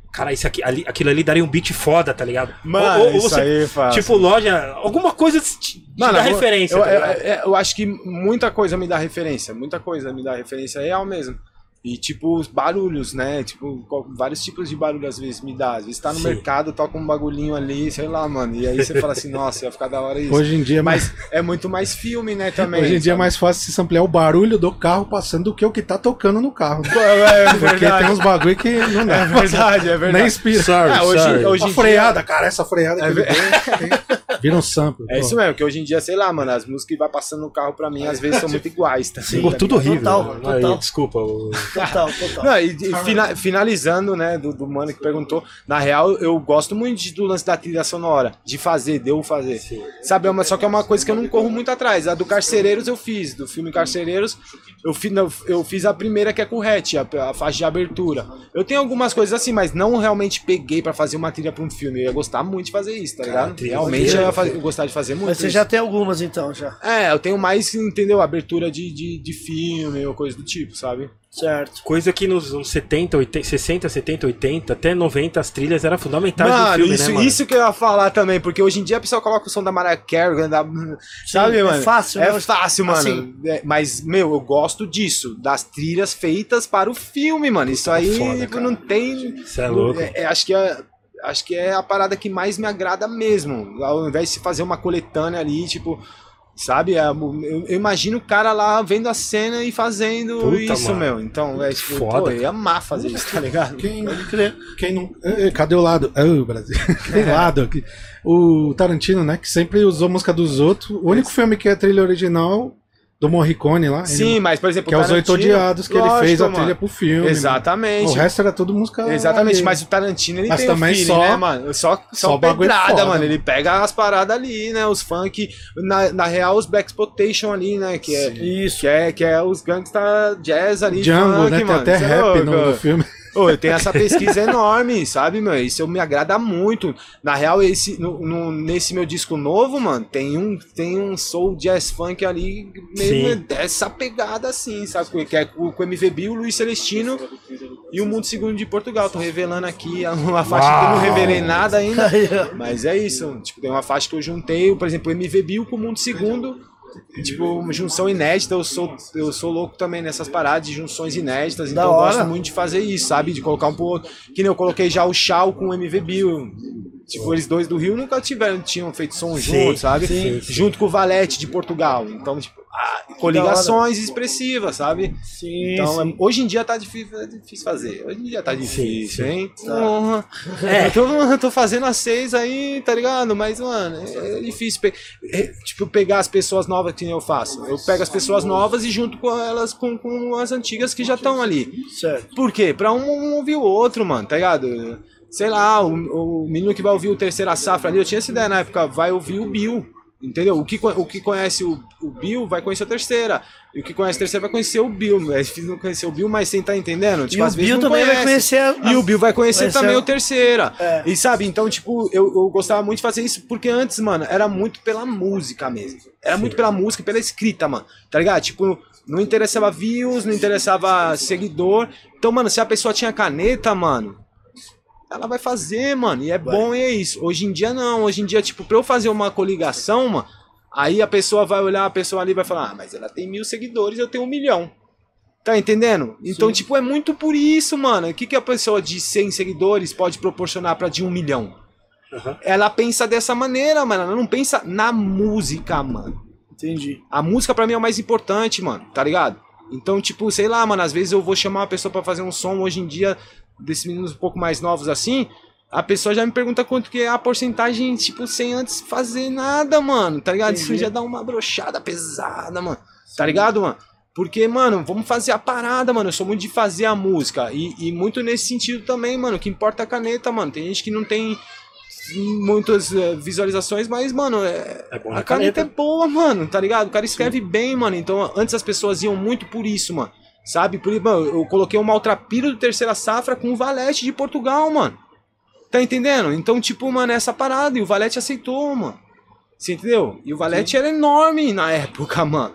cara, isso aqui, ali, aquilo ali daria um beat foda, tá ligado? Mano, ou, ou isso você, aí é fácil. tipo, loja, alguma coisa te, te Mano, dá eu- referência, eu, tá eu, ligado? eu- eu acho que muita coisa me dá referência. Muita coisa me dá referência real mesmo. E tipo, os barulhos, né? Tipo, qual- vários tipos de barulho às vezes me dá. Às vezes tá no Sim. mercado, toca um bagulhinho ali, sei lá, mano. E aí você fala assim, nossa, ia ficar da hora isso. Hoje em dia, Mas é muito mais filme, né, também. hoje em dia é sabe? mais fácil se samplear o barulho do carro passando do que o que tá tocando no carro. né? É Porque verdade. tem uns bagulho que não dá. É verdade, é verdade. Nem inspira. Sorry, Ah, hoje, sorry. hoje A em dia- freada, cara, essa freada É que ele deu, tem- vira um sample. É isso mesmo, que hoje em dia, sei lá, mano, as músicas que vai passando no carro pra mim, às vezes são muito iguais, tá? Ficou Tá tudo horrível. Total, mano. Aí, total. desculpa. o- Total, total. Não, e, e fina- finalizando, né, do, do mano que perguntou, na real, eu gosto muito de- do lance da trilha sonora, de fazer, de eu fazer. Sim. Sabe, é uma- só que é uma coisa que eu não corro muito atrás. A do Carcereiros eu fiz, do filme Carcereiros, eu, fi, não, eu fiz a primeira que é com o Hatch, a, a faixa de abertura. Eu tenho algumas coisas assim, mas não realmente peguei pra fazer uma trilha pra um filme. Eu ia gostar muito de fazer isso, tá ligado? trilha Realmente sonora. eu ia fazer- eu gostar de fazer muito Mas você isso. já tem algumas então, já. É, eu tenho mais, entendeu, abertura de, de, de filme ou coisa do tipo, sabe? Certo. Coisa que nos anos setenta, oitenta, sessenta, setenta, oitenta, até noventa, as trilhas eram fundamentais do Mano, filme, isso, né, mano? isso que eu ia falar também, porque hoje em dia a pessoa coloca o som da Mariah Carey, da, sabe, é mano? fácil, É né? fácil, mano. Assim. É, mas, meu, eu gosto disso, das trilhas feitas para o filme, mano. Isso aí foda, tipo, cara. não tem... Isso é louco. É, é, acho que é... Acho que é a parada que mais me agrada mesmo. Ao invés de se fazer uma coletânea ali, tipo... Sabe? É, eu, eu imagino o cara lá vendo a cena e fazendo Puta, isso, mano. meu. Então, é tipo, Foda, pô, eu ia amar fazer isso, tá ligado? Quem, quem não. Eh, Cadê o lado? Ah, o Brasil. Tem lado aqui. O Tarantino, né? Que sempre usou música dos outros. O único filme que é trilha original do Morricone lá. Sim, ele- mas, por exemplo, que é o Os Oito Tarantino- Odiados, que ele Lógico, fez a mano. trilha pro filme. Exatamente. O resto era tudo música. Exatamente, ali. mas o Tarantino ele Mas tem o também feeling, só- né, mano? Só, só, só bagulho pedrada, foda, mano. mano. Ele pega as paradas ali, né? Os funk. Na, na real, os Black Exploitation ali, né? Que é, Isso. que é, que é os gangsta jazz ali. Django, funk, né? Tem mano. até Cê é rap louco, no, mano. no filme. Ô, eu tenho essa pesquisa enorme, sabe, meu? Isso me agrada muito. Na real, esse, no, no- nesse meu disco novo, mano, tem um, tem um soul jazz funk ali, meio Sim. dessa pegada assim, sabe? Que é com com o M V B, o Luiz Celestino e o Mundo Segundo de Portugal. Tô revelando aqui uma faixa que eu não revelei nada ainda. Aí, ó. Mas é isso. Tipo, tem uma faixa que eu juntei, por exemplo, o M V B com o Mundo Segundo. Tipo, uma junção inédita, eu sou, eu sou louco também nessas paradas de junções inéditas, então Da eu gosto hora. muito de fazer isso, sabe? De colocar um pouco. Que nem eu coloquei já o Chau com o M V Bill. Tipo, eles dois do Rio nunca tiveram, tinham feito som juntos, sabe? sim, sim. Junto com o Valete de Portugal. Então, tipo, ah, coligações expressivas, sabe? Sim, Então, sim. é- hoje em dia tá difícil, é difícil fazer. Hoje em dia tá difícil, sim. hein? Porra. É, eu tô, eu tô fazendo as seis aí, tá ligado? Mas, mano, é difícil. pe- é, tipo, pegar as pessoas novas que nem eu faço. Eu pego as pessoas novas e junto com elas com, com as antigas que já estão ali. Certo. Por quê? Pra um, um ouvir o outro, mano, tá ligado? Sei lá, o, o menino que vai ouvir o Terceira Safra ali, eu tinha essa ideia na época, vai ouvir o Bill. Entendeu? O que, co- o que conhece o, o Bill vai conhecer o Terceira. E o que conhece o Terceira vai conhecer o Bill. É difícil não conhecer o Bill, mas sem tá entendendo. Tipo, E o às vezes Bill não também vai conhece. conhecer a- E o Bill vai conhecer conhecer também a- o Terceira. É. E sabe, então, tipo, eu, eu gostava muito de fazer isso, porque antes, mano, era muito pela música mesmo. Era muito pela música e pela escrita, mano. Tá ligado? Tipo, não interessava views, não interessava seguidor. Então, mano, se a pessoa tinha caneta, mano, ela vai fazer, mano. E é bom e é isso. Hoje em dia, não. Hoje em dia, tipo, pra eu fazer uma coligação, mano, aí a pessoa vai olhar, a pessoa ali vai falar, ah, mas ela tem mil seguidores, eu tenho um milhão. Tá entendendo? Então, tipo, é muito por isso, mano. O que, que a pessoa de cem seguidores pode proporcionar pra de um milhão? Uhum. Ela pensa dessa maneira, mano. Ela não pensa na música, mano. Entendi. A música pra mim é o mais importante, mano. Tá ligado? Então, tipo, sei lá, mano. Às vezes eu vou chamar uma pessoa pra fazer um som hoje em dia, desses meninos um pouco mais novos assim. A pessoa já me pergunta quanto que é a porcentagem, tipo, sem antes fazer nada, mano. Tá ligado? Isso Entendi. já dá uma brochada pesada, mano. Tá ligado, mano? Porque, mano, vamos fazer a parada, mano. Eu sou muito de fazer a música. E, e muito nesse sentido também, mano. O que importa é a caneta, mano. Tem gente que não tem muitas eh, visualizações, mas, mano, é, É bom a na caneta caneta. é boa, mano. Tá ligado? O cara escreve bem, mano. Então, antes as pessoas iam muito por isso, mano. Sabe? Por, mano, eu coloquei o Maltrapilho do Terceira Safra com o Valete de Portugal, mano. Tá entendendo? Então, tipo, mano, é essa parada. E o Valete aceitou, mano. Você entendeu? E o Valete era enorme na época, mano.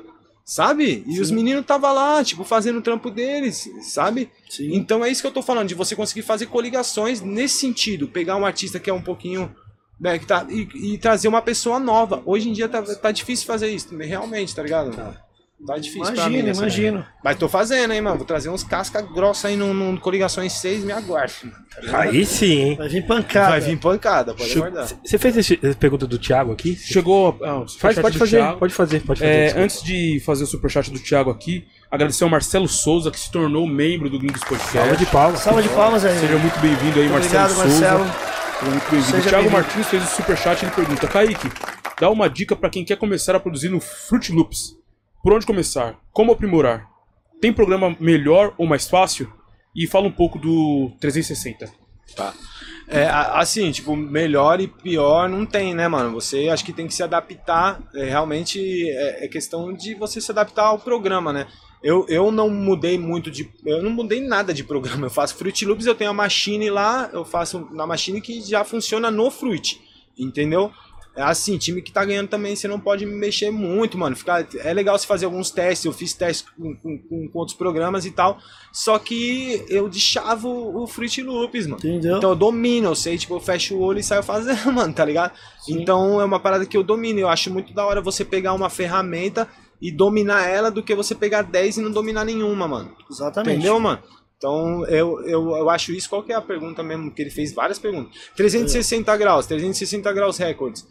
sabe? E Sim. os meninos tava lá, tipo, fazendo o trampo deles, sabe? Sim. Então é isso que eu tô falando, de você conseguir fazer coligações nesse sentido, pegar um artista que é um pouquinho, né, que tá, e, e trazer uma pessoa nova. Hoje em dia tá, tá difícil fazer isso, realmente, tá ligado? Tá, tá difícil pra mim. Imagina, essa imagino. merda. Mas tô fazendo, hein, mano, vou trazer uns casca grossa aí no, no Coligações seis, me aguarde. Aí sim, hein? Vai vir pancada. Vai vir pancada, pode aguardar. Você fez esse- essa pergunta do Thiago aqui? Chegou. Ah, o Faz, superchat pode do fazer, Thiago. pode fazer, pode fazer. É, desculpa. antes de fazer o superchat do Thiago aqui, agradecer ao Marcelo Souza, que se tornou membro do Gringos Podcast. Salva de palmas. Salva de palmas aí. Seja muito bem-vindo aí, Marcelo Obrigado, Souza. Marcelo. Seja muito bem-vindo. Seja O Thiago bem-vindo. Martins fez o superchat e ele pergunta: Kaique, dá uma dica pra quem quer começar a produzir no Fruit Loops. Por onde começar? Como aprimorar? Tem programa melhor ou mais fácil? E fala um pouco do trezentos e sessenta. Tá. É, a- assim, tipo, melhor e pior não tem, né, mano? Você acho que tem que se adaptar. É, realmente é, é questão de você se adaptar ao programa, né? Eu, eu não mudei muito de. Eu não mudei nada de programa. Eu faço Fruit Loops, eu tenho a machine lá, eu faço na machine que já funciona no Fruit. Entendeu? É assim, time que tá ganhando também, você não pode mexer muito, mano. Ficar, é legal você fazer alguns testes, eu fiz testes com, com, com outros programas e tal. Só que eu deixava o, o Fruit Loops, mano. Entendeu? Então eu domino, eu sei, tipo, eu fecho o olho e saio fazendo, mano, tá ligado? Então é uma parada que eu domino. Eu acho muito da hora você pegar uma ferramenta e dominar ela do que você pegar dez e não dominar nenhuma, mano. Exatamente. Entendeu, mano? Então, eu, eu, eu acho isso. Qual que é a pergunta mesmo? Que ele fez várias perguntas. trezentos e sessenta graus, trezentos e sessenta graus Records.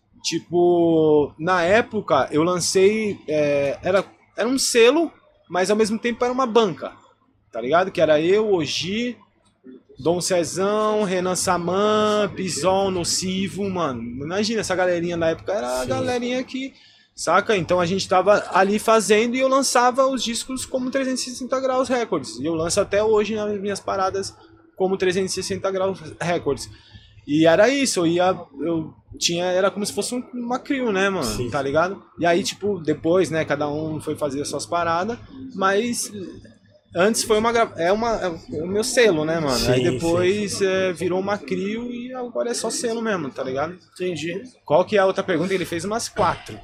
Tipo, na época, eu lancei... é, era, era um selo, mas ao mesmo tempo era uma banca. Tá ligado? Que era eu, Ogi, Dom Cezão, Renan Saman, Pison, Nocivo, mano. Imagina, essa galerinha na época era a galerinha que... Saca? Então a gente tava ali fazendo e eu lançava os discos como trezentos e sessenta graus Records. E eu lanço até hoje nas minhas paradas como trezentos e sessenta graus Records. E era isso, eu ia. Eu tinha. Era como se fosse um- uma crew, né, mano? Sim. Tá ligado? E aí, tipo, depois, né, cada um foi fazer as suas paradas, mas. Antes foi uma. gra- É, uma, é o meu selo, né, mano? Sim, aí depois é, virou uma crew e agora é só selo mesmo, tá ligado? Entendi. Qual que é a outra pergunta? Ele fez umas quatro.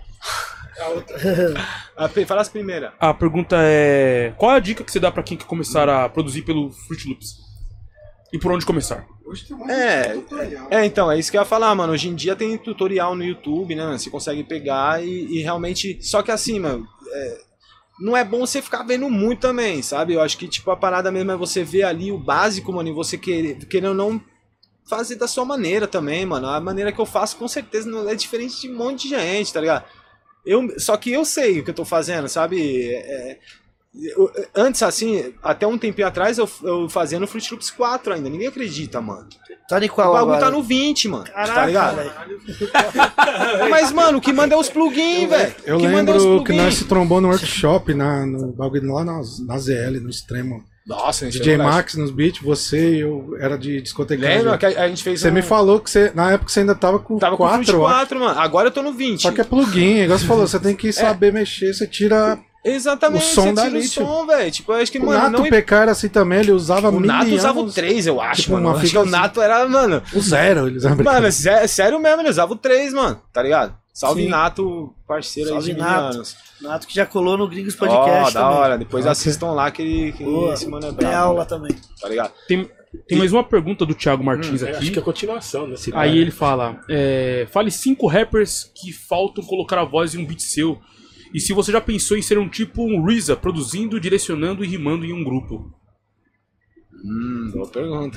A pe- Fala as primeiras. A pergunta é: qual é a dica que você dá pra quem quer começar a produzir pelo Fruit Loops? E por onde começar? Hoje tem mais É, tutorial. é, então, é isso que eu ia falar, mano. Hoje em dia tem tutorial no YouTube, né, mano? Você consegue pegar e, e realmente. Só que assim, mano, é, não é bom você ficar vendo muito também, sabe? Eu acho que, tipo, a parada mesmo é você ver ali o básico, mano, e você querer, querendo ou não fazer da sua maneira também, mano. A maneira que eu faço, com certeza, não é diferente de um monte de gente, tá ligado? Eu, só que eu sei o que eu tô fazendo, sabe? É, eu- antes, assim, até um tempinho atrás, eu, eu fazia no Fruit Loops quatro ainda. Ninguém acredita, mano. Tá de O qual bagulho agora? tá no vinte, mano. Caraca, tá ligado? velho. Mas, mano, o que manda é os plugins, velho. Eu O que manda é os lembro que plugins. nós se trombou no workshop, na, no bagulho lá na, na Z L, no extremo. Nossa, D J Max nos beats, você e eu era de discotecagem. Lembra que a, a gente fez Você um... me falou que você, na época você ainda tava com Tava com quatro, Fruit eu acho. quatro, mano. Agora eu tô no vinte. Só que é plugin, igual você falou, você tem que saber mexer, você tira... Exatamente, o som você tira dali, o tio. som, velho. Tipo, eu acho que, O mano, Nato não... P K era assim também, ele usava O Nato mil usava o anos, três, eu acho, tipo, mano. uma Eu acho que fita o Nato era, mano... O zero, eles abriam. Mano, sé- sério mesmo, ele usava o três, mano. Tá ligado? Salve Sim. Nato, parceiro Salve, aí de Nato. anos. Nato que já colou no Gringos Ó, Podcast da também. hora. Depois Nossa. assistam lá que ele... Que Boa. esse mano é Tem brabo, aula também. tá ligado? Tem, tem mais uma pergunta do Thiago Martins Acho aqui. que é a continuação desse Aí ele fala: é, fale cinco rappers que faltam colocar a voz em um beat seu. E se você já pensou em ser um tipo um R Z A, produzindo, direcionando e rimando em um grupo? Hum, boa pergunta.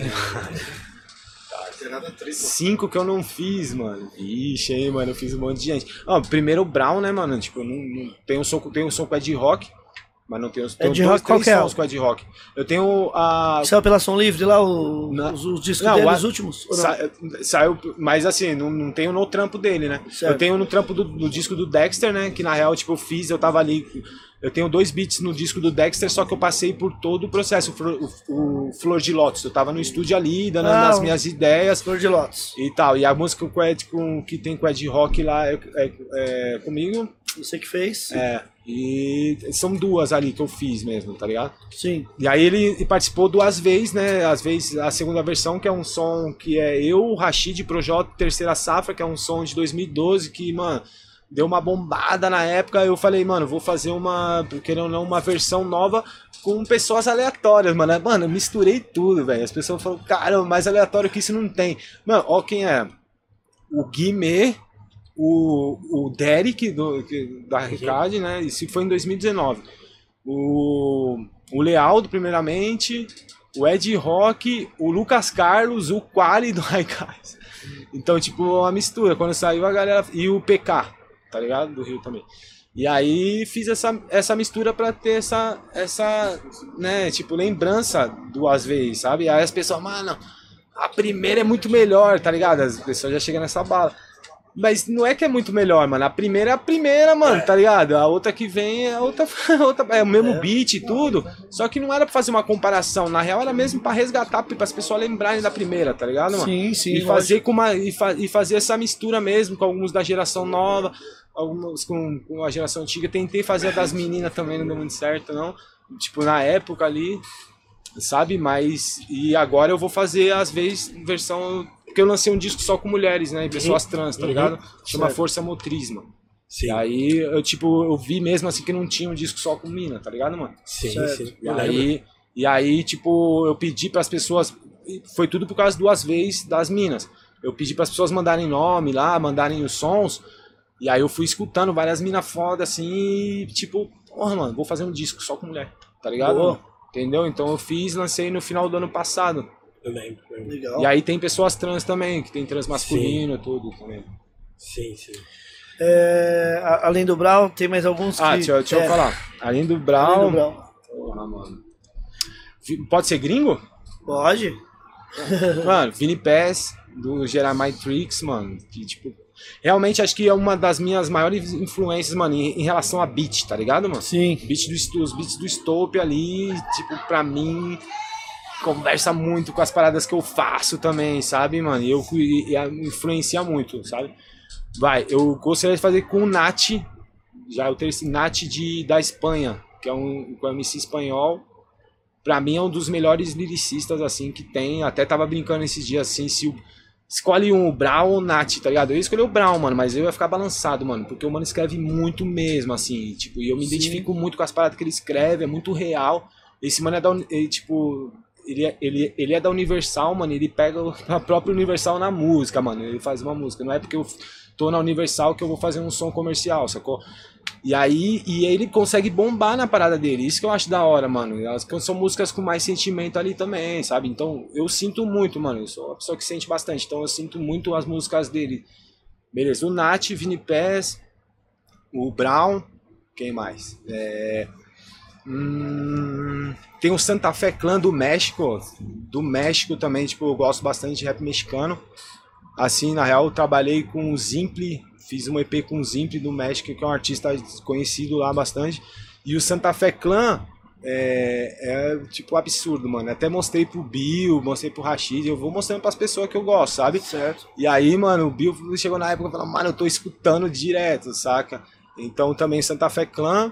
Gerada tripla. Cinco que eu não fiz, mano. Ixi, aí, mano, eu fiz um monte de gente. Ó, primeiro o Brown, né, mano? Tipo, eu não, não tenho um som, tenho um som com Ed Rock, mas não tenho, tenho Ed dois, Rock, qual três que é? sons com Ed Rock. Eu tenho a... Saiu pela Som Livre lá, o- Não. os, os discos Não, dele, a- os últimos? Ou não? Sa- saiu, mas assim, não, não tenho no trampo dele, né? Certo. Eu tenho no trampo do, do disco do Dexter, né? Que na real, tipo, eu fiz, eu tava ali. Eu tenho dois beats no disco do Dexter, só que eu passei por todo o processo, o, Flor- o- o Flor de Lótus. Eu tava no estúdio ali, dando Ah, as o- minhas ideias. Flor de Lótus. E tal, e a música com Ed, com, que tem com o Ed Rock lá é, é- é comigo. Você que fez? É, e são duas ali que eu fiz mesmo, tá ligado? Sim. E aí ele participou duas vezes, né? Às vezes a segunda versão, que é um som que é eu, o Rashid, Projota, Terceira Safra, que é um som de dois mil e doze, que, mano, deu uma bombada na época, eu falei, mano, vou fazer uma, querendo ou não, uma versão nova com pessoas aleatórias, mano. Mano, eu misturei tudo, velho. As pessoas falam, cara, mais aleatório que isso não tem. Mano, ó quem é. O Guimê, o, o Derek, do, da Ricard, né? Isso foi em dois mil e dezenove. O, o Lealdo, primeiramente, o Ed Rock, o Lucas Carlos, o Quali do Raikais. Então, tipo, uma mistura. Quando saiu a galera... E o P K, tá ligado? Do Rio também. E aí fiz essa, essa mistura pra ter essa, essa, né, tipo, lembrança duas vezes, sabe? Aí as pessoas, mano, a primeira é muito melhor, tá ligado? As pessoas já chegam nessa bala. Mas não é que é muito melhor, mano. A primeira é a primeira, mano, tá ligado? A outra que vem é a outra, outra é o mesmo é. beat e tudo. Só que não era pra fazer uma comparação. Na real era mesmo pra resgatar, para as pessoas lembrarem da primeira, tá ligado, mano? Sim, sim. E fazer, com uma, e, fa e fazer essa mistura mesmo com alguns da geração nova, alguns com, com a geração antiga. Tentei fazer a das meninas também, não deu muito certo, não. Tipo, na época ali, sabe? Mas... E agora eu vou fazer, às vezes, versão... Porque eu lancei um disco só com mulheres, né? E pessoas trans, tá ligado? Chama certo. Força Motriz, mano. Sim. E aí, eu, tipo, eu vi mesmo assim que não tinha um disco só com mina, tá ligado, mano? Sim, certo. sim. E aí, e aí, tipo, eu pedi pras pessoas... Foi tudo por causa duas vezes das minas. Eu pedi pras pessoas mandarem nome lá, mandarem os sons. E aí eu fui escutando várias minas foda, assim, e tipo... Porra, mano, vou fazer um disco só com mulher, tá ligado? Entendeu? Então eu fiz, lancei no final do ano passado. Eu lembro. Legal. E aí tem pessoas trans também, que tem trans masculino, sim. Tudo também. Sim, sim. É, a, além do Brown, tem mais alguns ah, que... deixa, deixa é. eu falar. Além do Brown... Além do Brown. Porra, mano. Pode ser gringo? Pode. Mano, Vini Pass, do Jeremiah Tricks, mano. Que, tipo... Realmente acho que é uma das minhas maiores influências, mano, em, em relação a beat, tá ligado, mano? Sim. Beat do, os beats do Stope ali, tipo, pra mim... Conversa muito com as paradas que eu faço também, sabe, mano? E eu e, e influencia muito, sabe? Vai, eu gostaria de fazer com o Nat, já eu tenho esse Nat de, da Espanha, que é um, um M C espanhol. Pra mim é um dos melhores lyricistas, assim, que tem. Até tava brincando esses dias, assim, se o, escolhe um, o Brown ou o Nat, tá ligado? Eu ia escolher o Brown, mano, mas eu ia ficar balançado, mano, porque o mano escreve muito mesmo, assim, tipo, e eu me Sim. identifico muito com as paradas que ele escreve, é muito real. Esse mano é da, ele, tipo... Ele é, ele, ele é da Universal, mano, ele pega a própria Universal na música, mano, ele faz uma música, não é porque eu tô na Universal que eu vou fazer um som comercial, sacou? E aí, e ele consegue bombar na parada dele, isso que eu acho da hora, mano, elas são músicas com mais sentimento ali também, sabe? Então, eu sinto muito, mano, eu sou uma pessoa que sente bastante, então eu sinto muito as músicas dele. Beleza, o Nat, Vini Pass, o Brown, quem mais? É... Hum, tem o Santa Fe Clan do México, do México também, tipo, eu gosto bastante de rap mexicano. Assim, na real, eu trabalhei com o Zimple, fiz um E P com o Zimple do México, que é um artista conhecido lá bastante. E o Santa Fe Clan é, é tipo absurdo, mano. Até mostrei pro Bill, mostrei pro Rashid, eu vou mostrando pras pessoas que eu gosto, sabe? Certo. E aí, mano, o Bill chegou na época e falou, mano, eu tô escutando direto, saca? Então também Santa Fe Clan.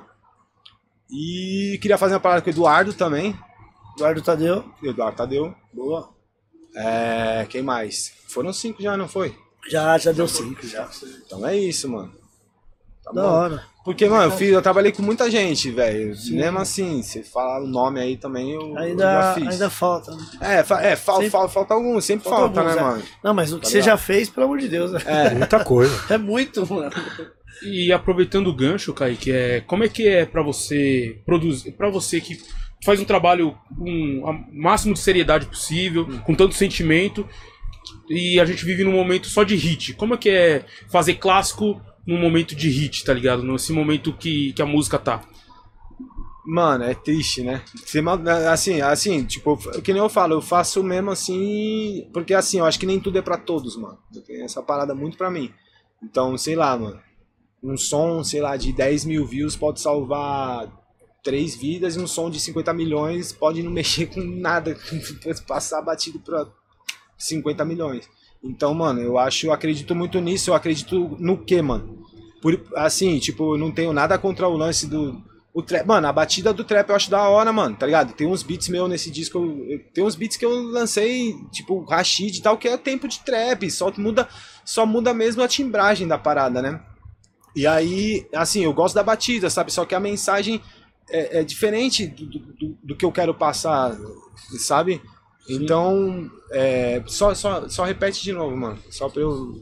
E queria fazer uma parada com o Eduardo também. Eduardo Tadeu. Eduardo Tadeu. Boa. É, quem mais? Foram cinco já, não foi? Já, já deu cinco, já. Então é isso, mano. Tá da bom. hora. Porque, mano, eu, fiz, eu trabalhei com muita gente, velho. Mesmo assim, se falar o nome aí também, eu, ainda, eu já fiz. Ainda falta. Né? É, fa é fa sempre, falta, falta algum, sempre falta, falta alguns, né, é. mano? Não, mas o que tá você ligado? já fez, pelo amor de Deus. Né? É, muita coisa. É muito, mano. E aproveitando o gancho, Kaique, é, como é que é pra você produzir, pra você que faz um trabalho com o máximo de seriedade possível, hum. com tanto sentimento, e a gente vive num momento só de hit. Como é que é fazer clássico num momento de hit, tá ligado? Nesse momento que, que a música tá. Mano, é triste, né? Assim, assim, tipo, que nem eu falo, eu faço mesmo assim, porque assim, eu acho que nem tudo é pra todos, mano. Eu tenho essa parada muito pra mim. Então, sei lá, mano. Um som, sei lá, de dez mil views pode salvar três vidas e um som de cinquenta milhões pode não mexer com nada, passar batido pra cinquenta milhões. Então, mano, eu acho, eu acredito muito nisso, eu acredito no quê, mano? Por, assim, tipo, eu não tenho nada contra o lance do... O trap, mano, a batida do trap eu acho da hora, mano, tá ligado? Tem uns beats meus nesse disco, eu, eu, tem uns beats que eu lancei, tipo, Rashid e tal, que é tempo de trap, só muda, só muda mesmo a timbragem da parada, né? E aí, assim, eu gosto da batida, sabe? Só que a mensagem é, é diferente do, do, do que eu quero passar, sabe? Então, é, só, só, só repete de novo, mano. Só pra eu...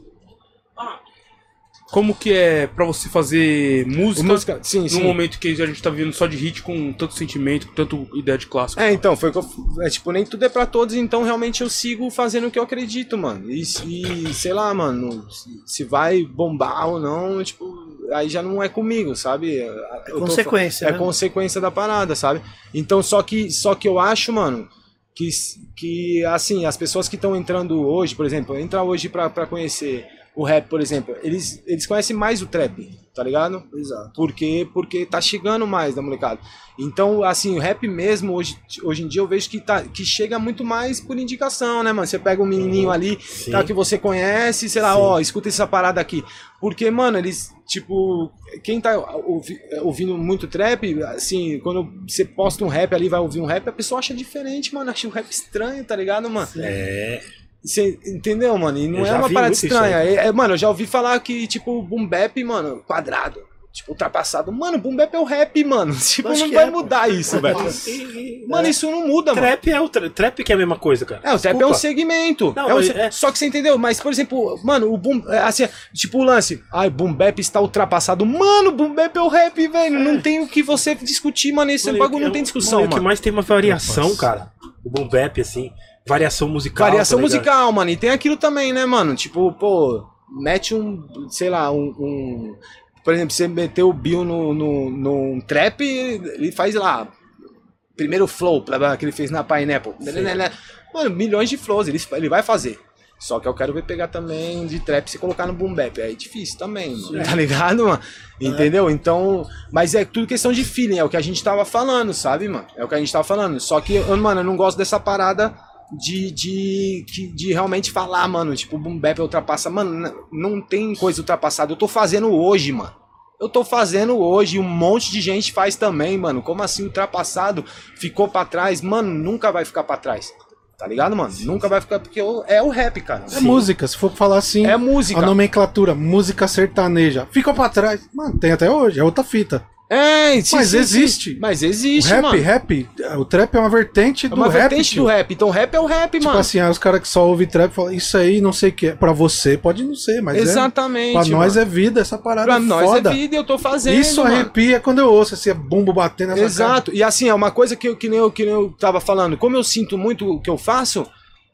Como que é pra você fazer música, música sim, num sim. momento que a gente tá vivendo só de hit, com tanto sentimento, com tanto ideia de clássico? É, então, foi o que eu... É, tipo, nem tudo é pra todos, então realmente eu sigo fazendo o que eu acredito, mano. E, e sei lá, mano, se vai bombar ou não, tipo, aí já não é comigo, sabe? É Eu tô- consequência, É né? consequência da parada, sabe? Então, só que, só que eu acho, mano, que, que assim, as pessoas que estão entrando hoje, por exemplo, entrar hoje pra, pra conhecer o rap, por exemplo, eles, eles conhecem mais o trap, tá ligado? Exato. Porque, porque tá chegando mais da molecada. Então, assim, o rap mesmo, hoje, hoje em dia eu vejo que, tá, que chega muito mais por indicação, né, mano? Você pega um menininho ali, Sim. tá, que você conhece, sei lá, Sim. ó, escuta essa parada aqui. Porque, mano, eles, tipo, quem tá ouvi, ouvindo muito trap, assim, quando você posta um rap ali, vai ouvir um rap, a pessoa acha diferente, mano, acha o rap estranho, tá ligado, mano? É. Você entendeu, mano? E não Eu é já uma vi parada muito isso estranha. aí. É, é, mano, eu já ouvi falar que, tipo, boom bap, mano, quadrado. Tipo, ultrapassado. Mano, boom bap é o rap, mano. Tipo, Acho não que vai é, pô. mudar isso, velho. Mano, isso não muda, mano. Trap é o tra- trap que é a mesma coisa, cara. É, o trap é um segmento. Não, É um mas se- é- Só que você entendeu? Mas, por exemplo, mano, o boom. é, Assim, tipo o lance. Ai, boom bap está ultrapassado. Mano, boom bap é o rap, velho. Não tem o que você discutir, mano. Esse Mano, bagulho eu- não tem discussão, mano, O que mano. mais tem uma variação, cara. O boom bap, assim. Variação musical. Variação tá ligado? musical, mano. E tem aquilo também, né, mano? Tipo, pô, mete um, sei lá, um. um- por exemplo, você meteu o Bill no, no, num trap, ele faz lá. Primeiro flow, blá, blá, que ele fez na Pineapple. Mano, milhões de flows, ele, ele vai fazer. Só que eu quero ver pegar também de trap se colocar no boom bap. Aí é difícil também, mano. Tá ligado, mano? Entendeu? Então. Mas é tudo questão de feeling, é o que a gente tava falando, sabe, mano? É o que a gente tava falando. Só que, eu, mano, eu não gosto dessa parada de, de, de, de realmente falar, mano. Tipo, o boom bap ultrapassa. Mano, n- não tem coisa ultrapassada. Eu tô fazendo hoje, mano. Eu tô fazendo hoje, um monte de gente faz também, mano. Como assim ultrapassado? Ficou pra trás? Mano, nunca vai ficar pra trás. Tá ligado, mano? Nunca vai ficar, porque eu- é o rap, cara. É música, se for falar assim, É música. a nomenclatura, música sertaneja, fica pra trás. Mano, tem até hoje, é outra fita. É, sim, Mas sim, existe. sim. Mas O existe, rap, mano. rap, o trap é uma vertente É do uma rap. vertente tio. do rap. Então rap é o rap, Tipo mano. assim, aí os caras que só ouvem trap falam, isso aí não sei o que é. Pra você pode não ser, mas é, Exatamente. pra nós mano. é vida, essa parada Pra é nós foda. é vida e eu tô fazendo. Isso mano. arrepia quando eu ouço esse bumbo batendo nessa Exato. E assim, é uma coisa que, eu, que, nem eu, que nem eu tava falando. Como eu sinto muito o que eu faço,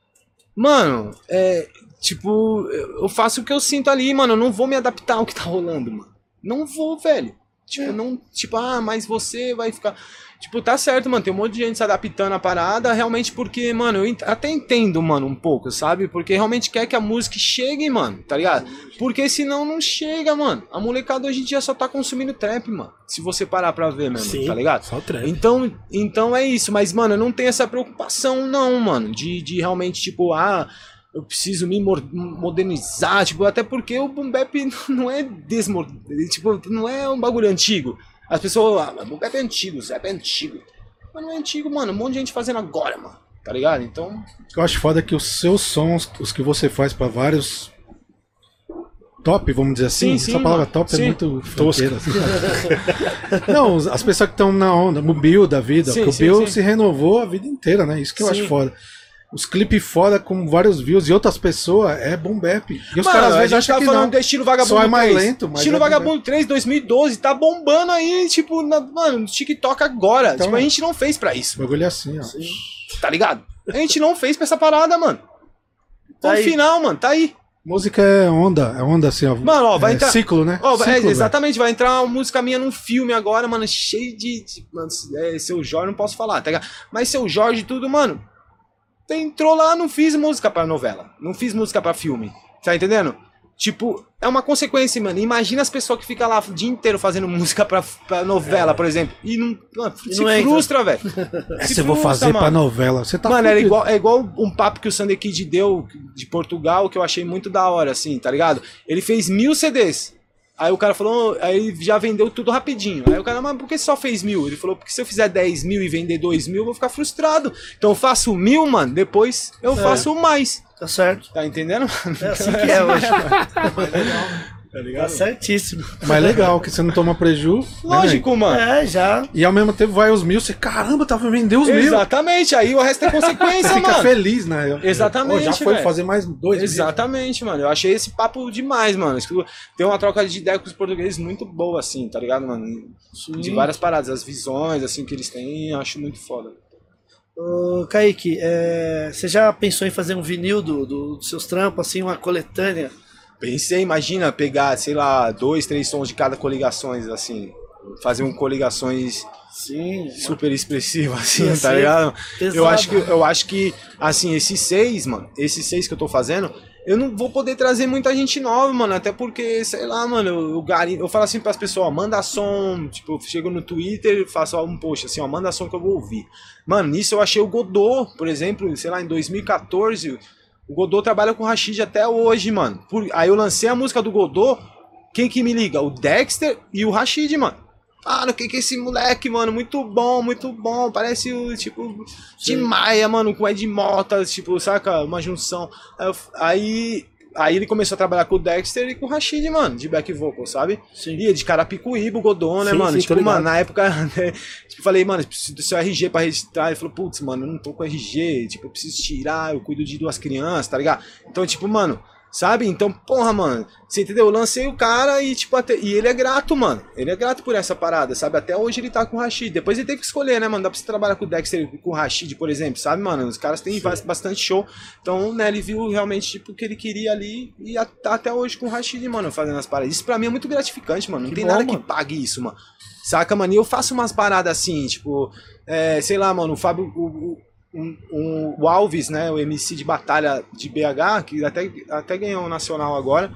mano, é. Tipo, eu faço o que eu sinto ali, mano. Eu não vou me adaptar ao que tá rolando, mano. Não vou, velho. Tipo, não. Tipo, ah, mas você vai ficar. Tipo, tá certo, mano. Tem um monte de gente se adaptando à parada, realmente porque, mano, eu ent- até entendo, mano, um pouco, sabe? Porque realmente quer que a música chegue, mano, tá ligado? Porque senão não chega, mano. A molecada hoje em dia só tá consumindo trap, mano. Se você parar pra ver mesmo, Sim, tá ligado? só o trap. Então, então é isso, mas, mano, eu não tenho essa preocupação, não, mano, de, de realmente, tipo, ah, eu preciso me mor- modernizar, tipo, até porque o boom bap não é desmor... tipo, não é um bagulho antigo. As pessoas, ah, mas boom bap é antigo, rap é antigo. Mas não é antigo, mano, um monte de gente fazendo agora, mano, tá ligado? Então, O que eu acho foda é que os seus sons, os que você faz pra vários top, vamos dizer assim, Sim, sim, essa palavra mano. top Sim. é muito tosca. Assim, não, os- as pessoas que estão na onda, o Bill da vida, Sim, porque sim, o Bill sim. se renovou a vida inteira, né? Isso que eu Sim. acho foda. Os clipes foda com vários views e outras pessoas é boom bap. E os mano, caras às a vezes gente acham tá que falando não. do Estilo Vagabundo Só é mais três. lento, mas Estilo é bom Vagabundo três, dois mil e doze, tá bombando aí, tipo, na, mano, no TikTok agora. Então, tipo, a gente não fez pra O isso, bagulho é assim, ó. tá ligado? A gente não fez pra essa parada, mano. Tá No aí. final, mano, tá aí. Música é onda, é onda assim, ó. Mano, ó, vai é entrar- ciclo, né? Ó, é, Ciclo, exatamente, vai entrar uma música minha num filme agora, mano, cheio de. de mano, é, seu Jorge, não posso falar, tá ligado? Mas seu Jorge e tudo, mano. Entrou lá, não fiz música pra novela. Não fiz música pra filme. Tá entendendo? Tipo, é uma consequência, mano. Imagina as pessoas que ficam lá o dia inteiro fazendo música pra, pra novela, por exemplo. E não. Mano, E se não entra. frustra, velho. Se Essa eu vou frustra, fazer pra mano. novela. Você tá Mano, era fudido. igual, é igual um papo que o Sander Kid deu de Portugal, que eu achei muito da hora, assim, tá ligado? Ele fez mil C Ds. Aí o cara falou, aí já vendeu tudo rapidinho. Aí o cara, mas por que só fez mil? Ele falou, porque se eu fizer dez mil e vender dois mil, eu vou ficar frustrado. Então eu faço mil, mano, depois eu É. faço mais. Tá certo. Tá entendendo? É assim que é hoje. Tá ligado? Tá certíssimo. Mas legal, que você não toma preju. Lógico, mano. É, já. E ao mesmo tempo vai os mil, você, caramba, tava vendendo os mil. Exatamente, aí o resto é consequência, Você fica mano. feliz, né? Exatamente, Pô, já foi velho. fazer mais dois Exatamente, mano. Eu achei esse papo demais, mano. Tem uma troca de ideia com os portugueses muito boa, assim, tá ligado, mano? De várias paradas, as visões, assim, que eles têm, eu acho muito foda. Ô, Kaique, é, você já pensou em fazer um vinil do, do- dos seus trampos, assim, uma coletânea? Pensei, imagina, pegar, sei lá, dois, três sons de cada coligações, assim. Fazer um coligações Sim. super expressivo, assim, Ia tá ser ligado? pesado. Eu acho, que, eu acho que, assim, esses seis, mano, esses seis que eu tô fazendo, eu não vou poder trazer muita gente nova, mano, até porque, sei lá, mano, eu, eu, garim- eu falo assim pras pessoas, ó, manda som, tipo, eu chego no Twitter e faço um post, assim, ó, manda som que eu vou ouvir. Mano, nisso eu achei o Godot, por exemplo, sei lá, em dois mil e quatorze, o Godot trabalha com o Rashid até hoje, mano. Por- aí eu lancei a música do Godot, quem que me liga? O Dexter e o Rashid, mano. Ah, o que que é esse moleque, mano? Muito bom, muito bom. Parece o, tipo, Tim Maia, mano, com Ed Mota, tipo, saca? Uma junção. Aí, eu- aí, aí ele começou a trabalhar com o Dexter e com o Rashid, mano, de back vocal, sabe? Sim. E de Carapicuíba, o Godot, né, Sim, mano? sim, tô tipo, ligado. mano, na época, né, tipo, falei, mano, preciso do seu R G pra registrar. Ele falou, putz, mano, eu não tô com R G, tipo, eu preciso tirar, eu cuido de duas crianças, tá ligado? Então, tipo, mano, sabe? Então, porra, mano, você entendeu? Eu lancei o cara e, tipo, até... e ele é grato, mano. Ele é grato por essa parada, sabe? Até hoje ele tá com o Rashid. Depois ele teve que escolher, né, mano? Dá pra você trabalhar com o Dexter e com o Rashid, por exemplo, sabe, mano? Os caras têm ba- bastante show. Então, né, ele viu realmente, tipo, o que ele queria ali e a- tá até hoje com o Rashid, mano, fazendo as paradas. Isso pra mim é muito gratificante, mano. Não Que tem bom, nada mano. que pague isso, mano. Saca, mano? E eu faço umas paradas assim, tipo, é, sei lá, mano, o Fábio, o, o, um- um- o Alves, né, o M C de batalha de B H, que até, até ganhou o Nacional agora,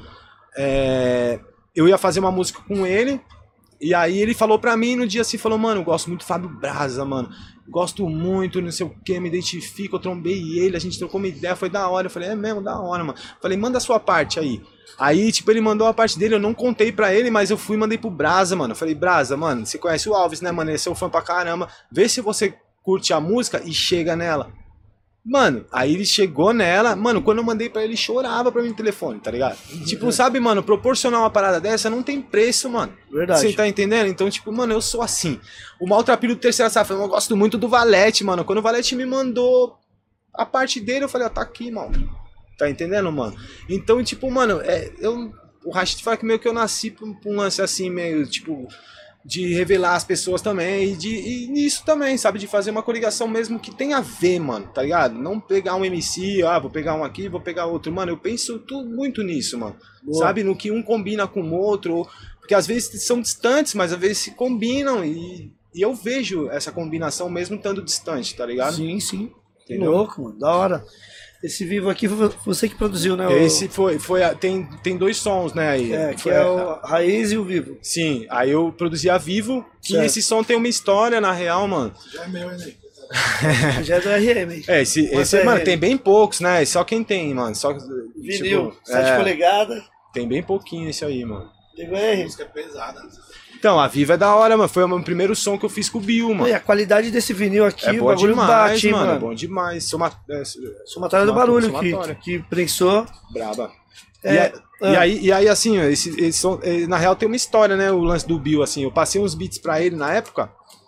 é, eu ia fazer uma música com ele, e aí ele falou pra mim no dia assim, falou, mano, eu gosto muito do Fábio Braza, mano, gosto muito, não sei o que, me identifico, eu trombei ele, a gente trocou uma ideia, foi da hora, eu falei, é mesmo, da hora, mano, falei, manda a sua parte aí. Aí, tipo, ele mandou a parte dele, eu não contei pra ele, mas eu fui e mandei pro Braza, mano. Eu falei, Braza, mano, você conhece o Alves, né, mano? Ele é seu fã pra caramba. Vê se você curte a música e chega nela. Mano, aí ele chegou nela, mano, quando eu mandei pra ele, ele chorava pra mim no telefone, tá ligado? Tipo, sabe, mano, proporcionar uma parada dessa não tem preço, mano. Verdade. Você tá entendendo? Então, tipo, mano, eu sou assim. O Maltrapilho do Terceira Safra, eu gosto muito do Valete, mano. Quando o Valete me mandou a parte dele, eu falei, ó, tá aqui, mano. Tá entendendo, mano? Então, tipo, mano, é, eu, o Rashid fala que meio que eu nasci pra um, pra um lance assim, meio, tipo, de revelar as pessoas também, e, de, e nisso também, sabe? De fazer uma coligação mesmo que tem a ver, mano, tá ligado? Não pegar um M C, ah, vou pegar um aqui, vou pegar outro. Mano, eu penso tudo, muito nisso, mano. Boa. Sabe? No que um combina com o outro, porque às vezes são distantes, mas às vezes se combinam, e, e eu vejo essa combinação mesmo estando distante, tá ligado? Sim, sim. Que Entendeu? louco, mano. Da hora. Esse Vivo aqui foi você que produziu, né? o- Esse foi, foi a- tem, tem dois sons, né, aí. É, que Foi é a- o Raiz e o Vivo. Sim, aí eu produzi a Vivo, que Certo. esse som tem uma história, na real, mano. Já é meu, hein? Já é do R M. hein? É, esse, Quanto esse é mano, ele? tem bem poucos, né? Só quem tem, mano. Só, Vinil, tipo, sete é, polegadas. tem bem pouquinho esse aí, mano. Digo R. Música pesada. Então, a Vivo é da hora, mano. Foi o meu primeiro som que eu fiz com o Bill, Pô, mano. e a qualidade desse vinil aqui, É o bom bagulho demais, bate, hein, mano. mano. É bom demais. Soma, é, Somatória do Soma- barulho somatória. que, que prensou. braba. É, e, a- ah. e aí, e aí, assim, ó, esse, esse som, eh, na real tem uma história, né? O lance do Bill, assim. Eu passei uns beats pra ele na época.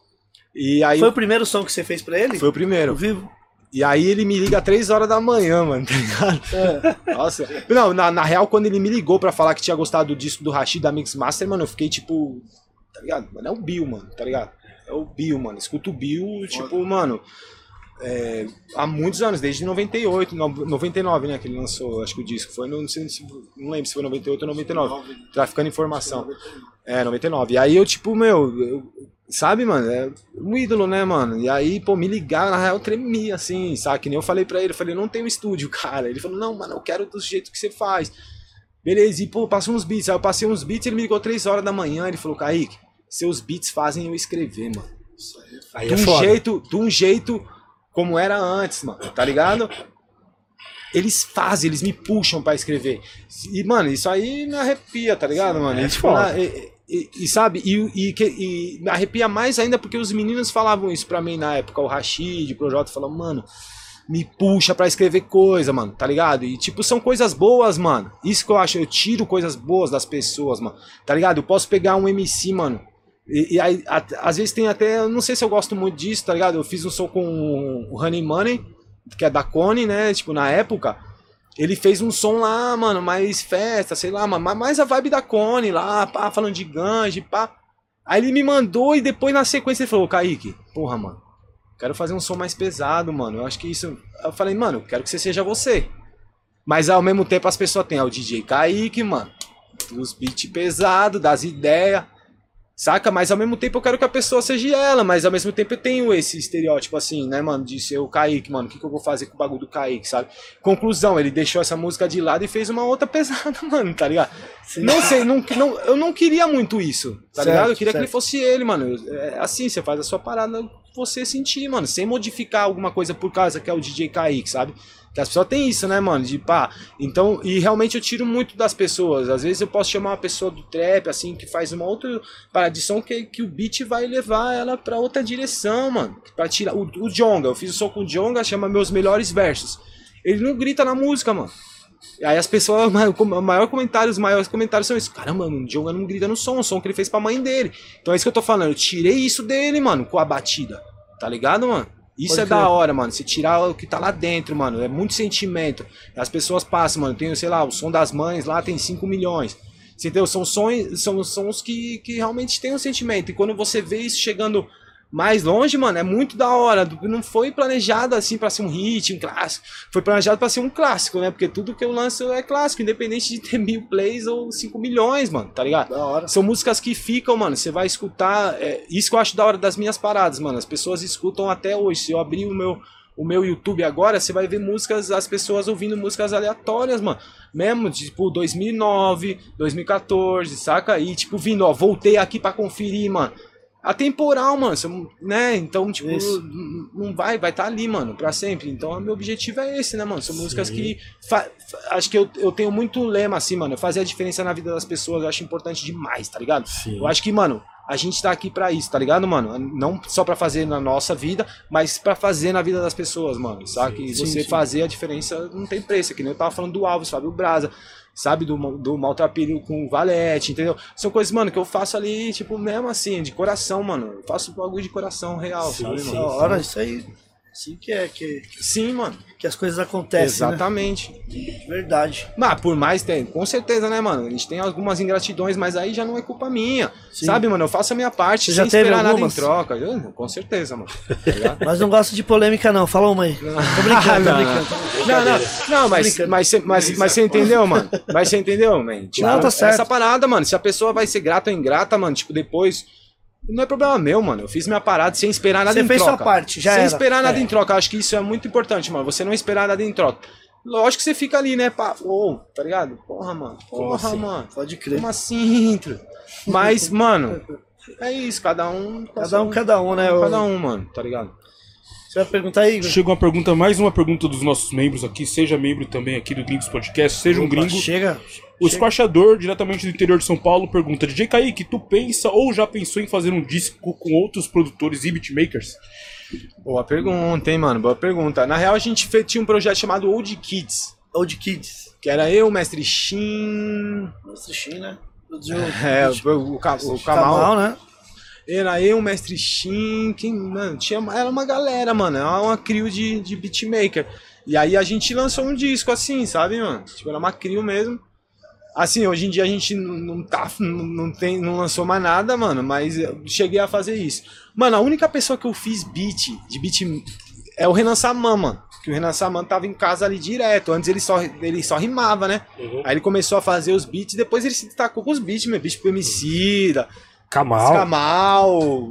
E aí. Foi o primeiro som que você fez pra ele? Foi o O primeiro. Vivo? E aí ele me liga às três horas da manhã, mano, tá ligado? É. Nossa. Não, na, na real, quando ele me ligou pra falar que tinha gostado do disco do Rashid da Mix Master, mano, eu fiquei tipo. Tá ligado? Mano, é o Bill, mano, tá ligado? É o Bill, mano. Escuta o Bill, tipo, mano. é, há muitos anos, desde noventa e oito, no- noventa e nove, né, que ele lançou, acho que o disco. Foi, no, não, sei se- não lembro se foi noventa e oito ou noventa e nove. Traficando informação. É, noventa e nove. E aí eu, tipo, meu, eu- sabe, mano, é um ídolo, né, mano? E aí, pô, me ligaram, na real, eu tremia, assim, sabe? Que nem eu falei pra ele, eu falei, não tem um estúdio, cara. Ele falou, não, mano, eu quero do jeito que você faz. Beleza, e pô, passou uns beats. Aí eu passei uns beats, ele me ligou três horas da manhã, ele falou, Kaique, seus beats fazem eu escrever, mano. Aí De é um foda. jeito, de um jeito como era antes, mano, tá ligado? Eles fazem, eles me puxam pra escrever. E, mano, isso aí me arrepia, tá ligado, mano? é E, tipo, foda. na- e, e- e, sabe, e, e, que- e me arrepia mais ainda porque os meninos falavam isso pra mim na época. O Rashid, o Projota, falavam, mano, me puxa pra escrever coisa, mano, tá ligado? E, tipo, são coisas boas, mano. Isso que eu acho, eu tiro coisas boas das pessoas, mano, tá ligado? Eu posso pegar um M C, mano, e, e aí, a, às vezes tem até, eu não sei se eu gosto muito disso, tá ligado? Eu fiz um som com o Honey Money, que é da Cone, né, tipo, na época, ele fez um som lá, mano, mais festa, sei lá, mano, mais a vibe da Cone lá, pá, falando de ganja, pá. Aí ele me mandou e depois na sequência ele falou, Kaique, porra, mano, quero fazer um som mais pesado, mano. Eu acho que isso... Eu falei, mano, eu quero que você seja você. Mas ao mesmo tempo as pessoas têm ó, o D J Kaique, mano. Os beats pesados, das ideias. Saca? Mas ao mesmo tempo eu quero que a pessoa seja ela. Mas ao mesmo tempo eu tenho esse estereótipo assim, né, mano? De ser o Kaique, mano. O que, que eu vou fazer com o bagulho do Kaique, sabe? Conclusão, ele deixou essa música de lado e fez uma outra pesada, mano, tá ligado? Sim. Não sei, não, não, eu não queria muito isso, tá certo, ligado? Eu queria certo. que ele fosse ele, mano. É assim, você faz a sua parada... você sentir, mano, sem modificar alguma coisa por causa que é o D J Kaique, sabe? Que as pessoas têm isso, né, mano, de pá, então, e realmente eu tiro muito das pessoas, às vezes eu posso chamar uma pessoa do trap, assim, que faz uma outra parada de som que, que o beat vai levar ela pra outra direção, mano, pra tirar, o, o Djonga, eu fiz o som com o Djonga, chama Meus Melhores Versos, ele não grita na música, mano. Aí as pessoas, o maior comentário, os maiores comentários são isso. Caramba, mano, o Djonga não grita no som, o som que ele fez pra mãe dele. Então é isso que eu tô falando, eu tirei isso dele, mano, com a batida. Tá ligado, mano? Isso Pode é ser. da hora, mano. Se tirar o que tá lá dentro, mano, é muito sentimento. As pessoas passam, mano, tem, sei lá, o som das mães lá tem cinco milhões. Você entendeu? São sons, são sons que, que realmente tem um sentimento. E quando você vê isso chegando... mais longe, mano, é muito da hora. Não foi planejado assim pra ser um hit, um clássico. Foi planejado pra ser um clássico, né? Porque tudo que eu lanço é clássico, independente de ter mil plays ou cinco milhões, mano, tá ligado? Da hora. São músicas que ficam, mano. Você vai escutar. É, isso que eu acho da hora das minhas paradas, mano. As pessoas escutam até hoje. Se eu abrir o meu, o meu YouTube agora, você vai ver músicas, as pessoas ouvindo músicas aleatórias, mano. Mesmo, tipo, dois mil e nove, dois mil e quatorze, saca? E, tipo, vindo, ó, voltei aqui pra conferir, mano. Atemporal, mano, né? Então, tipo, isso. não vai, vai estar tá ali, mano, pra sempre. Então, o meu objetivo é esse, né, mano? São Sim. músicas que... Fa... Acho que eu, eu tenho muito lema, assim, mano. Fazer a diferença na vida das pessoas, eu acho importante demais, tá ligado? Sim. Eu acho que, mano, a gente tá aqui pra isso, tá ligado, mano? Não só pra fazer na nossa vida, mas pra fazer na vida das pessoas, mano, sabe? E você sim. fazer a diferença não tem preço. É que nem eu tava falando do Alves, Fábio Braza, sabe, do, do Maltrapilho com o Valete, entendeu? São coisas, mano, que eu faço ali, tipo, mesmo assim, de coração, mano. Eu faço bagulho de coração real, sim, sabe, sim, mano? Da hora, isso aí. Assim que é, que... Sim, mano. Que as coisas acontecem, Exatamente. Né? Verdade. Mas, por mais tem, com certeza, né, mano? A gente tem algumas ingratidões, mas aí já não é culpa minha. Sim. Sabe, mano? Eu faço a minha parte, Você sem esperar nada em troca. Eu, com certeza, mano. Tá mas não gosto de polêmica, não. Fala uma aí. Tô brincando, tô brincando. Não, não, não, mas, mas, mas, mas, mas você entendeu, mano? Mas você entendeu, man? Tipo, não, tá certo. Essa parada, mano, se a pessoa vai ser grata ou ingrata, mano, tipo, depois... Não é problema meu, mano. Eu fiz minha parada sem esperar nada Você em fez troca. Sua parte, já Sem era. esperar nada é. em troca. Acho que isso é muito importante, mano. Você não esperar nada em troca. Lógico que você fica ali, né? Pá, oh, tá ligado? Porra, mano. Porra, assim? mano. Pode crer. Como assim, tro? Mas, mano, é isso. Cada um... Cada um, cada um, né? Cada um, mano. Tá ligado? Você vai perguntar aí, Igor? Chega uma pergunta, mais uma pergunta dos nossos membros aqui. Seja membro também aqui do Gringos Podcast. Seja um Opa, gringo. Chega. O Squashador, diretamente do interior de São Paulo, pergunta: D J Kaique, tu pensa ou já pensou em fazer um disco com outros produtores e beatmakers? Boa pergunta, hein, mano? Boa pergunta. Na real, a gente fez, tinha um projeto chamado Old Kids. Old Kids. Que era eu, o Mestre Shin... Mestre Shin, né? O, é, o, o, o, o Kamal. Kamal, né? Era eu, o Mestre Shin, quem, mano, tinha, era uma galera, mano, era uma crew de, de beatmaker. E aí a gente lançou um disco assim, sabe, mano? Tipo, era uma crew mesmo. Assim, hoje em dia a gente não, não tá, não, não, tem, não lançou mais nada, mano, mas eu cheguei a fazer isso. Mano, a única pessoa que eu fiz beat, de beat, é o Renan Saman, mano. Que o Renan Saman tava em casa ali direto. Antes ele só, ele só rimava, né? Uhum. Aí ele começou a fazer os beats, depois ele se destacou com os beats, meu. Beat pro Emicida, Kamal, Kamal,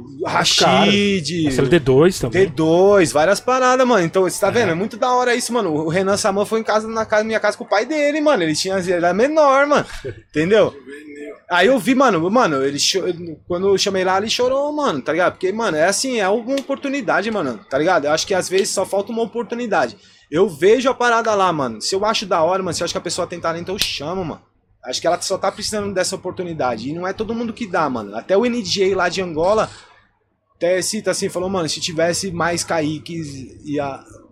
Rashid, D dois também. D dois, várias paradas, mano. Então, você tá vendo? É. é muito da hora isso, mano. O Renan Saman foi em casa, na casa, minha casa com o pai dele, mano. Ele tinha, ele era menor, mano. Entendeu? Aí eu vi, mano, mano, ele quando eu chamei lá, ele chorou, mano, tá ligado? Porque, mano, é assim, é uma oportunidade, mano, tá ligado? Eu acho que às vezes só falta uma oportunidade. Eu vejo a parada lá, mano. Se eu acho da hora, mano, se eu acho que a pessoa tem talento, eu chamo, mano. Acho que ela só tá precisando dessa oportunidade. E não é todo mundo que dá, mano. Até o N J lá de Angola até cita assim, falou, mano, se tivesse mais Kaiques, ia,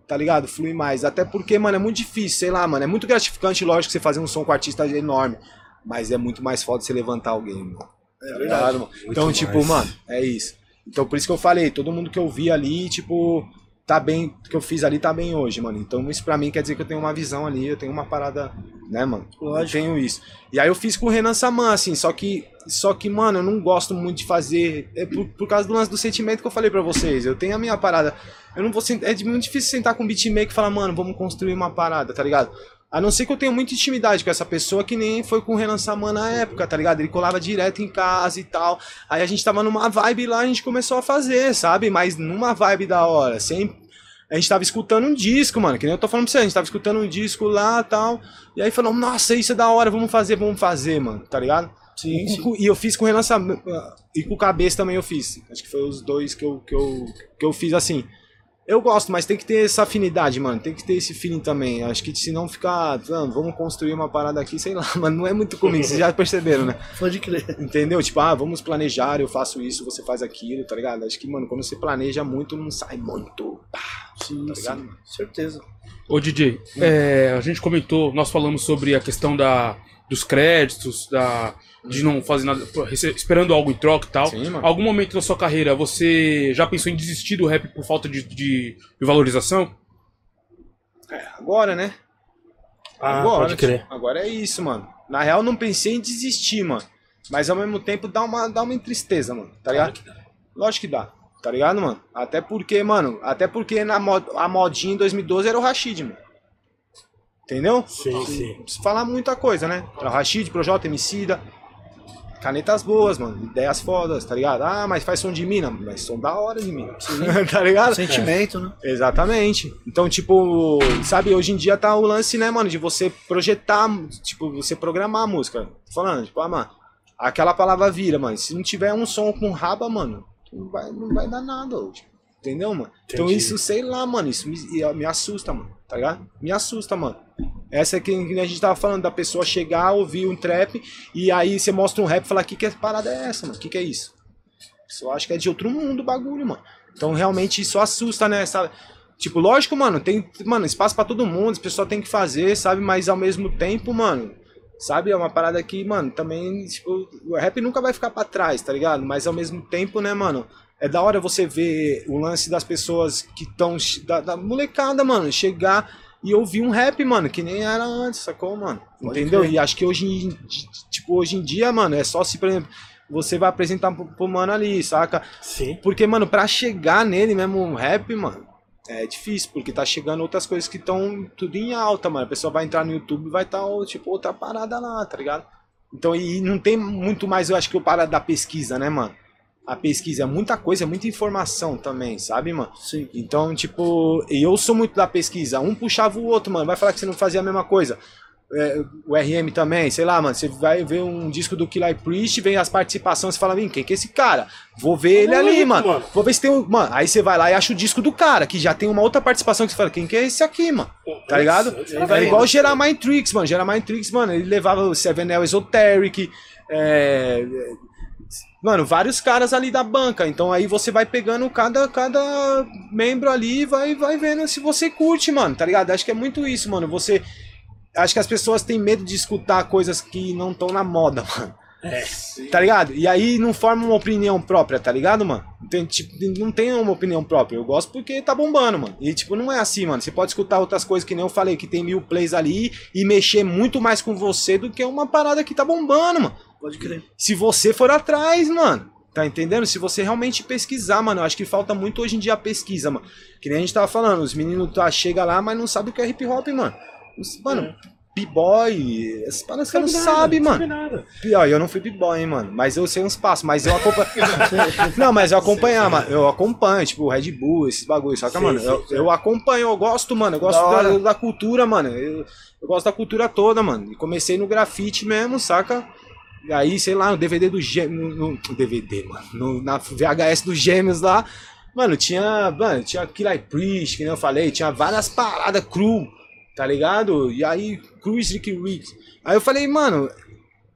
tá ligado? Flui mais. Até porque, mano, é muito difícil, sei lá, mano. É muito gratificante, lógico, você fazer um som com um artista enorme. Mas é muito mais foda você levantar alguém, mano. É verdade, mano. Então, Muito tipo, mais. mano, é isso. Então, por isso que eu falei, todo mundo que eu vi ali, tipo, tá bem, que eu fiz ali tá bem hoje, mano. Então, isso pra mim quer dizer que eu tenho uma visão ali, eu tenho uma parada, né, mano? Lógico. Eu tenho isso. E aí eu fiz com o Renan Saman, assim, só que, só que, mano, eu não gosto muito de fazer, é por, por causa do lance do sentimento que eu falei pra vocês. Eu tenho a minha parada. Eu não vou sentar, é muito difícil sentar com um beatmaker e falar, mano, vamos construir uma parada, tá ligado? A não ser que eu tenha muita intimidade com essa pessoa, que nem foi com o Renan Saman na época, tá ligado? Ele colava direto em casa e tal. Aí a gente tava numa vibe lá, a gente começou a fazer, sabe? Mas numa vibe da hora, sem... A gente tava escutando um disco, mano, que nem eu tô falando pra você, a gente tava escutando um disco lá e tal. E aí falou, nossa, isso é da hora, vamos fazer, vamos fazer, mano, tá ligado? Sim, E, sim. com- e eu fiz com o Renan Saman, e com o Cabeça também eu fiz. Acho que foi os dois que eu, que eu, que eu fiz assim. Eu gosto, mas tem que ter essa afinidade, mano. Tem que ter esse feeling também. Acho que se não ficar, ah, vamos construir uma parada aqui, sei lá, mano, não é muito comigo, vocês já perceberam, né? Pode crer. Entendeu? Tipo, ah, vamos planejar, eu faço isso, você faz aquilo, tá ligado? Acho que, mano, quando você planeja muito, não sai muito. Pá, Sim, tá ligado? sim. Certeza. Ô D J, é, a gente comentou, nós falamos sobre a questão da, dos créditos, da, de não fazer nada, pô, rece- esperando algo em troca e tal. Sim, mano. Algum momento da sua carreira você já pensou em desistir do rap por falta de, de, de valorização? É, agora, né? Ah, agora, pode crer. Agora é isso, mano. Na real, eu não pensei em desistir, mano. Mas ao mesmo tempo dá uma, dá uma tristeza, mano. Tá ligado? Lógico que dá. Tá ligado, mano? Até porque, mano, até porque na mod, a modinha em dois mil e doze era o Rashid, mano. Entendeu? Sim, sim. Não precisa falar muita coisa, né? Era o Rashid, Projota, Emicida. Canetas boas, mano. Ideias fodas, tá ligado? Ah, mas faz som de mina. Mas som da hora de mina. tá ligado? Sentimento, né? Exatamente. Então, tipo, sabe, hoje em dia tá o lance, né, mano, de você projetar, tipo, você programar a música. Tô falando, tipo, ah, mano, aquela palavra vira, mano. Se não tiver um som com raba, mano, não vai, não vai dar nada hoje. Entendeu, mano? Então Entendi. isso, sei lá, mano, isso me, me assusta, mano, tá ligado? Me assusta, mano. Essa é que que a gente tava falando, da pessoa chegar, ouvir um trap, e aí você mostra um rap e fala, que que parada é essa, mano? Que que é isso? Eu acho que é de outro mundo o bagulho, mano. Então realmente isso assusta, né, sabe? Tipo, lógico, mano, tem, mano, espaço pra todo mundo, as pessoas tem que fazer, sabe? Mas ao mesmo tempo, mano, sabe? É uma parada que, mano, também, tipo, o rap nunca vai ficar pra trás, tá ligado? Mas ao mesmo tempo, né, mano, é da hora você ver o lance das pessoas que estão, da, da molecada, mano, chegar e ouvir um rap, mano, que nem era antes, sacou, mano? Pode Entendeu? crer. E acho que hoje, em- tipo, hoje em dia, mano, é só se, por exemplo, você vai apresentar pro, pro mano ali, saca? Sim. Porque, mano, pra chegar nele mesmo, um rap, mano, é difícil, porque tá chegando outras coisas que estão tudo em alta, mano. A pessoa vai entrar no YouTube e vai estar, tá, tipo, outra parada lá, tá ligado? Então, e não tem muito mais, eu acho que o parada da pesquisa, né, mano? A pesquisa é muita coisa, é muita informação também, sabe, mano? Sim. Então, tipo, e eu sou muito da pesquisa. Um puxava o outro, mano. Vai falar que você não fazia a mesma coisa. É, o R M também, sei lá, mano. Você vai ver um disco do Killer Priest, vem as participações, você fala, vem, quem que é esse cara? Vou ver ele ali, Lógico, mano. mano. Vou ver se tem um. Mano, aí você vai lá e acha o disco do cara, que já tem uma outra participação que você fala, quem que é esse aqui, mano? Tá ligado? É igual o Jeremiah Trix, mano. Jeremiah Trix, mano, ele levava o Seven L Esoteric, é. Mano, vários caras ali da banca. Então aí você vai pegando cada, cada membro ali e vai, vai vendo se você curte, mano, tá ligado? Acho que é muito isso, mano. Você. Acho que as pessoas têm medo de escutar coisas que não estão na moda, mano. É. Tá ligado? E aí não forma uma opinião própria, tá ligado, mano? Tem, tipo, não tem uma opinião própria. Eu gosto porque tá bombando, mano. E tipo, não é assim, mano. Você pode escutar outras coisas que nem eu falei, que tem mil plays ali e mexer muito mais com você do que uma parada que tá bombando, mano. Pode crer. Se você for atrás, mano. Tá entendendo? Se você realmente pesquisar, mano. Eu acho que falta muito hoje em dia a pesquisa, mano. Que nem a gente tava falando, os meninos tá, chegam lá, mas não sabem o que é hip hop, mano. Os- Mano, b-boy, essas paradas que não sabem, mano. Nada. Pior, eu não fui b-boy, hein, mano. Mas eu sei uns passos, mas eu acompanho. Não, mas eu acompanho, mano. Eu acompanho, tipo, Red Bull, esses bagulhos, saca, Sim, mano? sim, eu, sim. eu acompanho, eu gosto, mano. Eu gosto Da hora. da, da cultura, mano. Eu, eu gosto da cultura toda, mano. E comecei no grafite mesmo, saca? E aí, sei lá, no D V D do Gêmeos. No, no D V D, mano. No, na V H S dos Gêmeos lá. Mano, tinha. Mano, tinha Killer Priest, que nem eu falei. Tinha várias paradas cru, tá ligado? E aí, Cruise Rick Rick. Aí eu falei, mano.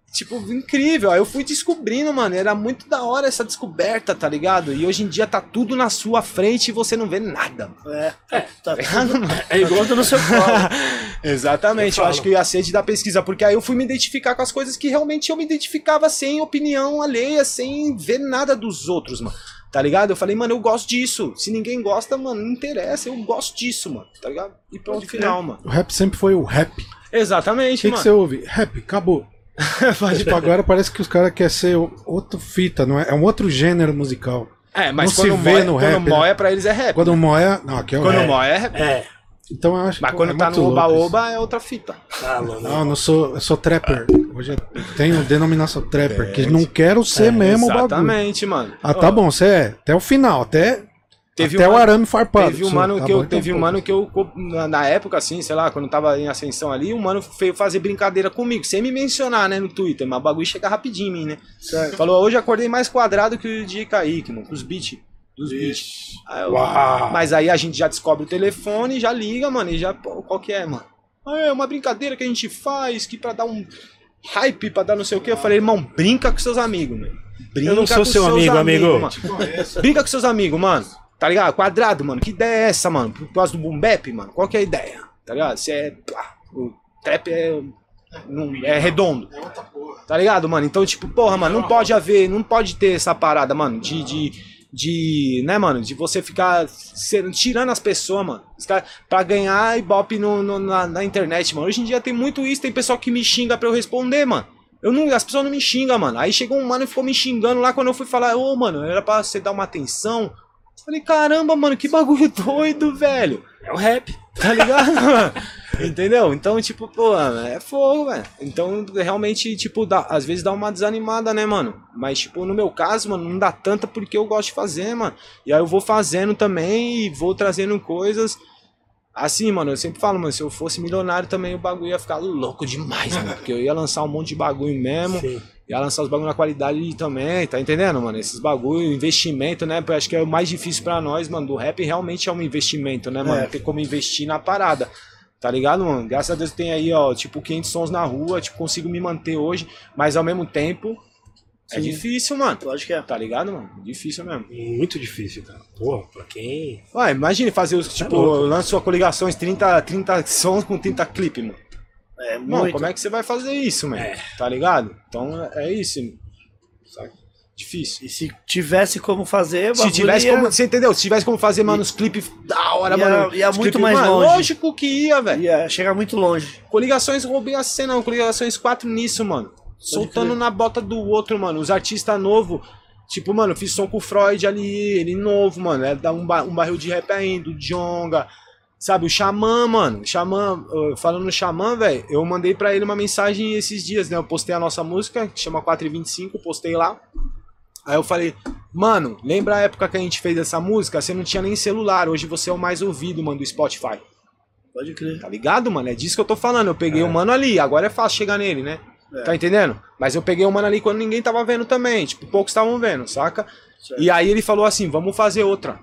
tipo, incrível. Aí eu fui descobrindo, mano, era muito da hora essa descoberta, tá ligado? E hoje em dia tá tudo na sua frente e você não vê nada. É, é tá tudo, é igual no seu colo. Exatamente, eu, eu acho que eu ia sede da pesquisa, porque aí eu fui me identificar com as coisas que realmente eu me identificava sem opinião alheia, sem ver nada dos outros, mano. Tá ligado? Eu falei, mano, eu gosto disso. Se ninguém gosta, mano, não interessa, eu gosto disso, mano. Tá ligado? E pronto, final, mano. O rap sempre foi o rap. Exatamente, o que mano. O que você ouve? Rap, acabou. Tipo, agora parece que os caras querem ser outro fita, não é? É um outro gênero musical. É, mas não quando se vê moia, no quando rap. moia pra eles é rap. Quando né? moia. Não, aqui é o Quando rap. moia é rap. É. Então eu acho Mas que quando é tá muito no louco oba-oba é outra fita. Ah, mano. Não, eu não sou, eu sou trapper. Hoje eu tenho denominação trapper, que não quero ser É, mesmo o bagulho. exatamente, mano. Ah, tá Ó, bom, você é. Até o final, até, Teve até um o mano- arame farpado. Teve um Sou- mano tá que bom, eu, então, teve um pô. mano que eu, na, na época, assim, sei lá, quando tava em ascensão ali, um mano veio fazer brincadeira comigo, sem me mencionar, né, no Twitter, mas o bagulho chega rapidinho em mim, né? Certo. Falou, hoje acordei mais quadrado que o de Kaique, mano, com os beats. Dos beats. Aí eu- Uau. Mas aí a gente já descobre o telefone, já liga, mano, e já, pô, qual que é, mano? Ah, é uma brincadeira que a gente faz, que pra dar um hype, pra dar não sei o que. Eu falei, irmão, brinca com seus amigos, mano. Brinca Eu não sou com seu seus amigo, amigo. mano. Brinca com seus amigos, mano. Tá ligado? Quadrado, mano. Que ideia é essa, mano? Por causa do boom bap, mano? Qual que é a ideia? Tá ligado? Se é... pá, o trap é... não- é redondo. Tá ligado, mano? Então, tipo, porra, mano, não pode haver... Não pode ter essa parada, mano, de... de de, né, mano, de você ficar ser, tirando as pessoas, mano, os cara, pra ganhar ibope no, no, na, na internet, mano. Hoje em dia tem muito isso, tem pessoal que me xinga pra eu responder, mano. Eu não, as pessoas não me xingam, mano. Aí chegou um mano e ficou me xingando lá quando eu fui falar, ô, mano, era pra você dar uma atenção. Eu falei, caramba, mano, que bagulho doido, velho. É o rap. Tá ligado, mano? Entendeu? Então, tipo, pô, é fogo, velho. Então, realmente, tipo, dá, às vezes dá uma desanimada, né, mano? Mas, tipo, no meu caso, mano, não dá tanta porque eu gosto de fazer, mano. E aí eu vou fazendo também e vou trazendo coisas. Assim, mano, eu sempre falo, mano, se eu fosse milionário também o bagulho ia ficar louco demais, mano. Porque eu ia lançar um monte de bagulho mesmo. Sim. Ia lançar os bagulho na qualidade também, tá entendendo, mano? Esses bagulho, investimento, né? Eu acho que é o mais difícil pra nós, mano. Do rap realmente é um investimento, né, mano? É. Ter como investir na parada. Tá ligado, mano? Graças a Deus tem aí, ó, tipo, quinhentos sons na rua, tipo, consigo me manter hoje, mas ao mesmo tempo é Sim. difícil, mano. Lógico que é. Tá ligado, mano? Difícil mesmo. Muito difícil, cara. Porra, pra quem... Ué, imagine fazer os, tipo, louco. eu lanço a coligações trinta, trinta sons com trinta clipes, mano. É Mano, muito. como é que você vai fazer isso, mano? É. Tá ligado? Então é isso, sabe? Difícil. E se tivesse como fazer, o Se bagulho tivesse ia- como, você entendeu? Se tivesse como fazer, mano, os clipes da hora, Ia- mano. ia Os muito clipes, mais mano, longe. Lógico que ia, velho. ia chegar muito longe. Coligações roubei a cena, coligações quatro nisso, mano. Soltando crer. na bota do outro, mano. Os artistas novos. Tipo, mano, fiz som com o Freud ali, ele novo, mano. É dar um, ba- um barril de rap ainda, o Djonga. Sabe, o Xamã, mano. O Xamã, uh, falando no Xamã, velho, eu mandei pra ele uma mensagem esses dias, né? Eu postei a nossa música, que chama quatro e vinte e cinco, postei lá. Aí eu falei, mano, lembra a época que a gente fez essa música? Você não tinha nem celular, hoje você é o mais ouvido, mano, do Spotify. Pode crer. Tá ligado, mano? É disso que eu tô falando. Eu peguei o mano ali, agora é fácil chegar nele, né? É. Tá entendendo? Mas eu peguei o mano ali quando ninguém tava vendo também. Tipo, poucos estavam vendo, saca? Certo. E aí ele falou assim, vamos fazer outra.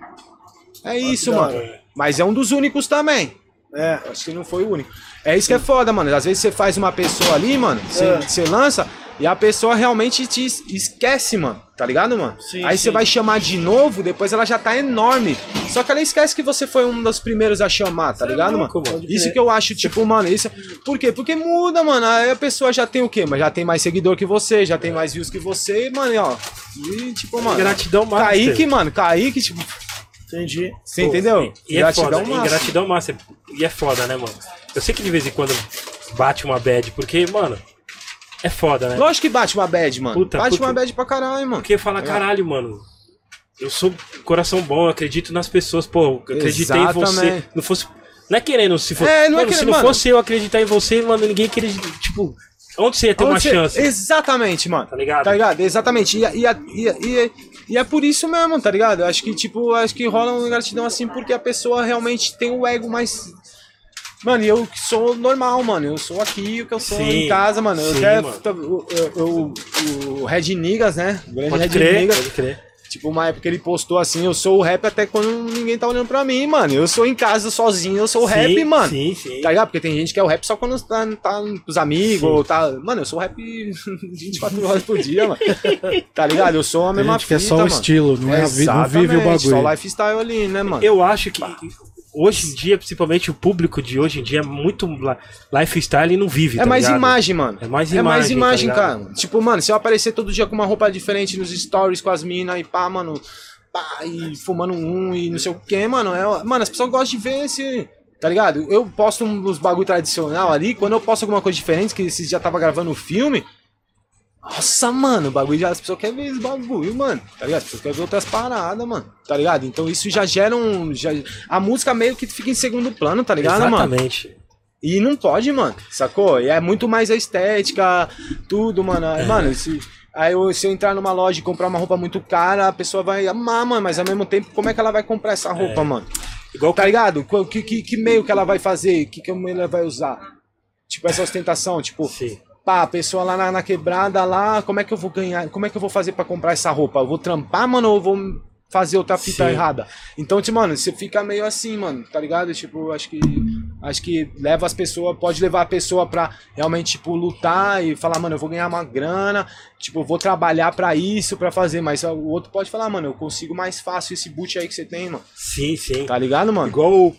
É isso, da mano. hora. Mas é um dos únicos também. É. Acho que não foi o único. É isso que é foda, mano. Às vezes você faz uma pessoa ali, mano, você, É. você lança e a pessoa realmente te es- esquece, mano. Tá ligado, mano? Sim, Aí sim. você vai chamar de novo, depois ela já tá enorme. Só que ela esquece que você foi um dos primeiros a chamar, tá ligado, louco, mano? mano. Isso que eu acho, tipo, mano, isso. Por quê? Porque muda, mano. Aí a pessoa já tem o quê? Mas já tem mais seguidor que você, já tem mais views que você, e, mano, ó. E, tipo, mano. Gratidão master. Kaique, mano, Kaique, tipo. Entendi. Você Pô, entendeu? E, e é foda, Gratidão máxima. ingratidão máxima. E é foda, né, mano? Eu sei que de vez em quando bate uma bad, porque, mano, é foda, né? Lógico que bate uma bad, mano. Puta, bate puta. uma bad pra caralho, mano. Porque fala, caralho, mano, eu sou coração bom, eu acredito nas pessoas, pô, eu acreditei em você. Exatamente. Não fosse. Não é querendo, se fosse. É, não é mano, se querendo, não mano. fosse eu acreditar em você, mano, ninguém queria. Tipo, onde você ia ter uma Onde você- chance? Exatamente, mano. Tá ligado? Tá ligado? Exatamente. E, e, e, e, e é por isso mesmo, tá ligado? Eu acho que, tipo, acho que rola uma ingratidão assim porque a pessoa realmente tem o ego mais. Mano, e eu que sou normal, mano. Eu sou aqui, o que eu sou Sim, em casa, mano. Eu sim, até. mano. Eu, eu- eu- o Red Niggas, né? O grande Pode Red crer, Niggas. pode crer. Tipo, uma época ele postou assim, eu sou o rap até quando ninguém tá olhando pra mim, mano. Eu sou em casa sozinho, eu sou o rap, Sim, mano. Sim, sim. Tá ligado? Porque tem gente que é o rap só quando tá, tá com os amigos, Sim. ou tá... Mano, eu sou o rap vinte e quatro horas por dia, mano. Tá ligado? Eu sou a Tem mesma gente que é fita, só o mano. estilo, não, é a vida, não vive o Exatamente, bagulho. só lifestyle ali, né, mano? Eu acho que hoje em dia, principalmente o público de hoje em dia, é muito li- lifestyle e não vive, É tá mais ligado? imagem, mano. É mais É mais imagem, imagem, tá cara. ligado? Tipo, mano, se eu aparecer todo dia com uma roupa diferente nos stories com as minas e pá, mano, pá, e fumando um e não sei o que, mano. É, mano, as pessoas gostam de ver esse. Tá ligado? Eu posto uns bagulho tradicional ali, quando eu posto alguma coisa diferente, que esses já tava gravando o filme. Nossa, mano, o bagulho já. As pessoas querem ver esse bagulho, mano. Tá ligado? As pessoas querem ver outras paradas, mano. Tá ligado? Então isso já gera um. Já, a música meio que fica em segundo plano, tá ligado, mano? Exatamente. E não pode, mano, sacou? E é muito mais a estética, tudo, mano. É. Mano, se, aí eu, se eu entrar numa loja e comprar uma roupa muito cara, a pessoa vai amar, mano, mas ao mesmo tempo, como é que ela vai comprar essa roupa, É. mano? Igual Tá ligado? Que, que, que meio que ela vai fazer? Que, que meio ela vai usar? Tipo, essa ostentação, tipo, Sim. pá, a pessoa lá na, na quebrada, lá, como é que eu vou ganhar? Como é que eu vou fazer pra comprar essa roupa? Eu vou trampar, mano, ou eu vou fazer outra fita Sim. errada? Então, tipo, mano, você fica meio assim, mano, tá ligado? Tipo, acho que acho que leva as pessoas, pode levar a pessoa pra realmente, tipo, lutar e falar, mano, eu vou ganhar uma grana, tipo, eu vou trabalhar pra isso, pra fazer, mas o outro pode falar, mano, eu consigo mais fácil esse boot aí que você tem, mano. Sim, sim. Tá ligado, mano? Igual o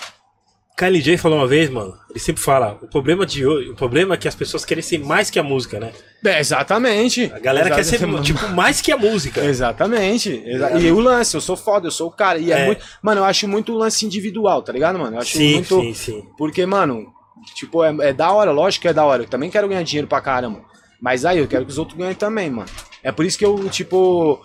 K L J falou uma vez, mano. Ele sempre fala, o problema de hoje, o problema é que as pessoas querem ser mais que a música, né? É, exatamente. A galera quer ser, Exatamente. tipo, mais que a música. Exatamente. Exa- e o lance, eu sou foda, eu sou o cara. E é, É. muito. Mano, eu acho muito lance individual, tá ligado, mano? Eu acho Sim, muito. sim, sim. Porque, mano, tipo, é, é da hora, lógico que é da hora. Eu também quero ganhar dinheiro pra caramba. Mas aí eu quero que os outros ganhem também, mano. É por isso que eu, tipo.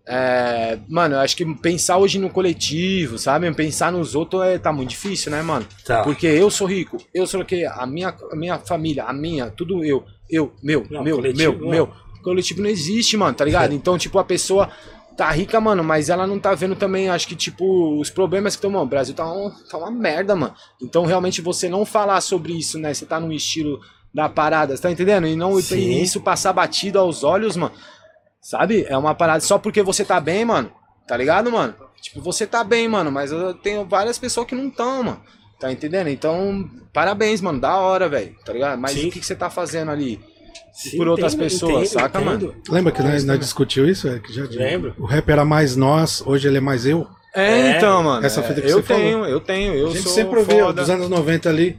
É, mano, eu acho que pensar hoje no coletivo, sabe? Pensar nos outros é, tá muito difícil, né, mano? Tá. Porque eu sou rico, eu sou o quê? A minha, a minha família, a minha, tudo eu, eu, meu, Não, meu, coletivo meu, não. meu. Coletivo não existe, mano, tá ligado? Então, tipo, a pessoa tá rica, mano, mas ela não tá vendo também, acho que, tipo, os problemas que estão, mano, o Brasil tá, um, tá uma merda, mano. Então, realmente, você não falar sobre isso, né? Você tá num estilo da parada, você tá entendendo? E não Sim. e isso passar batido aos olhos, mano. Sabe? É uma parada só porque você tá bem, mano. Tá ligado, mano? Tipo, você tá bem, mano, mas eu tenho várias pessoas que não estão, mano. Tá entendendo? Então, parabéns, mano. Da hora, velho. Tá ligado? Mas Sim. o que, que você tá fazendo ali? Sim, Por outras entendo, pessoas, entendo, saca, entendo. mano? Lembra que nós, nós discutiu isso? É, que já, Lembro. O rap era mais nós, hoje ele é mais eu. É, É, então, mano. essa é, fita que eu você tenho, falou. eu tenho, eu A gente sou sempre ouvia foda. dos anos noventa ali,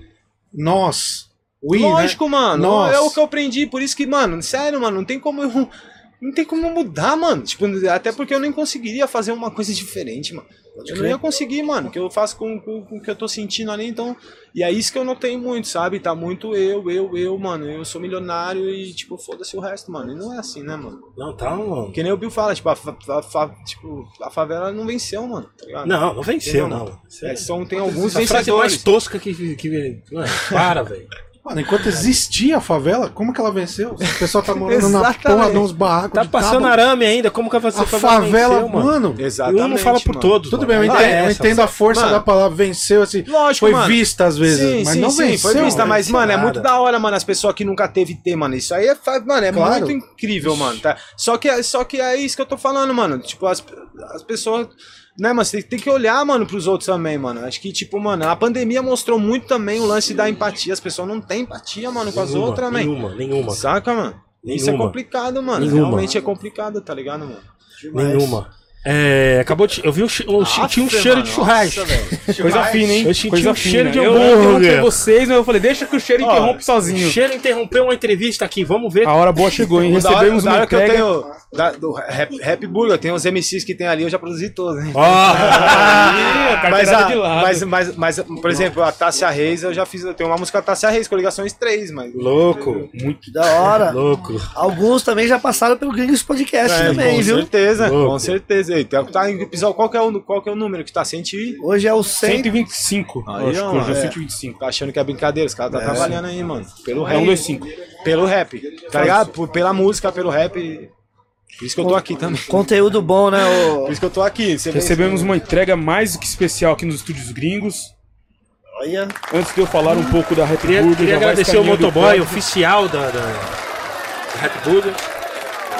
nós, we, Lógico, né? mano. Nós. É o que eu aprendi, por isso que, mano, sério, mano, não tem como eu. Não tem como mudar, mano. Tipo, até porque eu nem conseguiria fazer uma coisa diferente, mano. Eu não ia conseguir, mano. O que eu faço com, com, com o que eu tô sentindo ali, então. E é isso que eu notei muito, sabe? Tá muito eu, eu, eu, mano. Eu sou milionário e, tipo, foda-se o resto, mano. E não é assim, né, mano? Não, tá, mano. Que nem o Bill fala, tipo, a, fa- a fa- tipo, a favela não venceu, mano. Tá ligado? Não, não venceu, Entendeu, não. É, só tem alguns Essa frase é vencedores. mais tosca que... que... Mano, para, velho. Mano, enquanto existia a favela, como que ela venceu? O pessoal tá morando na Exatamente. porra de uns barracos Tá de passando tábua. arame ainda, como que vai ser A favela, venceu, mano. Exatamente. Um não fala por mano. todos. Tudo mano. bem, eu Ah, entendo, é eu essa, entendo a força Mano. da palavra venceu, assim. Lógico, foi mano. vista às vezes, Sim, mas sim, não sim, venceu. foi vista, velho. mas, mano, é nada. muito da hora, mano, as pessoas que nunca teve ter, mano, isso aí é, fa- mano, é Claro. muito incrível, mano, tá? Só que, só que é isso que eu tô falando, mano, tipo, as, as pessoas, né, mano, você tem, tem que olhar, mano, pros outros também, mano, acho que, tipo, mano, a pandemia mostrou muito também o lance da empatia, as pessoas não têm empatia, mano, com as Nenhuma, outras, também. Nenhuma, nenhuma. Saca, mano? Isso é Nenhuma. complicado, mano, Nenhuma. realmente é complicado, tá ligado, mano? Nenhuma. É, acabou de. Eu vi um, che- um, che- tinha um Aff, cheiro mano, de churrasco. nossa, velho. Coisa fina, hein? Eu senti Coisa um cheiro de Eu não interrompi hambúrguer. vocês, mas eu falei, deixa que o cheiro Ó, interrompe O sozinho. cheiro interrompeu uma entrevista aqui, vamos ver. A hora boa chegou, hein? O da hora- Recebemos o da uma hora que eu entrega. tenho, da- do Rap, Rap Burger, tem uns M Cs que tem ali, eu já produzi todos, hein? Ó, Ih, a Mas, carteirada a- de lado. mas, mas, mas, por exemplo, a Tássia Reis, eu já fiz, eu tenho uma música da Tássia Reis, Coligações três, mas... louco, Que da hora. louco. Alguns também já passaram pelo Gringos Podcast É, também, com viu? certeza, Louco. com certeza. Ei, tá, tá em episódio, qual que, é o, qual que é o número que tá? cento e... Hoje é o cem. cento e vinte e cinco. Aí, acho que ó, hoje é é. cento e vinte e cinco. Tá achando que é brincadeira, os caras tá trabalhando aí, mano. Pelo É um, rap. dois, cinco. Pelo rap, tá ligado? Por- Pela música, pelo rap. Por isso que eu tô aqui também. Conteúdo bom, né? O... Por isso que eu tô aqui. Você vê Recebemos isso, uma entrega mais do que especial aqui nos estúdios gringos. Olha. Antes de eu falar um pouco da Rap Queria, Burger, queria já vai agradecer o escaneando motoboy código. oficial da, da, da Rap Burger.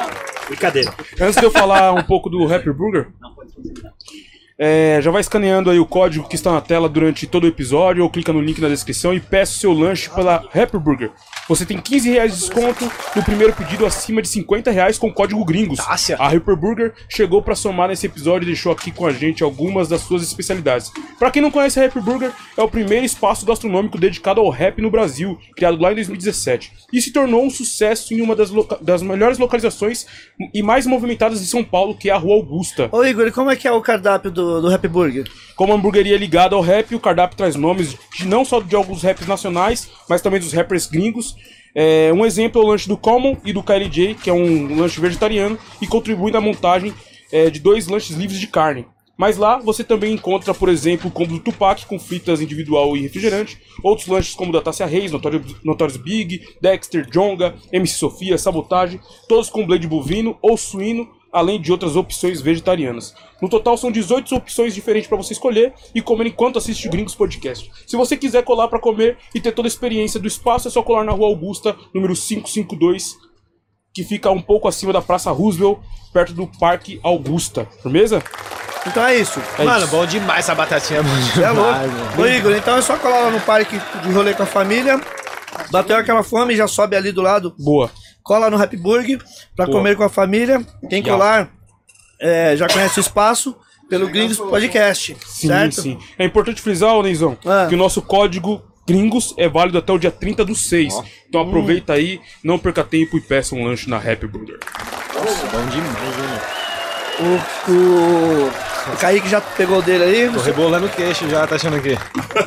Brincadeira. Antes de eu falar um pouco do Happy Burger, é, já vai escaneando aí o código que está na tela durante todo o episódio, ou clica no link na descrição e peça o seu lanche pela Happy Burger. Você tem quinze reais de desconto no primeiro pedido acima de cinquenta reais com o código gringos. Tácia. A Happy Burger chegou para somar nesse episódio e deixou aqui com a gente algumas das suas especialidades. Para quem não conhece a Happy Burger, é o primeiro espaço gastronômico dedicado ao rap no Brasil, criado lá em dois mil e dezessete. E se tornou um sucesso em uma das, loca- das melhores localizações e mais movimentadas de São Paulo, que é a Rua Augusta. Ô Igor, e como é que é o cardápio do, do Happy Burger? Como a hamburgueria é ligada ao rap, o cardápio traz nomes de, não só de alguns raps nacionais, mas também dos rappers gringos. É, um exemplo é o lanche do Common e do K L J, que é um lanche vegetariano, e contribui na montagem é, de dois lanches livres de carne. Mas lá você também encontra, por exemplo, o combo do Tupac com fritas individual e refrigerante, outros lanches como o da Tássia Reis, Notorious, Notorious Big, Dexter, Jonga, M C Sofia, Sabotage, todos com blade bovino ou suíno, além de outras opções vegetarianas. No total são dezoito opções diferentes para você escolher e comer enquanto assiste o Gringos Podcast. Se você quiser colar para comer e ter toda a experiência do espaço, é só colar na Rua Augusta, número quinhentos e cinquenta e dois, que fica um pouco acima da Praça Roosevelt, perto do Parque Augusta. Firmeza? Então é isso. É Mano, isso. bom demais essa batatinha, mano. Você é louco. mano. Ô Igor, então é só colar lá no parque de rolê com a família. Bateu aquela fome, já sobe ali do lado. Boa. Cola no Happy Burger pra Boa. comer com a família. Quem Já. colar é, já conhece o espaço pelo Gringos Podcast, Sim, certo? sim. É importante frisar, ô Neizão, Ah. que o nosso código Gringos é válido até o dia trinta do seis. Ó. Então aproveita aí, não perca tempo e peça um lanche na Happy Burger. Bom demais, hein, mano. O, o, o Kaique já pegou o dele aí. Tô rebolando o queixo já, tá achando o quê?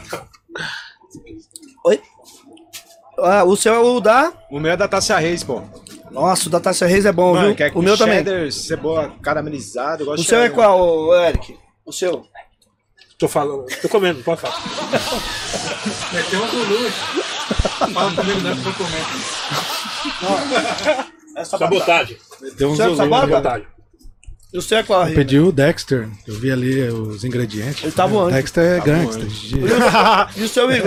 Oi? Ah, o seu é o da... O meu é da Tássia Reis, pô. Nossa, o da Tássia Reis é bom, Mano, viu? que é com O meu também. cheddar, cebola caramelizada, eu gosto O de seu é cheddar. qual, ô, Eric? O seu? Tô falando, tô comendo, pode falar. Meteu um volume. Fala comigo, né? Pra comer. Essa Sabotagem. Meteu um Você é volume. sabota? Sabotagem. E o seu é qual, Eu Rita? pedi o Dexter. Eu vi ali os ingredientes. Ele tava o onde? Dexter é Tava gangster. onde? de- E o seu, Igor?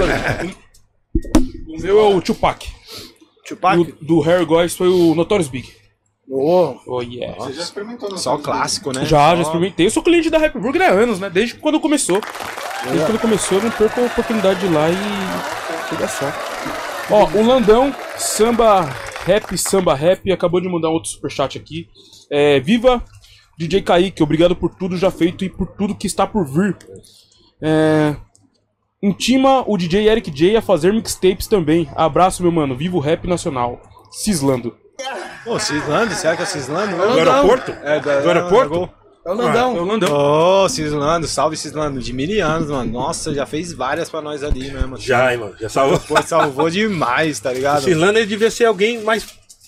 O meu é o Tupac. E Tupac? o do Harry Goys foi o Notorious Big. Oh, Oh yeah. Você já experimentou no Só o clássico, né? Já, Só- já experimentei. Eu sou cliente da Happy Burger há anos, né? Desde quando começou. Desde quando começou, eu não perco a oportunidade de ir lá e pegar só. Ó, o Landão, samba rap, samba rap, acabou de mandar um outro superchat aqui. É, viva D J Kaique, obrigado por tudo já feito e por tudo que está por vir. É, intima o D J Eric J a fazer mixtapes também. Abraço, meu mano. Viva o rap nacional. Cislando. Pô, Cislando, será que é o Cislando? Do aeroporto? É, da, Do aeroporto? da Gol. é o É Landão. o Landão. Ô, Cislando, salve Cislando, de mil anos, mano. Nossa, já fez várias pra nós ali mesmo. Já, hein, mano. Já salvou. Pô, salvou demais, tá O ligado? Cirlando, ele devia ser alguém mais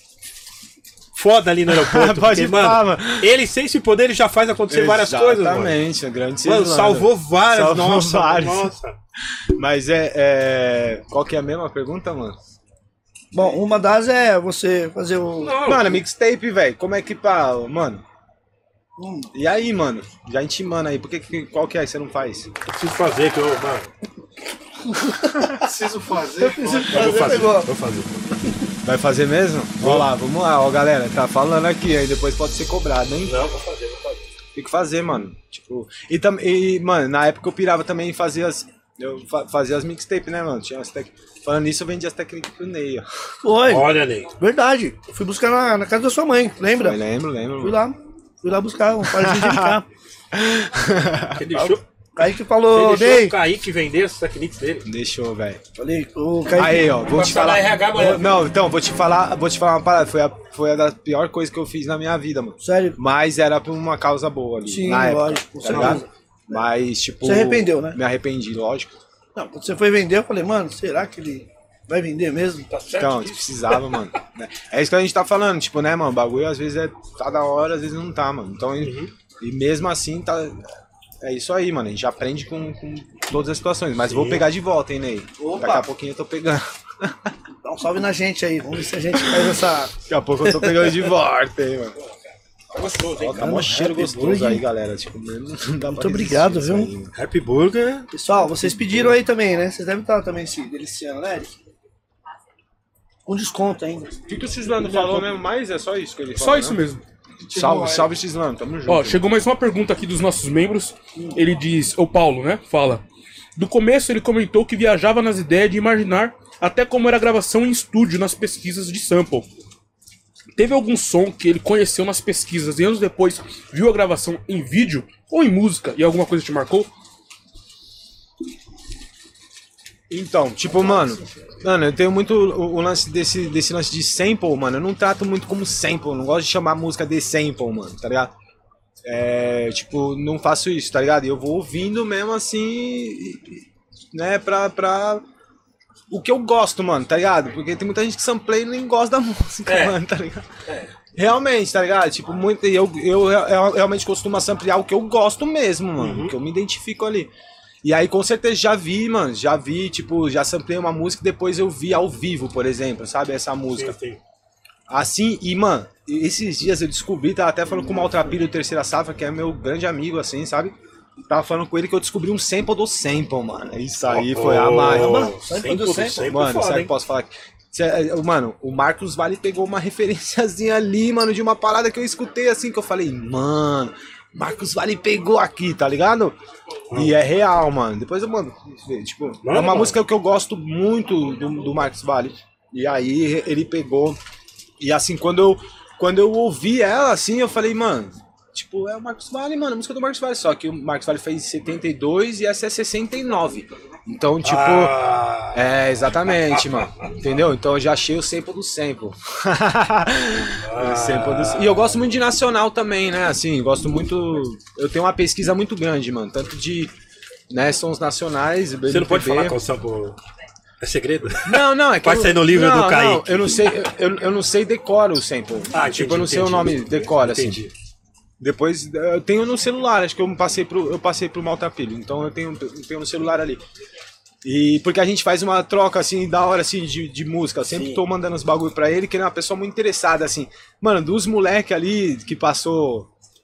foda ali no aeroporto. Pode porque, falar, mano, mano. ele sem esse poder, ele já faz acontecer várias coisas, mano. Exatamente, o grande Mano, Cislando. salvou várias, Salvou nossa, várias. nossa. Mas é, é... Qual que é a mesma pergunta, mano? Bom, uma das é você fazer o... Não, Mano, mixtape, velho, como é que pá, mano? E aí, mano? Já intimando aí, por que, que- qual que é que você não faz? eu preciso fazer, que eu, mano, Preciso fazer. Preciso eu vou fazer, fazer, pegou. vou fazer. Vai fazer mesmo? Vamos lá, vamos lá, ó, galera, tá falando aqui, aí depois pode ser cobrado, hein? Não, vou fazer, vou fazer. Tem que fazer, mano. Tipo, e, tam, e mano, na época eu pirava também em fazer as. Eu fa fazia as mixtapes, né, mano? Tinha as tec... Falando nisso, eu vendia as técnicas pro Ney, ó. Foi, Olha, Ney. verdade. Eu fui buscar na, na casa da sua mãe, lembra? Eu lembro, lembro. Fui Mano. lá, fui lá buscar um par de M K. Você deixou, Kaique falou, você deixou Ney. o Kaique vender as técnicas dele. Deixou, velho. Falei, o Kaique... Aí, ó, vou te Passar na falar. R H amanhã. Não, então, vou te falar, vou te falar uma parada. Foi a, foi a da pior coisa que eu fiz na minha vida, mano. Sério? Mas era por uma causa boa ali. Sim, na época, lógico, com tá ligado? certeza. Mas, tipo. Você arrependeu, né? Me arrependi, lógico. Não, quando você foi vender, eu falei, mano, será que ele vai vender mesmo? Tá certo? Então, a gente precisava, mano. né? É isso que a gente tá falando, tipo, né, mano? O bagulho às vezes é tá da hora, às vezes não tá, mano. Então, e, e mesmo assim, tá. É isso aí, mano. A gente aprende com, com todas as situações. Mas vou pegar de volta, hein, Ney? Opa. Daqui a pouquinho eu tô pegando. Dá um salve na gente aí, vamos ver se a gente faz essa... Daqui a pouco eu tô pegando de volta, hein, mano. Tá gostoso, hein? Ó, tá mó cheiro Happy gostoso Burger. aí, galera. Tipo, mesmo não dá Muito pra resistir obrigado, isso viu? aí, mano. Happy Burger. Pessoal, vocês pediram aí também, né? Vocês devem estar também se deliciando, né, Eric? Com desconto ainda. O que, que o Cislano falou mesmo? Mas é só isso que ele falou. Só isso mesmo. Salve, salve, X-Lan, tamo junto. Ó, chegou mais uma pergunta aqui dos nossos membros. Ele diz, o Paulo, né? Fala. Do começo ele comentou que viajava nas ideias de imaginar até como era a gravação em estúdio nas pesquisas de sample. Teve algum som que ele conheceu nas pesquisas e anos depois viu a gravação em vídeo ou em música e alguma coisa te marcou? Então, tipo, mano, mano, eu tenho muito o, o lance desse, desse lance de sample, mano. Eu não trato muito como sample, não gosto de chamar a música de sample, mano, tá ligado? É, tipo, não faço isso, tá ligado? Eu vou ouvindo mesmo assim, né, pra, pra o que eu gosto, mano, tá ligado? Porque tem muita gente que sampleia e nem gosta da música, é. mano, tá ligado? É. Realmente, tá ligado? Tipo, muito, eu, eu, eu realmente costumo samplear o que eu gosto mesmo, mano, uhum. que eu me identifico ali. E aí, com certeza, já vi, mano, já vi, tipo, já samplei uma música e depois eu vi ao vivo, por exemplo, sabe, essa música. Sim, sim. Assim, e, mano, esses dias eu descobri, tava até falando com o Maltrapilho do Terceira Safra, que é meu grande amigo, assim, sabe? Tava falando com ele que eu descobri um sample do sample, mano. Isso aí oh, foi a mais. Oh, sample do sample, sample mano, foda, sabe hein? que posso falar aqui? Mano, o Marcos Vale pegou uma referenciazinha ali, mano, de uma parada que eu escutei assim, que eu falei, mano, Marcos Vale pegou aqui, tá ligado? E é real, mano. Depois eu mando. Tipo, mano, é uma mano. música que eu gosto muito do, do Marcos Vale. E aí ele pegou. E assim, quando eu, quando eu ouvi ela, assim, eu falei, mano, tipo, é o Marcos Vale, mano, a música do Marcos Vale. Só que o Marcos Vale fez setenta e dois e essa é sessenta e nove. Então, tipo, ah. é, exatamente, mano. Entendeu? Então eu já achei o sample do sample. ah. sample do... E eu gosto muito de nacional também, né? Assim, gosto muito. Eu tenho uma pesquisa muito grande, mano. Tanto de, né, sons nacionais. Você não pode falar qual sample. É segredo? Não, não, é que. Pode sair no livro não, do Kaique. Não, eu não sei, eu, eu não sei decora o sample. Ah, tipo, entendi, eu não sei entendi, o nome, decora, entendi. assim. Depois, eu tenho no celular, acho que eu passei pro, eu passei pro Maltrapilho, então eu tenho, eu tenho no celular ali. E porque a gente faz uma troca, assim, da hora, assim, de, de música. Eu sempre Sim. tô mandando os bagulho pra ele, que ele é uma pessoa muito interessada, assim. Mano, dos moleques ali que passou,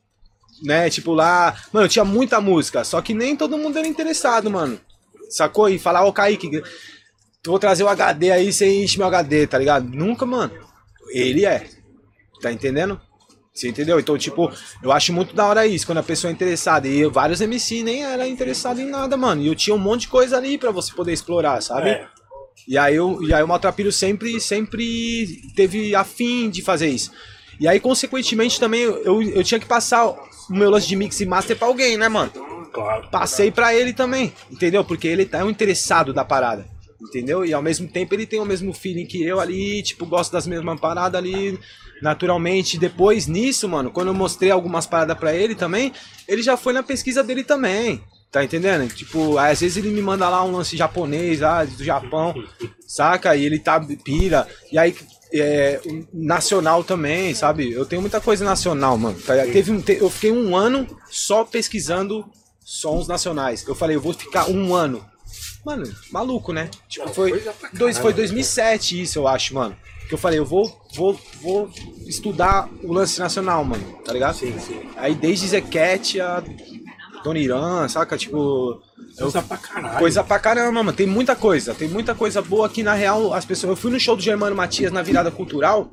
né, tipo lá... Mano, tinha muita música, só que nem todo mundo era interessado, mano. Sacou? E falar, ô Kaique, vou trazer o H D aí, você enche meu H D, tá ligado? Nunca, mano. Ele é. Tá entendendo? Você entendeu? Então, tipo, eu acho muito da hora isso, quando a pessoa é interessada. E eu, vários M C nem era interessado em nada, mano. E eu tinha um monte de coisa ali pra você poder explorar, sabe? É. E aí, eu, e aí o Maltrapilho sempre, sempre teve afim de fazer isso. E aí, consequentemente, também, eu, eu tinha que passar o meu lance de mix e master pra alguém, né, mano? Claro. Passei pra ele também, entendeu? Porque ele tá um interessado da parada, entendeu? E ao mesmo tempo ele tem o mesmo feeling que eu ali, tipo, gosto das mesmas paradas ali... Naturalmente, depois nisso, mano, quando eu mostrei algumas paradas pra ele também, ele já foi na pesquisa dele também, tá entendendo? Tipo, às vezes ele me manda lá um lance japonês, lá do Japão, saca? E ele tá pira, e aí, é, nacional também, sabe? Eu tenho muita coisa nacional, mano. Teve um, eu fiquei um ano só pesquisando sons nacionais. Eu falei, eu vou ficar um ano. Mano, maluco, né? Tipo, foi, dois, foi dois mil e sete isso, eu acho, mano. Que eu falei, eu vou, vou, vou estudar o lance nacional, mano, tá ligado? Sim, sim. Aí desde Zequete a Dona Irã, saca? Tipo... Coisa eu, pra caralho. Coisa pra caramba, mano. Tem muita coisa. Tem muita coisa boa aqui, na real, as pessoas... Eu fui no show do Germano Matias na virada cultural.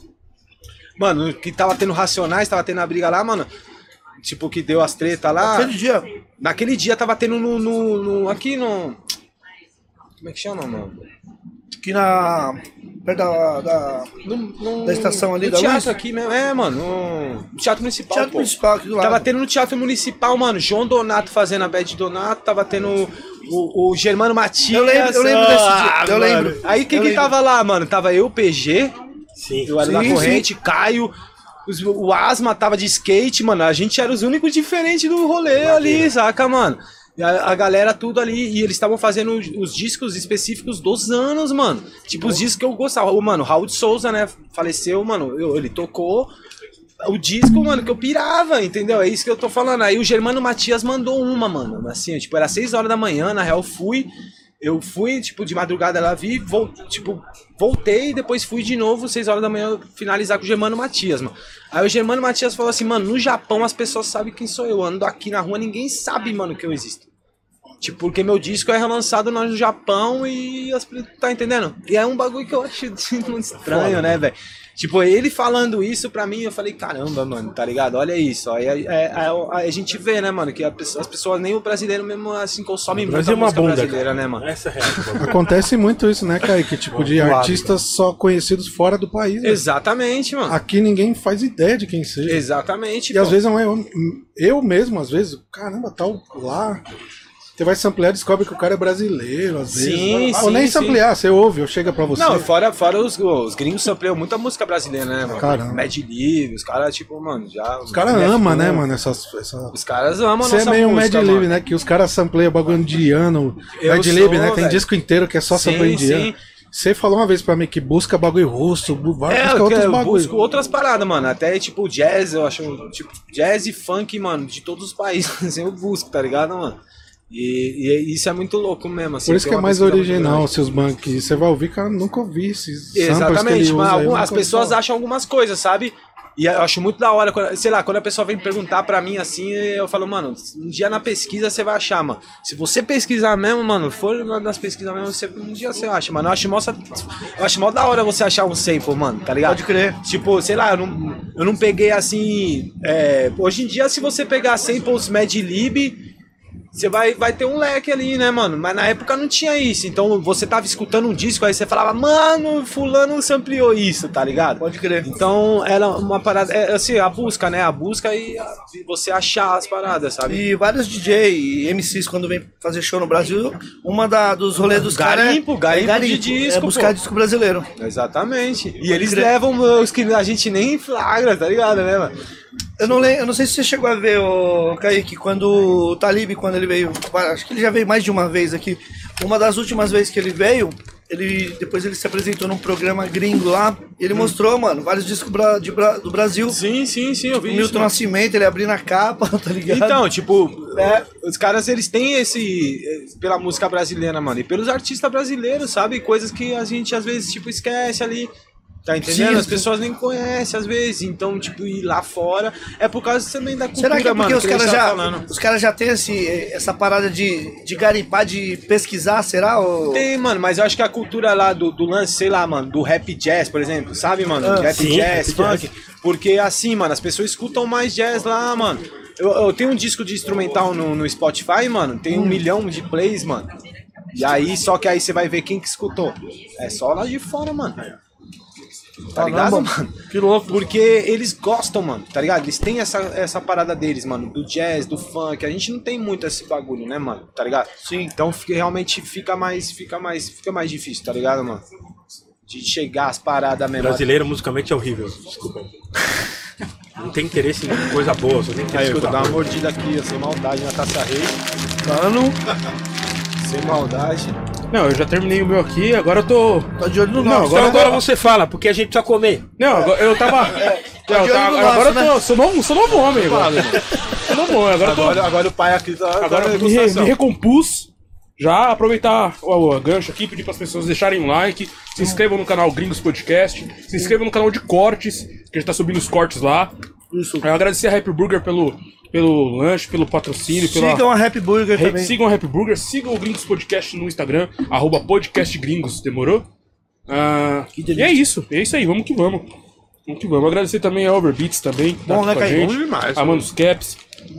Mano, que tava tendo Racionais, tava tendo a briga lá, mano. Tipo, que deu as tretas lá. Naquele dia. Naquele dia tava tendo no... no, no aqui no... Como é que chama, mano? Aqui na... Perto da, da, no, no, da estação ali no da teatro luz. aqui mesmo, é, mano, no, no Teatro Municipal, Teatro pô. Municipal aqui do lado. Tava tendo no Teatro Municipal, mano, João Donato fazendo a Bad Donato, tava tendo o, o Germano Matias. Eu lembro, eu lembro desse dia, eu mano. lembro. Aí quem eu que lembro. tava lá, mano? Tava eu, P G, sim, eu era sim, da sim. corrente, Caio, os, o Asma tava de skate, mano, a gente era os únicos diferentes do rolê ali, saca, mano? E a, a galera tudo ali, e eles estavam fazendo os, os discos específicos dos anos, mano. Tipo, os discos que eu gostava. O, mano, Raul de Souza, né, faleceu, mano, eu, ele tocou o disco, mano, que eu pirava, entendeu? É isso que eu tô falando. Aí o Germano Matias mandou uma, mano, assim, tipo, era seis horas da manhã, na real, fui... Eu fui, tipo, de madrugada lá, vi, vol, tipo, voltei e depois fui de novo, seis horas da manhã, finalizar com o Germano Matias, mano. Aí o Germano Matias falou assim, mano, no Japão as pessoas sabem quem sou eu, ando aqui na rua, ninguém sabe, mano, que eu existo. Tipo, porque meu disco é relançado no Japão e as tá entendendo? E é um bagulho que eu acho muito estranho, né, velho? Tipo, ele falando isso pra mim, eu falei, caramba, mano, tá ligado? Olha isso. Aí é, é, é, a gente vê, né, mano, que a, as pessoas, nem o brasileiro mesmo, assim, consomem muito a música bunda, brasileira, cara. né, mano? Essa é a real. Acontece muito isso, né, Kaique? Tipo, de Claro, artistas só conhecidos fora do país. Né? Exatamente, mano. Aqui ninguém faz ideia de quem seja. Exatamente, E pô. às vezes não é eu, eu mesmo, às vezes, caramba, tal lá. Você vai samplear e descobre que o cara é brasileiro, às vezes. Sim, Ou sim, nem sim. samplear, você ouve, ou chega pra você. Não, fora, fora os, os gringos sampleiam muita música brasileira, né, mano? Caramba. Mad Lib, os caras, tipo, mano, já... Os caras amam, né, mano, essas... Essa... Os caras amam a Você é nossa meio música, Mad mano. Lib, né? Que os caras sampleiam bagulho indiano. Eu Mad sou, Lib, né? Tem velho. disco inteiro que é só Sim, sample indiano. sim. Você falou uma vez pra mim que busca bagulho russo, bu- vai É, buscar eu, outros eu bagulho. busco outras paradas, mano. Até, tipo, jazz, eu acho, tipo, jazz e funk, mano, de todos os países, eu busco, tá ligado, mano? E, e isso é muito louco mesmo, assim. Por isso tem que é uma mais pesquisa muito original, grande. seus bancos. Você vai ouvir, cara, nunca ouvi esses samples que ele Exatamente, usa mas aí, eu algum- as nunca ouvi pessoas falar. acham algumas coisas, sabe? E eu acho muito da hora, quando- sei lá, quando a pessoa vem perguntar pra mim assim, eu falo, mano, um dia na pesquisa você vai achar, mano. Se você pesquisar mesmo, mano, for nas pesquisas mesmo, você, um dia você acha, mano. Eu acho mó, sa- eu acho mó da hora você achar um sample, mano, tá ligado? Pode crer. Tipo, sei lá, eu não, eu não peguei assim. é, hoje em dia, se você pegar samples Mad Lib, você vai, vai ter um leque ali, né, mano? Mas na época não tinha isso. Então você tava escutando um disco, aí você falava, mano, fulano sampleou isso, tá ligado? Pode crer. Então era uma parada, é, assim, a busca, né? A busca e, a- e você achar as paradas, sabe? E vários D J e M Cs, quando vem fazer show no Brasil, uma da, dos rolês dos caras é, Garimpo, garimpo de disco, é buscar pô. disco brasileiro. Exatamente. E eles crer. levam os que a gente nem flagra, tá ligado, né, mano? Eu não, lembro, eu não sei se você chegou a ver, o Kaique, quando o Talib, quando ele veio, acho que ele já veio mais de uma vez aqui, uma das últimas vezes que ele veio, ele, depois ele se apresentou num programa gringo lá, e ele mostrou, mano, vários discos bra- de bra- do Brasil, Sim, sim, sim, eu vi o isso. Milton mano. Nascimento, ele abrindo a capa, tá ligado? Então, tipo, é, os caras, eles têm esse... eh, pela música brasileira, mano, e pelos artistas brasileiros, sabe? Coisas que a gente, às vezes, tipo, esquece ali. Tá entendendo? Sim, As pessoas nem conhecem, às vezes. Então, tipo, ir lá fora é por causa também da cultura, Será que é porque mano, os que eles caras tavam já, falando. os caras já têm esse, essa parada de, de garimpar, de pesquisar, será? Ou... Tem, mano, mas eu acho que a cultura lá do, do lance, sei lá, mano, do rap jazz, por exemplo, sabe, mano? Ah, rap sim, jazz, rap funk. Porque assim, mano, as pessoas escutam mais jazz lá, mano. Eu, eu tenho um disco de instrumental no, no Spotify, mano, tem um milhão de plays, mano. E aí, só que aí você vai ver quem que escutou. É só lá de fora, mano. Tá ligado, Caramba, mano? que louco. Porque eles gostam, mano, tá ligado? Eles têm essa, essa parada deles, mano, do jazz, do funk. A gente não tem muito esse bagulho, né, mano? Tá ligado? Sim. Então fica- realmente fica mais, fica mais, fica mais difícil, tá ligado, mano? De chegar às paradas mesmo. Brasileiro musicalmente é horrível. Desculpa. Não tem interesse em coisa boa, só tem Aí interesse eu em vou coisa dar uma boa. mordida aqui, ó, sem maldade na Taça Rei. Mano, Sem maldade. Não, eu já terminei o meu aqui, agora eu tô. tá de olho no Não, nosso. Então agora- agora você fala, porque a gente precisa comer. Não, agora eu tava. Não, de olho tá- no agora nosso, eu tô. Sou novo, sou novo homem agora. Sou novo homem, agora eu tô. Agora, agora o pai aqui tá. Agora tá eu me, re- me recompus. Já aproveitar o, o gancho aqui, pedir para as pessoas deixarem um like, se inscrevam no canal Gringos Podcast, se inscrevam no canal de cortes, que a gente tá subindo os cortes lá. Isso. Eu agradecer a Happy Burger pelo, pelo lanche, pelo patrocínio, pela. Sigam a Happy Burger Re- também. Sigam a Happy Burger, sigam o Gringos Podcast no Instagram, arroba podcastgringos, demorou? Ah, Que e delícia. é isso, é isso aí, vamos que vamos. Vamos que vamos. Agradecer também a Overbeats também, que tá Bom, aqui né, com a Caio? gente. Bom demais, A Manos Caps.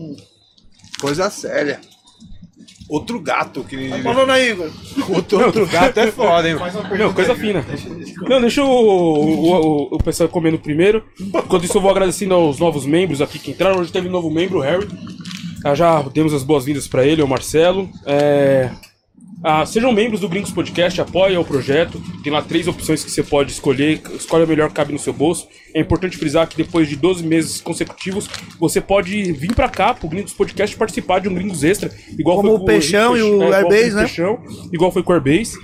Coisa séria. Outro gato que. Falando aí, Igor. Outro, outro gato é foda, hein, mano. Não, coisa fina. Não, deixa o, o, o, o pessoal comendo primeiro. Enquanto isso, eu vou agradecendo aos novos membros aqui que entraram. Hoje teve um novo membro, o Harry. Ah, já demos as boas-vindas para ele, o Marcelo. É... Ah, sejam membros do Gringos Podcast, apoiem o projeto. Tem lá três opções que você pode escolher. Escolhe a melhor que cabe no seu bolso. É importante frisar que depois de doze meses consecutivos, você pode vir pra cá, pro Gringos Podcast, participar de um Gringos Extra. Igual Como foi o com Peixão e o igual Airbase, foi com o né? Peixão, igual foi com o Airbase.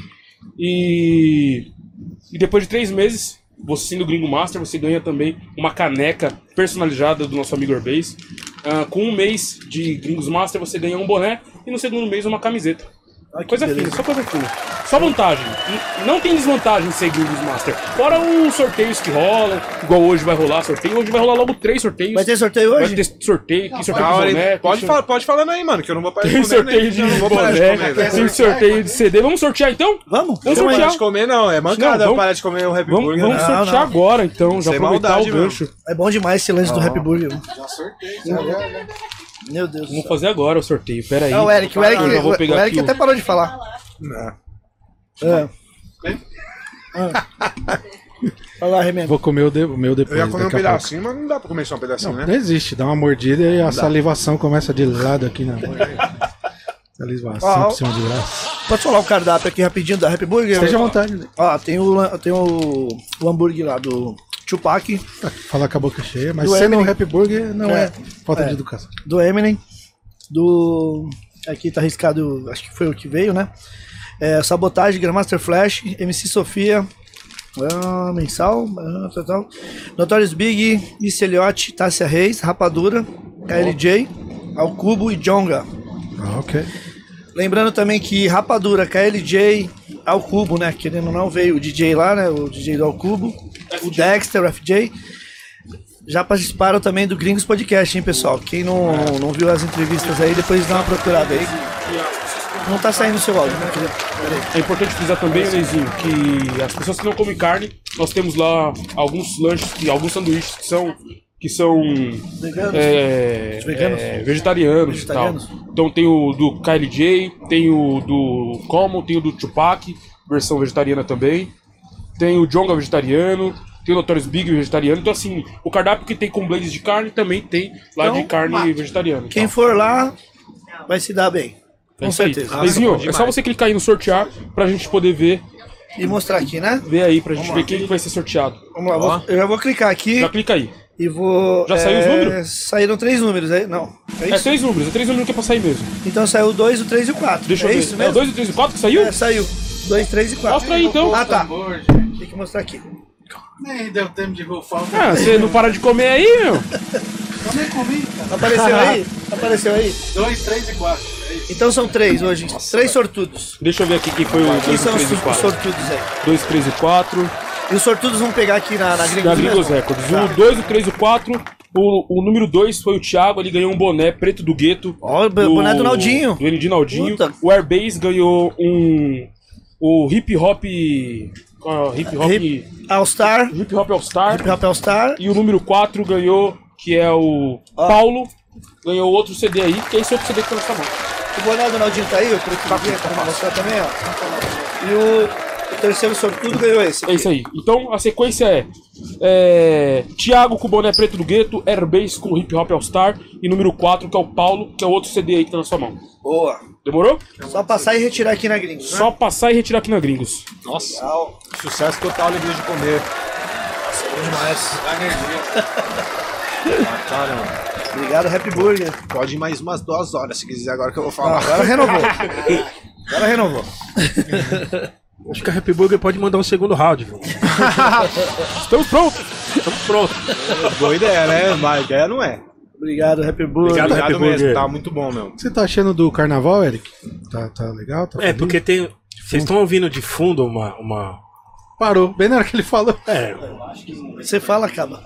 E... e depois de três meses, você sendo Gringo Master, você ganha também uma caneca personalizada do nosso amigo Airbase. Ah, com um mês de Gringos Master, você ganha um boné e no segundo mês uma camiseta. Olha que Coisa beleza. fina, só coisa fina. Só vantagem. E não tem desvantagem em ser Gringos Master. Fora os sorteios que rolam, igual hoje vai rolar sorteio. Hoje vai rolar logo três sorteios. Vai ter sorteio Vai hoje? ter sorteio, tem sorteio Da de hora, hein? boné. pode, tem falar, pode falando aí, mano, que eu não vou parar de Tem comer. sorteio né? de Eu não vou parar de boné, comer, velho. tem sorteio de C D. Vamos sortear então? Vamos? Vamos Eu não sortear. parar de comer, não. É mancada Não, eu vamos- parar de comer o Happy Vamos, Burger. vamos né? Não, sortear não. agora então, já Sem aproveitar maldade o mesmo. gancho. É bom demais esse lance do Happy Burger. Já sorteio, já, já, já. Meu Deus do Vamos céu. fazer agora o sorteio, pera aí. É o Eric, o Eric, Eu já vou o, pegar o Eric aqui até parou de falar. Não. É. Ah. Olha lá, Remendo. Vou comer o, de, o meu depois. Eu ia comer um daqui a pouco. pedacinho, mas não dá pra comer só um pedacinho, Não, né? não existe, dá uma mordida e a salivação começa de lado aqui na. Salivação Ó, por cima de braço. Pode falar o cardápio aqui rapidinho da Happy Burger? Esteja à vontade, né? Ó, tem o, lan- tem o, o hambúrguer lá do Tupac, Falar com a boca cheia, mas Do sendo um Eminem. Happy Burger não é, É. falta É. de educação. do Eminem, do... Aqui tá arriscado, acho que foi o que veio, né? É, Sabotagem, Grandmaster Flash, M C Sofia, ah, Mensal, ah, tal, tal. Notorious Big, Missy Elliott, Tássia Reis, Rapadura, K L J, Ao Cubo e Jonga. Ah, ok. Lembrando também que Rapadura, K L J, Ao Cubo, né? Querendo ou não, veio o D J lá, né? O D J do Ao Cubo, o Dexter, o F J. Já participaram também do Gringos Podcast, hein, pessoal? Quem não, não viu as entrevistas aí, depois dá uma procurada aí. Não tá saindo o seu áudio, né? Peraí. É importante frisar também, Leizinho, que as pessoas que não comem carne, nós temos lá alguns lanches, e alguns sanduíches que são, que são Veganos. é, Veganos? é, vegetarianos, Vegetarianos. e tal. Então tem o do K L J, tem o do Common, tem o do Tupac, versão vegetariana também. Tem o Jonga vegetariano, tem o Notorious Big vegetariano. Então assim, o cardápio que tem com blends de carne também tem lá Então, de carne mate. vegetariana. Quem Então, for lá vai se dar bem. é Com isso aí. certeza. Leizinho, Nossa, é só demais. você clicar aí no sortear pra gente poder ver, E mostrar aqui, né? ver aí, pra gente Vamos ver lá. quem que vai ser sorteado. Vamos lá, vou- eu já vou clicar aqui Já clica aí. e vou. Já saiu os números? Saíram três números aí? Não. É É isso? três números, é três números que é pra sair mesmo. Então saiu o dois, o três e o quatro. Deixa é eu ver. isso É o mesmo? dois, o três e o quatro que saiu? É, saiu. dois, três e quatro. Mostra aí então. Ah, tá. Tem que mostrar aqui. Nem deu tempo de rufar o Ah, você não para de comer aí, meu? Eu nem comi, cara. Apareceu aí? Apareceu aí? Dois, três e quatro. É isso. Então são três hoje. três sortudos. Deixa eu ver aqui quem foi o Quem dois, são os três e os quatro. sortudos aí? dois, três e quatro. E os sortudos vão pegar aqui na, na Gringos Da Gringos mesmo? Records. Tá. O dois, o três e o quatro. O, o número dois foi o Thiago, ele ganhou um boné preto do gueto. Ó, o boné do Naldinho. Do N D Naldinho. Puta. O Airbase ganhou um. O hip hop. ah, hip hop. Hip- All Star. Hip Hop All Star. Hip Hop All Star. E o número quatro ganhou, que é o Ó. Paulo. Ganhou outro C D aí, que é esse outro C D que tá na sua mão. O boné do Naldinho tá aí, o preto do gueto, pra mostrar também, ó. E o, o terceiro sortudo ganhou esse. É isso aí. Então a sequência é, é Thiago com o boné preto do gueto, Airbase com o Hip Hop All Star e número quatro, que é o Paulo, que é o outro C D aí que tá na sua mão. Boa. Demorou? Só passar e retirar aqui na Gringos, né? Só passar e retirar aqui na Gringos. Nossa, Legal. sucesso total, alegria de comer. Bom demais. Ah, caramba. Obrigado, Happy Burger. Pode ir mais umas duas horas se quiser agora que eu vou Ó, falar. agora renovou. Agora renovou. Acho que a Happy Burger pode mandar um segundo round, viu? Estamos prontos! Estamos prontos. Boa ideia, né? Mas a ideia não é. Obrigado, Happy Burger. Obrigado, Obrigado Happy mesmo, Burger. tá muito bom, meu. O que você tá achando do carnaval, Eric? Tá, tá legal? Tá É, feliz? porque tem. Vocês estão ouvindo de fundo uma. uma... Parou, bem na hora que ele falou. É. Você fala, acaba.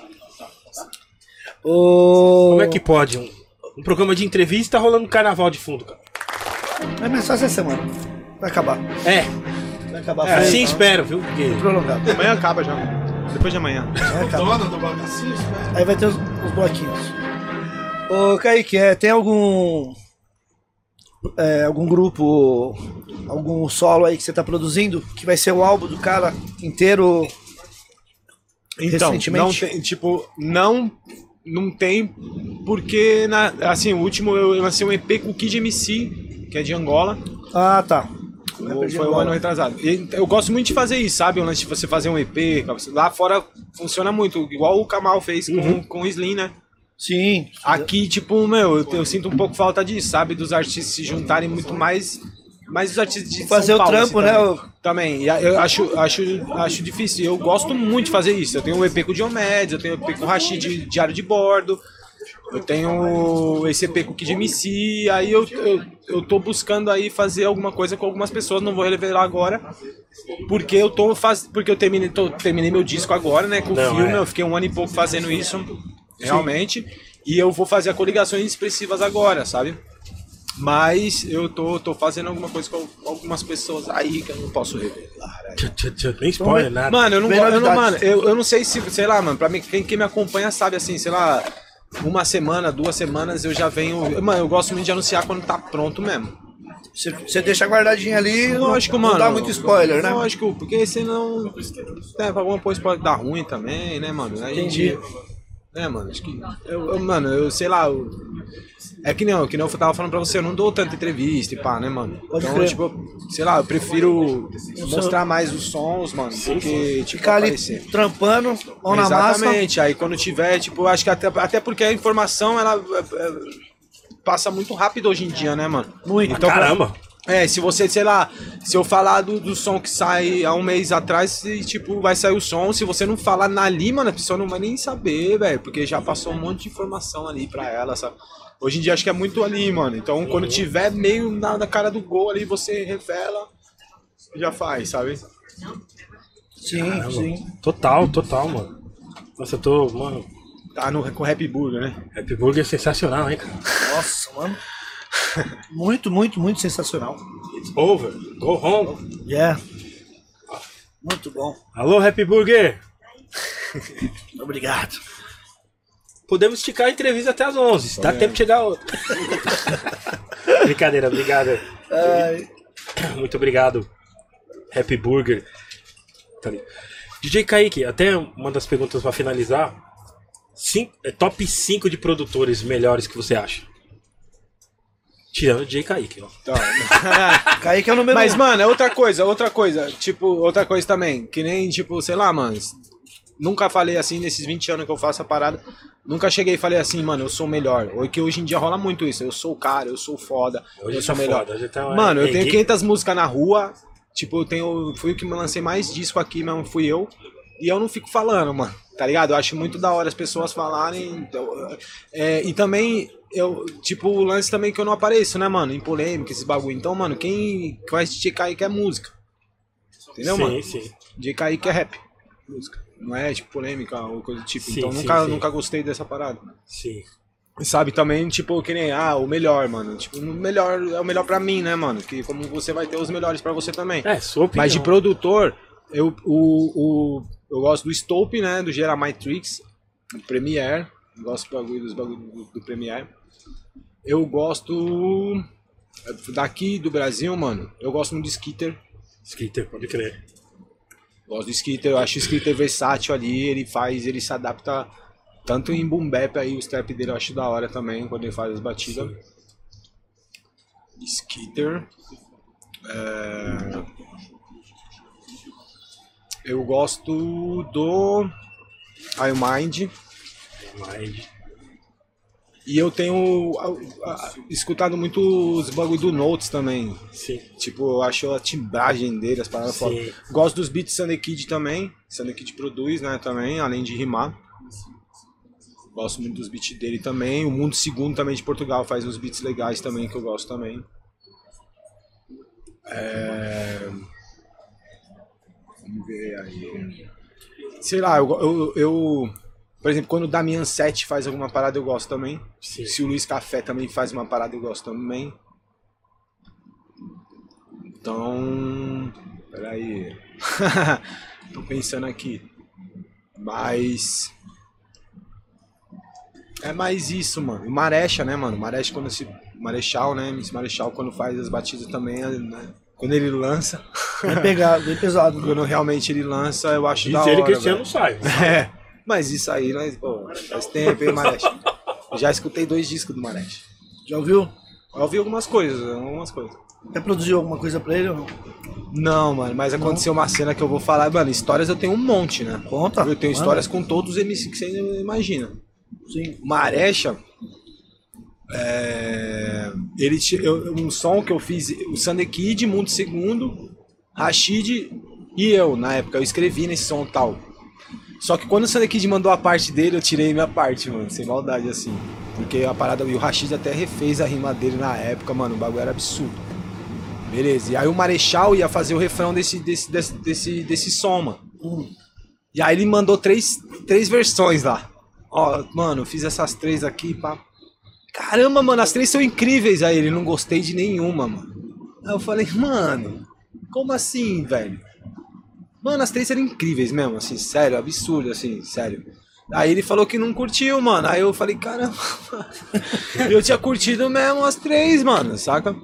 Ô... Como é que pode? Um, um programa de entrevista rolando um carnaval de fundo, cara. É mais só essa semana. Vai acabar. É, Vai acabar. é Foi assim espero, viu? Porque prolongado. Amanhã acaba já. Depois de amanhã. Vai acabar. Dono do bagacinho, né? Aí vai ter os, os bloquinhos. Ô, Kaique, é, tem algum. É, algum grupo, algum solo aí que você tá produzindo? Que vai ser o álbum do cara inteiro? Então, Recentemente? não tem, tipo, não, não tem, porque, na, assim, o último eu lancei um E P com o Kid M C, que é de Angola, Ah, tá. ou foi um ano retrasado. E eu gosto muito de fazer isso, sabe? O lance de você fazer um E P, lá fora funciona muito, igual o Kamal fez com, com o Slim, né? Sim. Aqui, tipo, meu, eu, eu sinto um pouco falta disso, sabe? Dos artistas se juntarem muito mais, mais os artistas de Fazer São o Paulo, trampo, assim, né? também. o- Também, e a- eu acho, acho, acho difícil. Eu gosto muito de fazer isso. Eu tenho um E P com o Diomedes, eu tenho um E P com o Rashid, Diário de Bordo. Eu tenho esse E P com o Kid M C, aí eu, eu, eu tô buscando aí fazer alguma coisa com algumas pessoas, não vou revelar agora, porque eu tô faz... porque eu terminei, tô, terminei meu disco agora, né, com o filme, é. eu fiquei um ano e pouco fazendo isso, realmente, Sim. e eu vou fazer a coligações expressivas agora, sabe? Mas eu tô, tô fazendo alguma coisa com algumas pessoas aí que eu não posso revelar. Nem spoiler, nada. Mano, eu não, eu não, mano eu, eu não sei se, sei lá, mano, pra mim, quem, quem me acompanha sabe, assim, sei lá, uma semana, duas semanas eu já venho. Mano, eu gosto muito de anunciar quando tá pronto mesmo. Você, você deixa guardadinho ali, lógico, não, mano, não dá muito spoiler, né? Lógico, porque senão. É, alguma coisa pode dar ruim também, né, mano? A Entendi. gente. É, mano, acho que. Eu, eu, mano, eu sei lá. Eu, é que não, que não eu tava falando pra você, eu não dou tanta entrevista e pá, né, mano? Pode então, crer. tipo, sei lá, eu prefiro mostrar mais os sons, mano, do que, tipo, ficar ali aparecer. trampando, ou na massa. Exatamente, aí quando tiver, tipo, acho que até, até porque a informação, ela é, é, passa muito rápido hoje em dia, né, mano? Muito. Então, Caramba! É, se você, sei lá, se eu falar do, do som que sai há um mês atrás, e, tipo, vai sair o som, se você não falar na ali, mano, a pessoa não vai nem saber, velho, porque já passou um monte de informação ali pra ela, sabe? Hoje em dia acho que é muito ali, mano, então quando tiver meio na, na cara do gol ali, você revela, já faz, sabe? Sim, Caramba. sim. Total, total, mano. Nossa, eu tô, mano... Tá no, com o Happy Burger, né? Happy Burger é sensacional, hein, cara? Nossa, mano. Muito, muito, muito sensacional. It's over. Go home. Yeah. Muito bom. Alô, Happy Burger. Obrigado. Podemos esticar a entrevista até as onze. Se dá tempo de chegar outra. Brincadeira, obrigado. Ai. Muito obrigado, Happy Burger. D J Kaique, até uma das perguntas pra finalizar. Cinco, é top cinco de produtores melhores que você acha? Tirando o D J Kaique, ó. Tá. Kaique é o número Mas, um. mano, é outra coisa, outra coisa. Tipo, outra coisa também. Que nem, tipo, sei lá, mano. Nunca falei assim nesses vinte anos que eu faço a parada. Nunca cheguei e falei assim, mano, eu sou o melhor. Ou que hoje em dia rola muito isso. Eu sou o cara, eu sou foda. Hoje eu sou tá o melhor. foda, hoje tá uma- Mano, eu é tenho gay. quinhentas músicas na rua. Tipo, eu tenho. Fui o que me lancei mais disco aqui mesmo, fui eu. E eu não fico falando, mano. Tá ligado? Eu acho muito da hora as pessoas falarem. Então, é, e também. Eu, tipo, o lance também que eu não apareço, né, mano? Em polêmica, esses bagulho. Então, mano, quem faz D J Kaique é música. Entendeu, sim, mano? sim. D J Kaique é rap. Música. Não é, tipo, polêmica ou coisa do tipo. Sim, então, sim, nunca, sim. nunca gostei dessa parada. Sim. E sabe, também, tipo, que nem, ah, o melhor, mano. Tipo, o melhor é o melhor pra mim, né, mano? Que como você vai ter os melhores pra você também. É, sua opinião. Mas de produtor, eu, o, o, eu gosto do Stope, né? Do Jeremitrix, do Premiere. Eu gosto do bagulho, dos bagulhos do, do Premiere. Eu gosto daqui do Brasil, mano. Eu gosto muito de Skitter. Skitter, pode crer. Gosto do Skitter, eu acho o Skitter versátil ali. Ele faz, ele se adapta tanto em boom bap aí, o step dele eu acho da hora também, quando ele faz as batidas. Skitter. É... Eu gosto do iMind. Mind. E eu tenho a, a, escutado muito os bagulho do Notes também. Sim. Tipo, eu acho a timbragem dele, as paradas Sim. foda. Gosto dos beats Sunday Kid também. Sunday Kid produz, né, também, além de rimar. Gosto muito dos beats dele também. O Mundo Segundo também de Portugal faz uns beats legais também, que eu gosto também. É... Vamos ver aí. Sei lá, eu... eu, eu... Por exemplo, quando o Damian sete faz alguma parada, eu gosto também. Sim. Se o Luiz Café também faz uma parada, eu gosto também. Então... Peraí. Tô pensando aqui. Mas... É mais isso, mano. O Marecha, né, mano? O Marecha quando se... Marechal, né? Esse Marechal quando faz as batidas também, né? Quando ele lança... Bem pegado, bem pesado. Quando realmente ele lança, eu acho Diz da hora, ele que esse velho. ano sai. É, mas isso aí, nós, pô, faz tempo, hein, Marech? Já escutei dois discos do Marech. Já ouviu? Eu ouvi algumas coisas, algumas coisas. Já produziu alguma coisa pra ele ou não? Não, mano, mas aconteceu uma cena que eu vou falar, mano, histórias eu tenho um monte, né? Conta. Eu tenho Manda. histórias com todos os M C que você imagina. Sim. Marecha, é, ele tinha eu- um som que eu fiz, o Sunday Kid, Mundo Segundo, Rashid e eu, na época, eu escrevi nesse som tal. Só que quando o Sunday Kid mandou a parte dele, eu tirei minha parte, mano, sem maldade, assim. Porque a parada, e o Rashid até refez a rima dele na época, mano, o bagulho era absurdo. Beleza, e aí o Marechal ia fazer o refrão desse, desse, desse, desse, desse som, mano. Hum. E aí ele mandou três, três versões lá. Ó, mano, eu fiz essas três aqui, pá. Caramba, mano, as três são incríveis. Aí ele, não gostei de nenhuma, mano. Aí eu falei, mano, como assim, velho? Mano, as três eram incríveis mesmo, assim, sério, absurdo, assim, sério. Aí ele falou que não curtiu, mano. Aí eu falei, caramba, eu tinha curtido mesmo as três, mano, saca?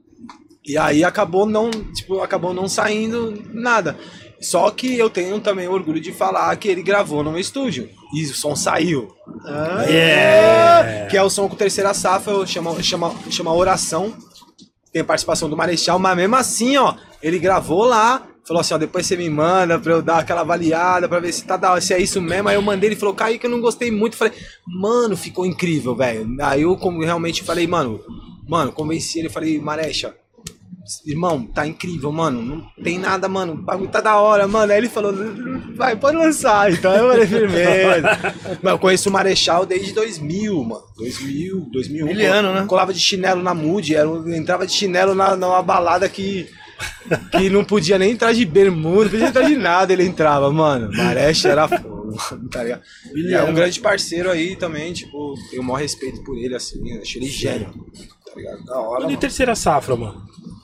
E aí acabou não, tipo, acabou não saindo nada. Só que eu tenho também orgulho de falar que ele gravou no meu estúdio. E o som saiu. Ah, yeah. Que é o som com Terceira Safra, chama, chama, chama Oração. Tem a participação do Marechal, mas mesmo assim, ó, ele gravou lá. Falou assim, ó, depois você me manda pra eu dar aquela avaliada, pra ver se, tá, se é isso mesmo. Aí eu mandei, ele falou, Kaique, eu não gostei muito. Falei, mano, ficou incrível, velho. Aí eu como realmente falei, mano, mano, convenci ele, falei, Marecha, irmão, tá incrível, mano, não tem nada, mano, o bagulho tá da hora, mano. Aí ele falou, vai, pode lançar. Então eu falei, firmeza. Mas eu conheço o Marechal desde dois mil, mano, dois mil, dois mil e um. Miliano, né? Colava de chinelo na Mood, era, entrava de chinelo na, numa balada que... que não podia nem entrar de bermuda, não podia entrar de nada, ele entrava, mano. Marechal era fogo, tá ligado? Ele é um grande parceiro aí também, tipo, tenho o maior respeito por ele, assim, achei ele gênio, tá ligado? Da hora. E Terceira Safra, mano?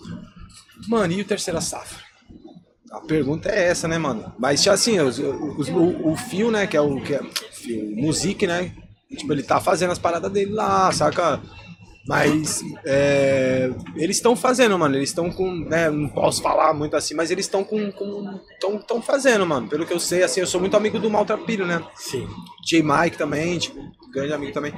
Mano, e o Terceira Safra? A pergunta é essa, né, mano? Mas, assim, os, os, o, o Fio, né, que é o, que é, o Music, né, tipo, ele tá fazendo as paradas dele lá, saca? Mas é, eles estão fazendo, mano. Eles estão com, né? Não posso falar muito assim, mas eles estão com, com tão, tão fazendo, mano. Pelo que eu sei, assim, eu sou muito amigo do Maltrapilho, né? Sim. J. Mike também, tipo, grande amigo também.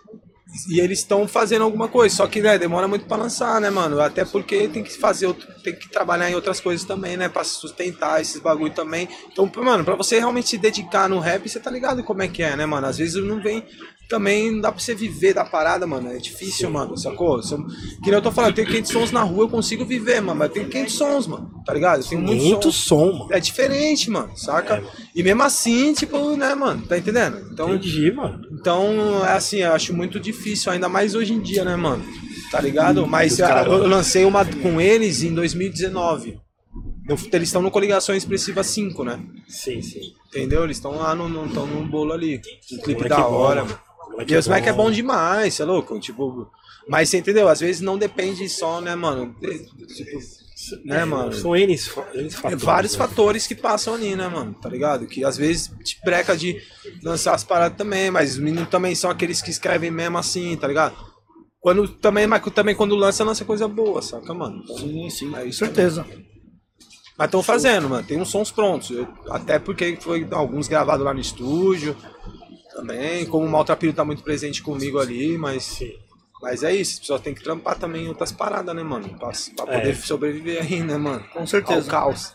E eles estão fazendo alguma coisa, só que, né, demora muito pra lançar, né, mano? Até porque tem que fazer, outro, tem que trabalhar em outras coisas também, né? Pra sustentar esses bagulho também. Então, mano, pra você realmente se dedicar no rap, você tá ligado como é que é, né, mano? Às vezes não vem... Também não dá pra você viver da parada, mano. É difícil, Sim. mano, sacou? Que nem eu tô falando, eu tenho quinhentos sons na rua, eu consigo viver, mano. Mas eu tenho quinhentos sons, mano, tá ligado? Eu tenho muitos Muito sons. som, mano. É diferente, mano, saca? É, e mesmo assim, tipo, né, mano, tá entendendo? Então, Entendi, mano. Então, é assim, eu acho muito difícil, ainda mais hoje em dia, né, mano? Tá ligado? Mas eu, eu lancei uma com eles em dois mil e dezenove. Eles estão no Coligação Expressiva cinco, né? Sim, sim. Entendeu? Eles estão lá no, no, tão no bolo ali. Um clipe Moleque da bom, hora, mano. mano. Moleque E os moleques é bom. bom demais, você é louco? Tipo, mas você entendeu? Às vezes não depende só, né, mano? Tipo, né, É, mano? São N fatores. É vários né? fatores que passam ali, né, mano? Tá ligado? Que às vezes te breca de lançar as paradas também, mas os meninos também são aqueles que escrevem mesmo assim, tá ligado? Quando também, mas também quando lança, lança coisa boa, saca, mano? Então, Sim, sim, é com isso certeza. também. Mas estão fazendo, mano. Tem uns sons prontos. Eu, até porque foi alguns gravados lá no estúdio. Também, como o Maltrapilho tá muito presente comigo ali, mas, Sim. mas é isso, as pessoas têm que trampar também em outras paradas, né, mano? Pra, pra poder É. sobreviver aí, né, mano? Com certeza. Ao caos.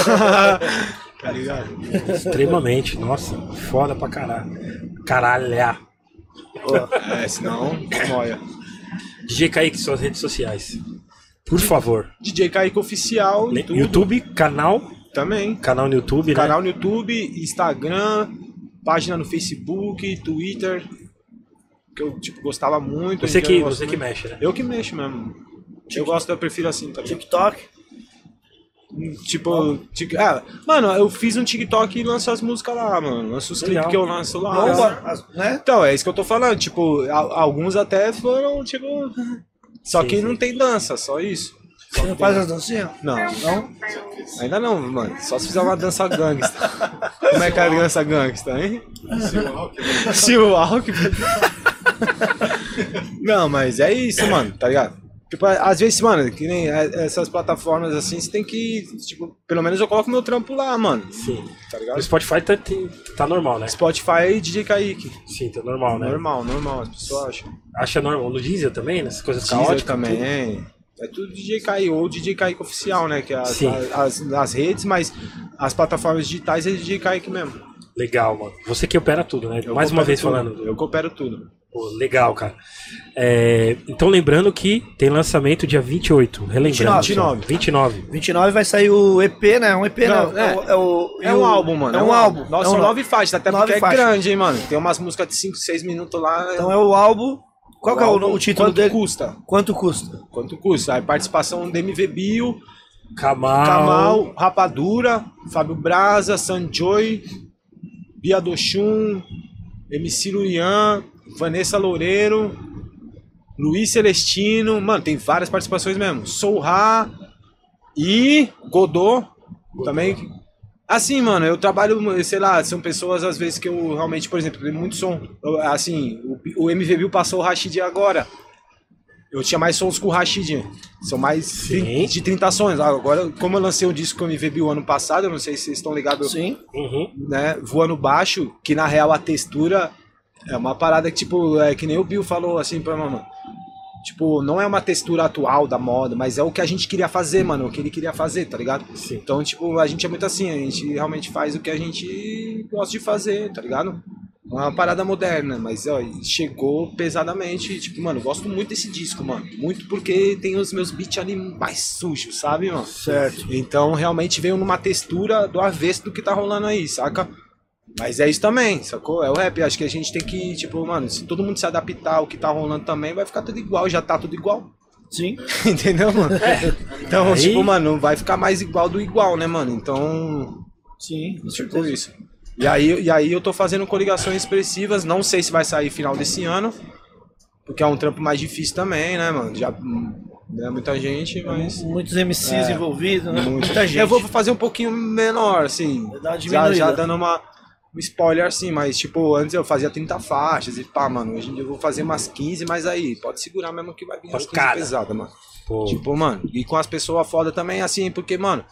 Tá ligado? Extremamente. Nossa, foda pra caralho. Caralha. É, senão, moia. D J Kaique, suas redes sociais. Por favor. D J Kaique Oficial, em tudo. YouTube, canal. Também. Canal no YouTube, Canal né? no YouTube, Instagram, página no Facebook, Twitter. Que eu, tipo, gostava muito. Você hoje em dia que, eu gosto você que muito. mexe, né? Eu que mexo mesmo. Eu gosto, eu prefiro assim, tá ligado? TikTok. Tipo, tic... ah, mano, eu fiz um TikTok e lanço as músicas lá, mano. Lanço os Legal. clipes que eu lanço lá. Bomba, as- né? Então, é isso que eu tô falando. Tipo, a- alguns até foram, tipo. Só Sim, que sim. não tem dança, só isso. Você não faz as dancinhas? Não, não. Ainda não, mano. Só se fizer uma dança gangsta. Como é que é a dança gangsta, hein? Steel Walk. Não, mas é isso, mano, tá ligado? Tipo, às vezes, mano, que nem essas plataformas assim, você tem que, tipo, pelo menos eu coloco meu trampo lá, mano. Sim. Tá ligado? O Spotify tá, tem- tá normal, né? Spotify e D J Kaique. Sim, tá normal, né? Normal, normal, as pessoas acham. Acha normal. No Diesel também, nessas coisas Deezer caóticas? também. É tudo D J Kaique, ou D J Kaique oficial, né? Que é as, Sim. as, as redes, mas as plataformas digitais é D J Kaique mesmo. Legal, mano. Você que opera tudo, né? Eu Mais uma coopero vez tudo. falando. Eu coopero tudo. Pô, legal, cara. É, então, lembrando que tem lançamento dia vinte e oito. Relembrando. vinte e nove. vinte e nove. vinte e nove vai sair o E P, né? Um E P, Não, né? é. o- é, o, É e um o- álbum, mano. É um álbum. Nossa, é um são nove faixas, até nove porque faixas. é grande, hein, mano. Tem umas músicas de cinco, seis minutos lá. Então é o álbum Qual que é o, o título Quanto dele? custa? Quanto custa? Quanto custa? Aí participação do M V Bio, Kamal. Kamal, Rapadura, Fábio Braza, Sanjoy, Bia Dochun, M C Lurian, Vanessa Loureiro, Luiz Celestino, mano, tem várias participações mesmo. Soulra e Godot também. Assim, mano, eu trabalho, sei lá, são pessoas às vezes que eu realmente, por exemplo, tem muito som. Eu, assim, o, o M V Bill passou o Rashid agora. Eu tinha mais sons com o Rashid. São mais Sim. de trinta sons. Agora, como eu lancei um disco com o M V Bill ano passado, eu não sei se vocês estão ligados, Sim. Uhum. né? Voando baixo, que na real a textura é uma parada que, tipo, é que nem o Bill falou assim pra mano. Tipo, não é uma textura atual da moda, mas é o que a gente queria fazer, mano. O que ele queria fazer, tá ligado? Sim. Então, tipo, a gente é muito assim, a gente realmente faz o que a gente gosta de fazer, tá ligado? É uma parada moderna, mas ó, chegou pesadamente. Tipo, mano, eu gosto muito desse disco, mano. Muito porque tem os meus beats ali mais sujos, sabe, mano? Certo. Então, realmente veio numa textura do avesso do que tá rolando aí, saca? Mas é isso também, sacou? É o rap. Acho que a gente tem que, tipo, mano, se todo mundo se adaptar ao que tá rolando também, vai ficar tudo igual. Já tá tudo igual. Sim. Entendeu, mano? Então, Aí- tipo, mano, não vai ficar mais igual do igual, né, mano? Então, Sim, com tipo certeza. isso. E aí, e aí eu tô fazendo coligações expressivas. Não sei se vai sair final desse ano, porque é um trampo mais difícil também, né, mano? Já é muita gente, mas... Muitos M Cs É. envolvidos, né? Muito. Muita gente. Eu vou fazer um pouquinho menor, assim. Dá uma Já, diminuída. já dando uma, um spoiler, assim, mas tipo, antes eu fazia trinta faixas e pá, mano. Hoje em dia eu vou fazer umas quinze, mas aí, pode segurar mesmo que vai vir as coisas Pancada. pesadas, mano. Pô. Tipo, mano, e com as pessoas foda também, assim, porque, mano,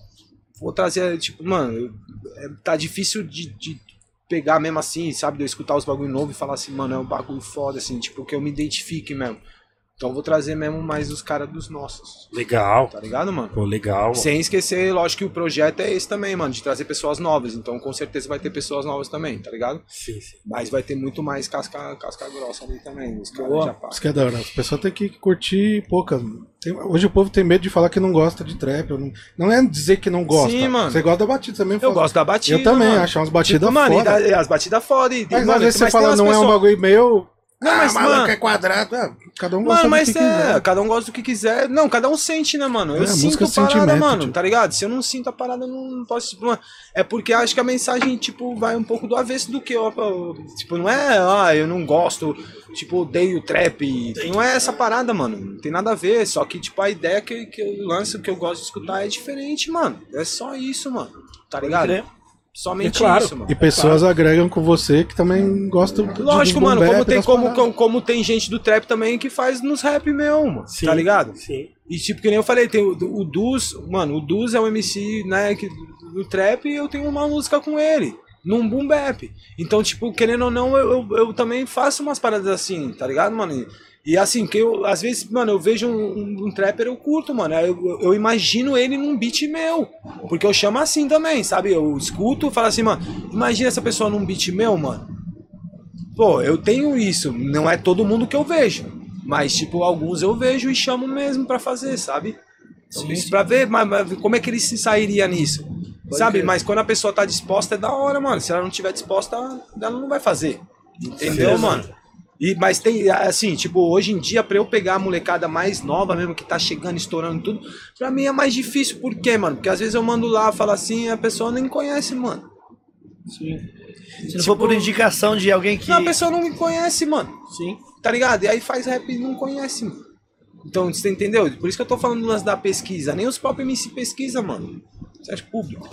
vou trazer, tipo, mano, eu- é, tá difícil de, de pegar mesmo assim, sabe? De eu escutar os bagulho novo e falar assim, mano, é um bagulho foda, assim, tipo, que eu me identifique mesmo. Então eu vou trazer mesmo mais os caras dos nossos, Legal. tá ligado, mano? Pô, legal. mano. Sem esquecer, lógico que o projeto é esse também, mano, de trazer pessoas novas. Então, com certeza vai ter pessoas novas também, tá ligado? Sim, sim. Mas vai ter muito mais casca, casca grossa ali também. Os caras Boa. já pá. Isso que é da hora. As pessoas têm que curtir poucas. Tem- hoje o povo tem medo de falar que não gosta de trap. Não, não é dizer que não gosta. Sim, mano. Você gosta da batida também. Eu fala- gosto da batida. Eu também, mano. acho umas batidas Tipo, mano, e foda. da- e as batidas foda. E, Mas mano, às vezes você mas fala, tem não umas é um pessoas- bagulho meio. Não, ah, mas, maluco mano- é quadrado. É, cada um gosta Mano, mas do que é, quiser. cada um gosta do que quiser. Não, cada um sente, né, mano? Eu É, sinto música a é parada, sentimento, mano, tipo. tá ligado? Se eu não sinto a parada, eu não posso. Tipo, mano, é porque acho que a mensagem, tipo, vai um pouco do avesso do que eu. eu- Tipo, não é, ah, eu não gosto, tipo, odeio trap. Não é essa parada, mano. Não tem nada a ver. Só que, tipo, a ideia que, que eu lanço, que eu gosto de escutar é diferente, mano. É só isso, mano. Tá ligado? crer. Somente É claro. isso, mano. E pessoas agregam com você que também gostam de Lógico, dos mano, boom como bap, tem, das como, paradas. como, como tem gente do trap também que faz nos rap mesmo, mano, Sim, tá ligado? Sim. E tipo, que nem eu falei, tem o, o Dus, mano, o Dus é um M C, né, que, do trap e eu tenho uma música com ele, num boom bap. Então, tipo, querendo ou não, eu, eu, eu também faço umas paradas assim, tá ligado, mano? E, e assim, que eu, às vezes, mano, eu vejo um, um, um trapper, eu curto, mano, eu, eu, eu imagino ele num beat meu, porque eu chamo assim também, sabe? Eu escuto e falo assim, mano, imagina essa pessoa num beat meu, mano. Pô, eu tenho isso, não é todo mundo que eu vejo, mas, tipo, alguns eu vejo e chamo mesmo pra fazer, sabe? Então, isso pra ver mas, mas como é que ele se sairia nisso, sabe? crer. Mas quando a pessoa tá disposta é da hora, mano. Se ela não tiver disposta, ela não vai fazer. Entendeu, Certeza. mano? E, mas tem, assim, tipo, hoje em dia, pra eu pegar a molecada mais nova mesmo, que tá chegando, estourando tudo, pra mim é mais difícil. Por quê, mano? Porque às vezes eu mando lá, falo assim, e a pessoa nem conhece, mano. Sim. Se não for por indicação de alguém que. Não, a pessoa não me conhece, mano. Sim. Tá ligado? E aí faz rap e não conhece, mano. Então, você entendeu? Por isso que eu tô falando do lance da pesquisa. Nem os próprios M C pesquisa, mano. Você acha público?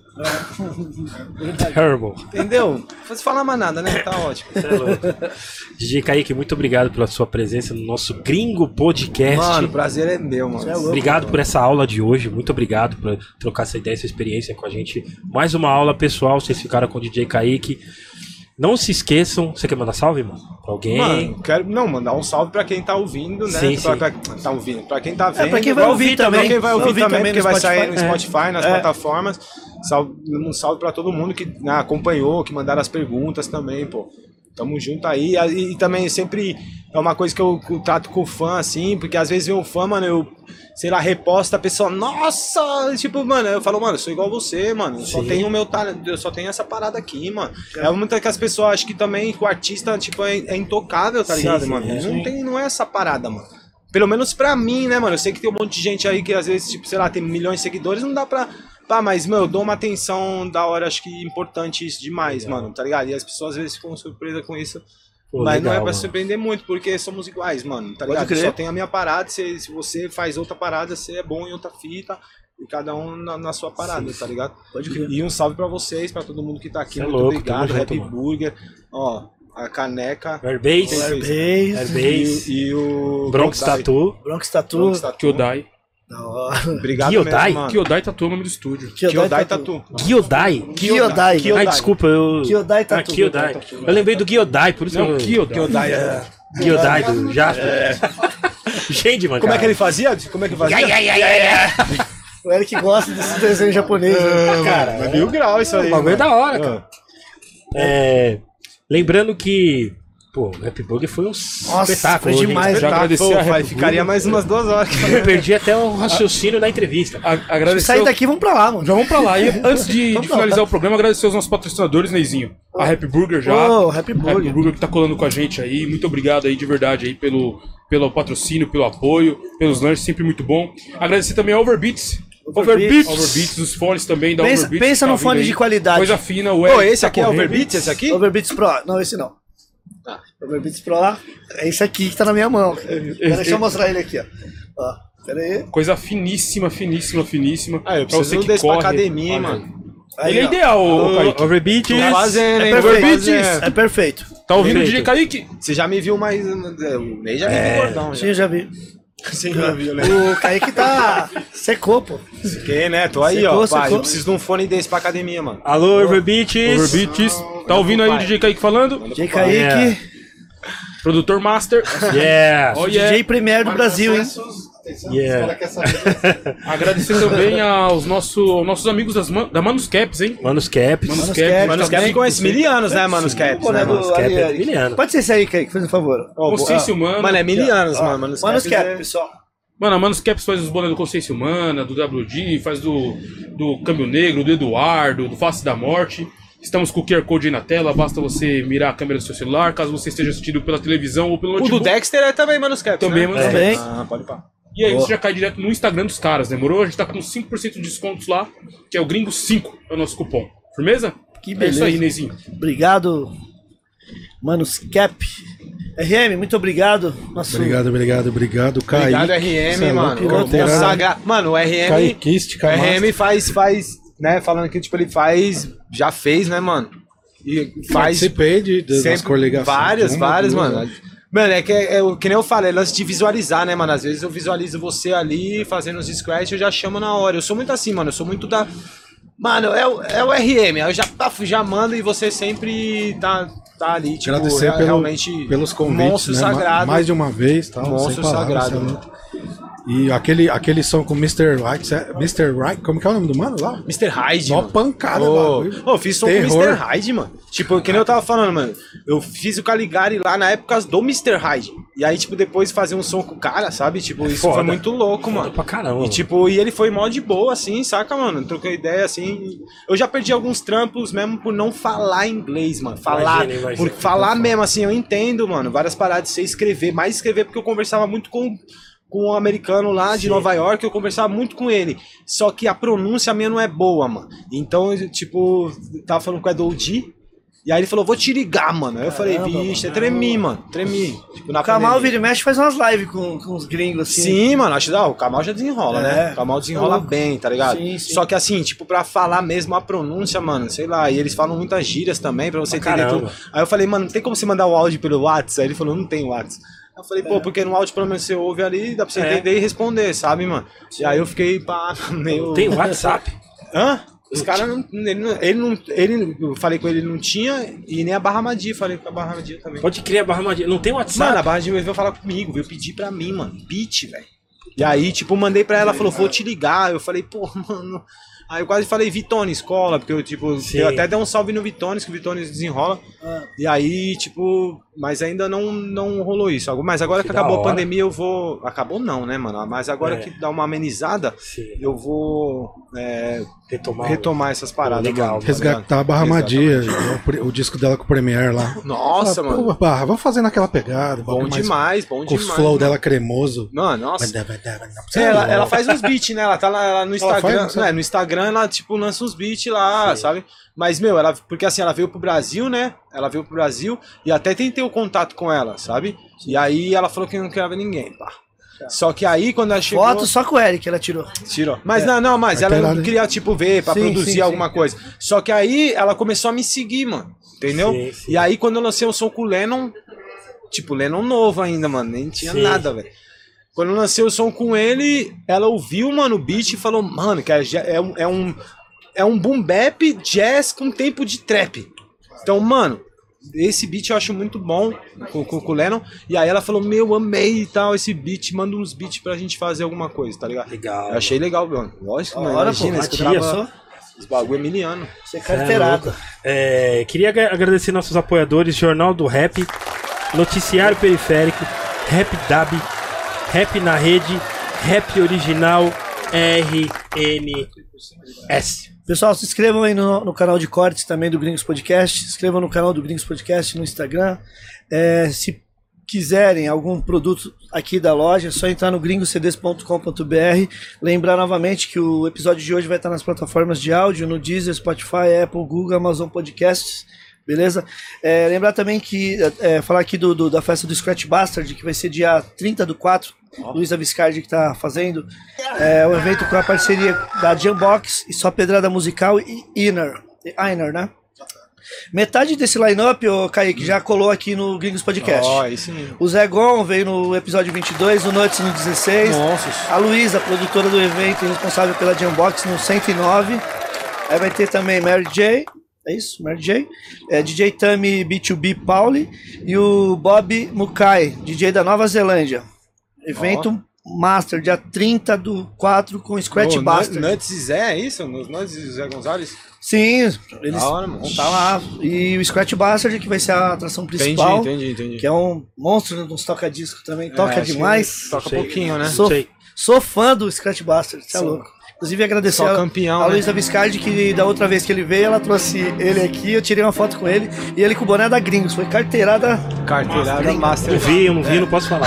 Terrible. Entendeu? Não precisa falar mais nada, né? Tá ótimo. Você é louco. D J Kaique, muito obrigado pela sua presença no nosso Gringo Podcast. Mano, o prazer é meu, mano. Você é louco. Obrigado por essa aula de hoje, muito obrigado por trocar essa ideia, essa experiência com a gente. Mais uma aula pessoal, vocês ficaram com o D J Kaique. Não se esqueçam, você quer mandar salve, mano? Pra alguém? Mano, quero não, mandar um salve pra quem tá ouvindo, né? Sim, pra, sim. pra, tá ouvindo. Pra quem tá vendo. pra quem vai ouvir também. Pra quem vai Vai ouvir, ouvir também, também porque no vai sair Spotify. no Spotify, nas É. plataformas. Salve, um salve pra todo mundo que né, acompanhou, que mandaram as perguntas também, pô. Tamo junto aí. E, e também sempre é uma coisa que eu, eu trato com o fã, assim, porque às vezes eu fã, mano, eu, sei lá, reposta a pessoa, nossa! Tipo, mano, eu falo, mano, eu sou igual você, mano. Eu só tenho o meu talento, eu só tenho essa parada aqui, mano. É, é muito que as pessoas acham que também o artista, tipo, é, é intocável, tá ligado, sim, mano? Sim, não, tem, não é essa parada, mano. Pelo menos pra mim, né, mano? Eu sei que tem um monte de gente aí que às vezes, tipo, sei lá, tem milhões de seguidores, não dá pra. Pá, mas, meu, eu dou uma atenção da hora, acho que importante isso demais, legal. Mano, tá ligado? E as pessoas às vezes ficam surpresas com isso. Pô, mas legal, não é pra mano. surpreender muito, porque somos iguais, mano, tá ligado? Só tem a minha parada, se, se você faz outra parada, você é bom em outra fita, e cada um na, na sua parada, sim, tá ligado? Pode crer. E um salve pra vocês, pra todo mundo que tá aqui, cê muito é louco, obrigado, Happy junto, Burger, ó, a caneca, Airbase, Airbase, Airbase e, e o Bronx Tattoo, Bronx Tattoo, Kyodai. Obrigado Kyodai? mesmo, Kyodai Tattoo é o nome do estúdio. Kyodai Tattoo. Kyodai? Kyodai. Ah, desculpa, eu... Kyodai Tattoo. Ah, Kyodai. Eu lembrei do Kyodai, por isso não, que eu... Kyodai. É. Kyodai do Jasper. É. Gente, mano. Como cara. é que ele fazia? Como é que fazia? Yeah, yeah, yeah, yeah. O Eric gosta desse desenho japonês, né? Cara, é mil grau isso aí. O bagulho é da hora, cara. É... Lembrando que... Pô, o Happy Burger foi um Nossa, espetáculo. Foi demais, já agradecer a Happy Ficaria mais umas duas horas. Eu perdi até o raciocínio da entrevista. A, agradecer sair daqui, vamos pra lá, mano. Já vamos pra lá. E antes de, de finalizar o programa, agradecer aos nossos patrocinadores, Neizinho. A Happy Burger já. Oh, Happy Burger. Happy Burger que tá colando com a gente aí. Muito obrigado aí, de verdade, aí, pelo, pelo patrocínio, pelo apoio, pelos lanches, sempre muito bom. Agradecer também ao Overbeats. Overbeats. Overbeats, os fones também da pensa, Overbeats. Pensa tá num fone aí. De qualidade. Coisa fina, o Pô, esse tá aqui correndo. É Overbeats, esse aqui? Overbeats Pro. Não, esse não. Ah, Overbeats Pro é esse aqui que tá na minha mão. Deixa eu mostrar ele aqui, ó. Ó, pera aí. Coisa finíssima, finíssima, finíssima. Ah, eu preciso pra você desse corre, pra academia, hein, mano. Aí, ele é ideal, o Kaique. Overbeats. Fazendo, é perfeito. É perfeito. Tá ouvindo o D J Kaique? Você já me viu mais... O Ney já me é, viu gordão. Sim, já vi. Sim, já viu, né? O Kaique tá... Secou, pô. Sequei, né? Tô aí, secou, ó. Pai, secou. Eu preciso de um fone desse pra academia, mano. Alô, Overbeats. Overbeats. Tá ouvindo aí o D J Kaique falando? D J Kaique. Yeah. Produtor Master. Yeah. Oh, yeah. D J Premier do Brasil, hein? Yeah. Agradecer também aos, nosso, aos nossos amigos das man, da Manuscaps, hein? Manuscaps. Manuscaps. Manuscaps conhece milianos, né, Manuscaps? Né, Manuscaps é miliano. Pode ser esse aí, Kaique, faz um favor. Oh, Consciência Humana. Mano, é milianos, mano. Manuscaps, Manuscaps, pessoal. Mano, a Manuscaps faz os bonés do Consciência Humana, do W G, faz do, do Câmbio Negro, do Eduardo, do Face da Morte. Estamos com o Q R Code aí na tela, basta você mirar a câmera do seu celular, caso você esteja assistindo pela televisão ou pelo notebook. O do Dexter é também Manuscaps, Também né? Manuscaps. É. Ah, pode pá. E aí Boa. Você já cai direto no Instagram dos caras, demorou? A gente tá com cinco por cento de descontos lá, que é o Gringo cinco, é o nosso cupom. Firmeza? Que beleza. É isso aí, Neizinho. Obrigado, Manuscap. R M, muito obrigado. Nosso... Obrigado, obrigado, obrigado. Kaique. Obrigado, R M, é mano. Consagra... Mano, o R M... Kaiquística, o R M faz, faz, né, falando que tipo, ele faz, já fez, né, mano? E faz... Participei de, de sempre, coligações. Várias, uma, várias, duas, mano. Mano, é que, é, é, que nem eu falei, é lance de visualizar, né, mano? Às vezes eu visualizo você ali, fazendo os scratch, eu já chamo na hora. Eu sou muito assim, mano, eu sou muito da... Mano, é o, é o R M, aí eu já, já mando e você sempre tá, tá ali, tipo, agradecer real, pelo, realmente pelos convites, monstro né? sagrado. Mais de uma vez, tal, monstro sem palavras, sagrado. E aquele, aquele som com mister Right, mister Right, como que é o nome do mano lá? mister Hyde, Mó pancada, oh, mano. Oh, eu fiz som Terror. com mister Hyde, mano. Tipo, que nem eu tava falando, mano. Eu fiz o Caligari lá na época do mister Hyde. E aí, tipo, depois fazer um som com o cara, sabe? Tipo, isso Foda. foi muito louco, Foda mano. Pra caramba. E tipo, e ele foi mó de boa, assim, saca, mano? Trocou ideia, assim. Eu já perdi alguns trampos mesmo por não falar inglês, mano. Falar, imagina, imagina. Por falar mesmo, assim, eu entendo, mano. Várias paradas de você escrever. Mais escrever porque eu conversava muito com... com um americano lá de Sim. Nova York, eu conversava muito com ele. Só que a pronúncia minha não é boa, mano. Então, tipo, tava falando com o Edo G. E aí ele falou, vou te ligar, mano. Aí eu Caramba, falei, bicho, eu tremi, mano. Tremi. Tipo, o Kamal vira e mexe faz umas lives com, com os gringos, assim. Sim, mano. Acho que o Kamal já desenrola, é. né? O Kamal desenrola é bem, tá ligado? Sim, sim. Só que assim, tipo, pra falar mesmo a pronúncia, mano, sei lá. E eles falam muitas gírias também, pra você ah, entender caramba. tudo. Aí eu falei, mano, não tem como você mandar o áudio pelo WhatsApp? Aí ele falou, não tem WhatsApp. Eu falei, pô, porque no áudio pelo menos você ouve ali, dá pra você é. entender e responder, sabe, mano? Sim. E aí eu fiquei, pá, meio... Tem WhatsApp? Hã? Os caras não ele, não... ele não... Ele, eu falei com ele, ele não tinha, e nem a Barra Madia, falei com a Barra Madia também. Pode criar a Barra Madia, não tem WhatsApp? Mano, a Barra Madia veio falar comigo, veio pedir pra mim, mano, beat, velho. E aí, tipo, mandei pra ela, falou, vou te ligar. Eu falei, pô, mano... Aí eu quase falei Vitones, escola, porque eu, tipo, Sim. eu até dei um salve no Vitones, que o Vitones desenrola. Ah. E aí, tipo, mas ainda não, não rolou isso. Mas agora que, Que acabou da a hora. pandemia, eu vou. Acabou não, né, mano? Mas agora É. que dá uma amenizada, Sim. eu vou é, Retomar. retomar essas paradas. Legal. mano, tá Resgatar a Barra Exatamente. Madia, o, o disco dela com o Premiere lá. Nossa, Ah, mano. pô, Barra, vamos fazer naquela pegada. Bom mais- demais, bom Com demais. o flow mano. dela cremoso. Mano, nossa. Vai dar, vai dar, vai dar. É, ela, ela faz uns beats, né? Ela tá lá ela no Instagram. faz, né? No Instagram ela, tipo, lança uns beats lá, Sim. sabe? Mas, meu, ela. Porque assim, ela veio pro Brasil, né? Ela veio pro Brasil e até tentei o contato com ela, sabe? E aí ela falou que não queria ver ninguém, pá. Só que aí, quando ela chegou. Foto só com o Eric ela tirou. Tirou. Mas não, não, mas ela Carteirada, não hein? queria, tipo, ver pra Sim, produzir sim, alguma coisa. Só que aí ela começou a me seguir, mano. Entendeu? Sim, sim. E aí, quando eu lancei o som com o Lennon, tipo, Lennon novo ainda, mano. Nem tinha Sim. nada, velho. Quando eu lancei o som com ele, ela ouviu, mano, o beat e falou, mano, que é, é um, é um, é um boom bap jazz com tempo de trap. Então, mano, esse beat eu acho muito bom com, com, com o Lennon. E aí ela falou, meu, amei e tal, esse beat, manda uns beats pra gente fazer alguma coisa, tá ligado? Legal. Eu achei legal, mano. Lógico, mano. Hora, pô, Imagina, Matia, escutava só. os bagulho emiliano. Você é carteirada. É, queria agra- agradecer nossos apoiadores, Jornal do Rap, Noticiário Periférico, Rap Dab, Rap na Rede, Rap Original, R N S. Pessoal, se inscrevam aí no, no canal de cortes também do Gringos Podcast. Se inscrevam no canal do Gringos Podcast no Instagram. É, se quiserem algum produto aqui da loja, é só entrar no gringos c d s ponto com ponto b r. Lembrar novamente que o episódio de hoje vai estar nas plataformas de áudio, no Deezer, Spotify, Apple, Google, Amazon Podcasts. Beleza? É, lembrar também que, é, falar aqui do, do- da festa do Scratch Bastard, que vai ser dia trinta do quatro, Luísa Viscardi que tá fazendo. É um evento com a parceria da Jambox e Só Pedrada Musical e Inner, Inner, né? Metade desse line-up, ô Kaique, já colou aqui no Gringos Podcast. Ó, isso mesmo. O Zé Gon veio no episódio vinte e dois, o Nuts no dezesseis. Nossa. A Luísa, produtora do evento e responsável pela Jambox, no cento e nove. Aí vai ter também Mary J. É isso? Mary J. É, D J Tami B dois B Pauli e o Bob Mukai, D J da Nova Zelândia. Evento Master, dia trinta do quatro com Scratch Ô, Bastard. Nuts e Zé, é isso? Nos Nuts e Zé Gonzalez? Sim, eles Da hora, mano. vão estar lá. E o Scratch Bastard, que vai ser a atração Entendi, principal. entendi, entendi. Que é um monstro nos toca-disco também. Toca É, acho demais. que Toca Sei. pouquinho, né? Sou, Sei. sou fã do Scratch Bastard, você é Só- louco. Inclusive agradecer Só a, campeão, a né? Luísa Viscardi, que da outra vez que ele veio, ela trouxe ele aqui, eu tirei uma foto com ele, e ele com o boné da Gringos, foi carteirada. Carteirada Master. Não vi, eu não vi, não posso falar.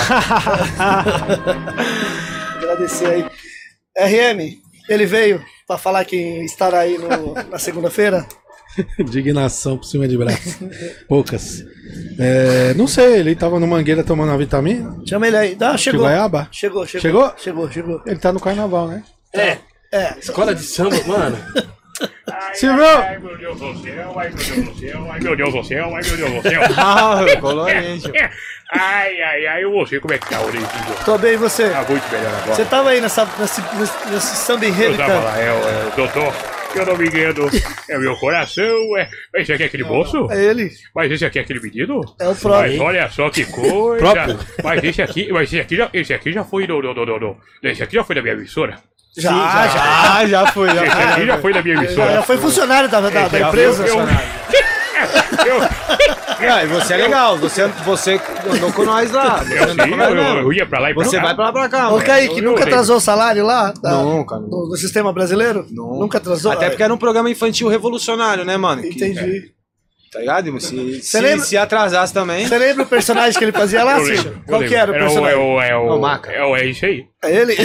Agradecer aí. R M, ele veio pra falar que estará aí no- na segunda-feira. Indignação por cima de braço. Poucas. É, não sei, ele tava no Mangueira tomando uma vitamina. Chama ele aí. Ah, De chegou. Goiaba. Chegou, chegou. Chegou? Chegou, chegou. Ele tá no carnaval, né? É, É, escola de samba, mano. Silvio! Ai, meu Deus do céu, ai, meu Deus do céu, ai, meu Deus do céu, ai, meu Deus do céu. Ah, colorente. Ai, ai, ai, eu vou ver como é que tá o Oreizinho. tô bem, e você? Tá muito melhor agora. Você tava aí nessa, nesse, nesse, nesse samba enredo, Eu tava cara? lá, é, o- é o doutor, eu não me engano, é o meu coração, é... Esse aqui é aquele moço? É ele, Mas esse aqui é aquele menino? é o Mas próprio. olha só que coisa. Próprio. Mas esse aqui, mas esse aqui já, esse aqui já foi do, do, do, do, do- esse aqui já foi da minha emissora. Já, Sim, já, já. Ah, já foi, já Esse aqui foi. já foi da minha Já, emissora. já foi funcionário da, da, da Já empresa. eu- eu- Eu, Ah, e você é legal, você, você andou com nós lá. Você eu, andou sim, com nós eu, eu, mesmo. ia pra lá e pra Você cá. vai pra lá pra cá, Ô, mano. Kaique, eu- nunca eu- atrasou o salário lá? Da- Nunca, nunca. No, no sistema brasileiro? Não. Nunca atrasou? Até porque era um programa infantil revolucionário, né, mano? Que- Entendi. Tá ligado? Se, se, lembra- se atrasasse também. Você lembra o personagem que ele fazia lá, Eu Cid? lembro, eu Qual que lembro. era o É o, é personagem? o, é o, É o Maca. é o, é isso aí. É ele?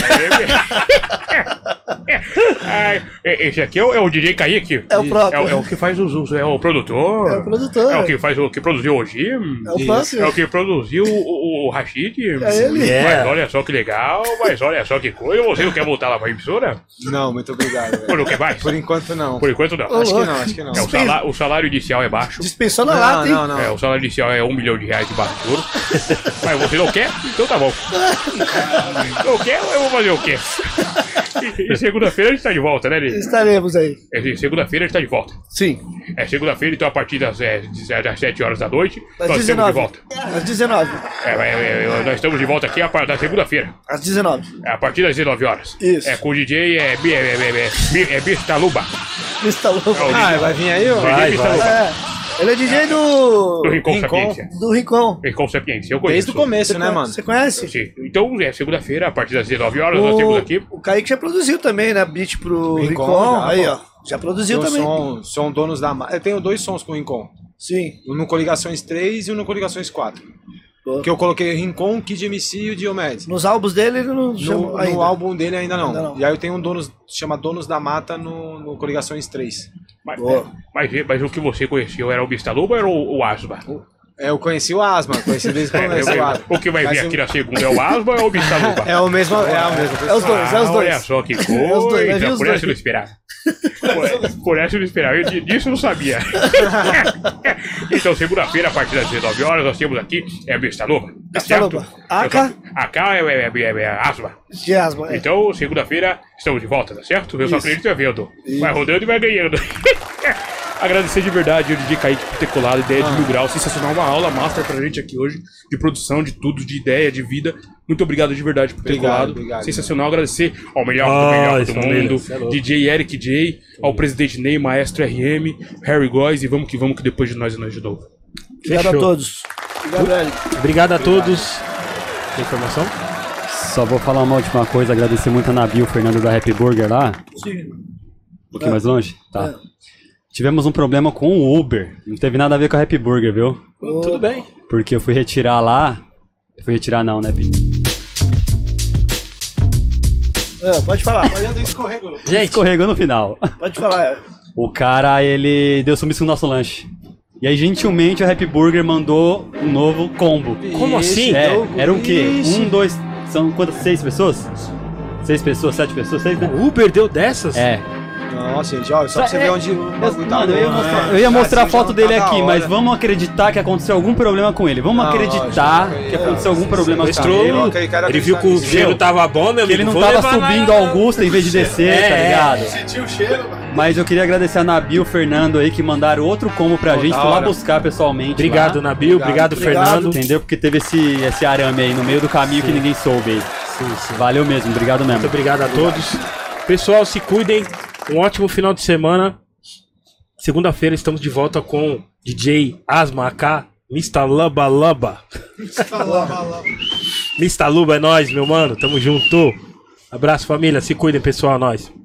Ai, esse aqui é o, é o D J Kaique. É o próprio. É, o- é o que faz os usos, é o produtor. É o produtor. É o que faz o que produziu o Jim. É o próprio. É o que produziu o, o, o Rashid. É ele. É. Mas olha só que legal, mas olha só que coisa. Você não quer voltar lá pra emissora? Não, muito obrigado. velho. Ou não quer mais? Por enquanto não. Por enquanto não. Ô, Acho que louco. não, acho que não. É, o, salário, o salário inicial é baixo. Dispensou na Não, lata, hein? não, não. É, o salário inicial é um milhão de reais de baixo de juros. Mas você não quer? Então tá bom. Não quer? Eu vou fazer o quê? E, e segunda-feira a gente tá de volta, né, Lili? Estaremos aí. É, segunda-feira a gente tá de volta. Sim. É segunda-feira, então a partir das, é, das sete horas da noite, Às nós estamos de dezenove. volta. Às dezenove. É, é, é, nós estamos de volta aqui a partir da segunda-feira. Às dezenove. É, a partir das dezenove horas. Isso. É com o D J é, é, é, é, é, é Bistaluba. Mista Lobo. É o Ah, vai vir aí, ó. Vai, vai. É, ele é D J do. Do Rincon Rincon. Sapiência. do Rincon. Rincon Sapiência, eu conheço. Desde o começo, né, mano? Você conhece? Sim. Então, é segunda-feira, a partir das dezenove horas, nós temos aqui. O Kaique já produziu também, né? Beat pro Rincon, Rincon. já, Aí, pô. ó. Já produziu Eu também. som, som donos da marca. Eu tenho dois sons com o Rincon. Sim. Um no Coligações três e um no Coligações quatro. Pô. Que eu coloquei Rincon, Kid M C e o Diomedes. Nos álbuns dele ele não No, chamou no ainda. álbum dele ainda não. Ainda não. E aí eu tenho um donos, chama Donos da Mata no, no Coligações três. Mas, Boa. mas, mas o que você conheceu era o Bistaluba ou era o, o Asma? É, eu conheci o Asma, conheci desde o É, começo o Asma. o que vai vir Mas aqui eu- na segunda é o Asma ou é o Bistaluba? É o mesmo, é a mesma É os dois, é os Ah, dois. olha só que os dois, vai vir coisa, os por dois. essa eu não esperava. Por, por essa eu não esperava, eu, di- disso eu não sabia. Então, segunda-feira, a partir das dezenove horas, nós temos aqui é a Bistaluba, tá certo? Bistaluba. Aka? Aka é, é, é, é, é Asma. De asma. É. Então, segunda-feira, estamos de volta, tá certo? Eu só Isso. acredito vendo. Vai rodando e vai ganhando. Agradecer de verdade ao D J Kaique por ter colado ideia de mil graus. Sensacional, uma aula master pra gente aqui hoje. De produção, de tudo, de ideia, de vida. Muito obrigado de verdade por ter Obrigado, colado. obrigado. Sensacional, agradecer ao melhor Ah, do melhor isso, do família, mundo. cê é louco. D J Eric J, ao presidente Ney, Maestro R M, Harry Góes. E vamos que vamos, que depois de nós é nós de novo. Obrigado a Fechou. todos. Obrigado, Eric. Obrigado a todos. Tem informação? Só vou falar uma última coisa, agradecer muito a Nabil, Fernando da Happy Burger lá. Sim. Um pouquinho mais longe? Tá. É. Tivemos um problema com o Uber. Não teve nada a ver com a Happy Burger, viu? Tudo bem. Porque eu fui retirar lá. Eu fui retirar não, né, Pi? É, pode falar. Gente, Escorregou no final. Pode falar. O cara, ele deu sumiço no nosso lanche. E aí, gentilmente, a Happy Burger mandou um novo combo. como assim? É, era o quê? Ixi. Um, dois... São quantas? Seis pessoas? Seis pessoas, sete pessoas, seis, né? O Uber deu dessas? É. Nossa, gente, ó, só pra você É, ver onde o bagulho tá Mano, eu ia bom, mostrar, né? eu ia mostrar a Assim, foto já dele tá da aqui, mas hora. vamos acreditar que aconteceu algum problema com ele. Vamos Não, acreditar lógico, que aconteceu algum sim, problema sim, com Mostrou, ele. Eu quero- quero ele viu que o acreditar cheiro nisso. tava bom, meu Que amigo. ele não vou tava levar lá subindo na- a Augusta em vez de descer, É, tá é. ligado? Sentiu o cheiro, mano. Mas eu queria agradecer a Nabil, Fernando aí, que mandaram outro combo pra Pô, gente. da Fui lá hora. buscar pessoalmente. Obrigado, lá, Nabil. Obrigado, Obrigado. Fernando. entendeu? Porque teve esse, esse arame aí no meio do caminho que ninguém soube aí. Sim, sim. Valeu mesmo, obrigado mesmo. Muito obrigado a todos. Pessoal, se cuidem. Um ótimo final de semana. Segunda-feira estamos de volta com D J Asma A K, mister Laba Laba. mister Luba é nóis, meu mano. Tamo junto. Abraço, família. Se cuidem, pessoal. Nós.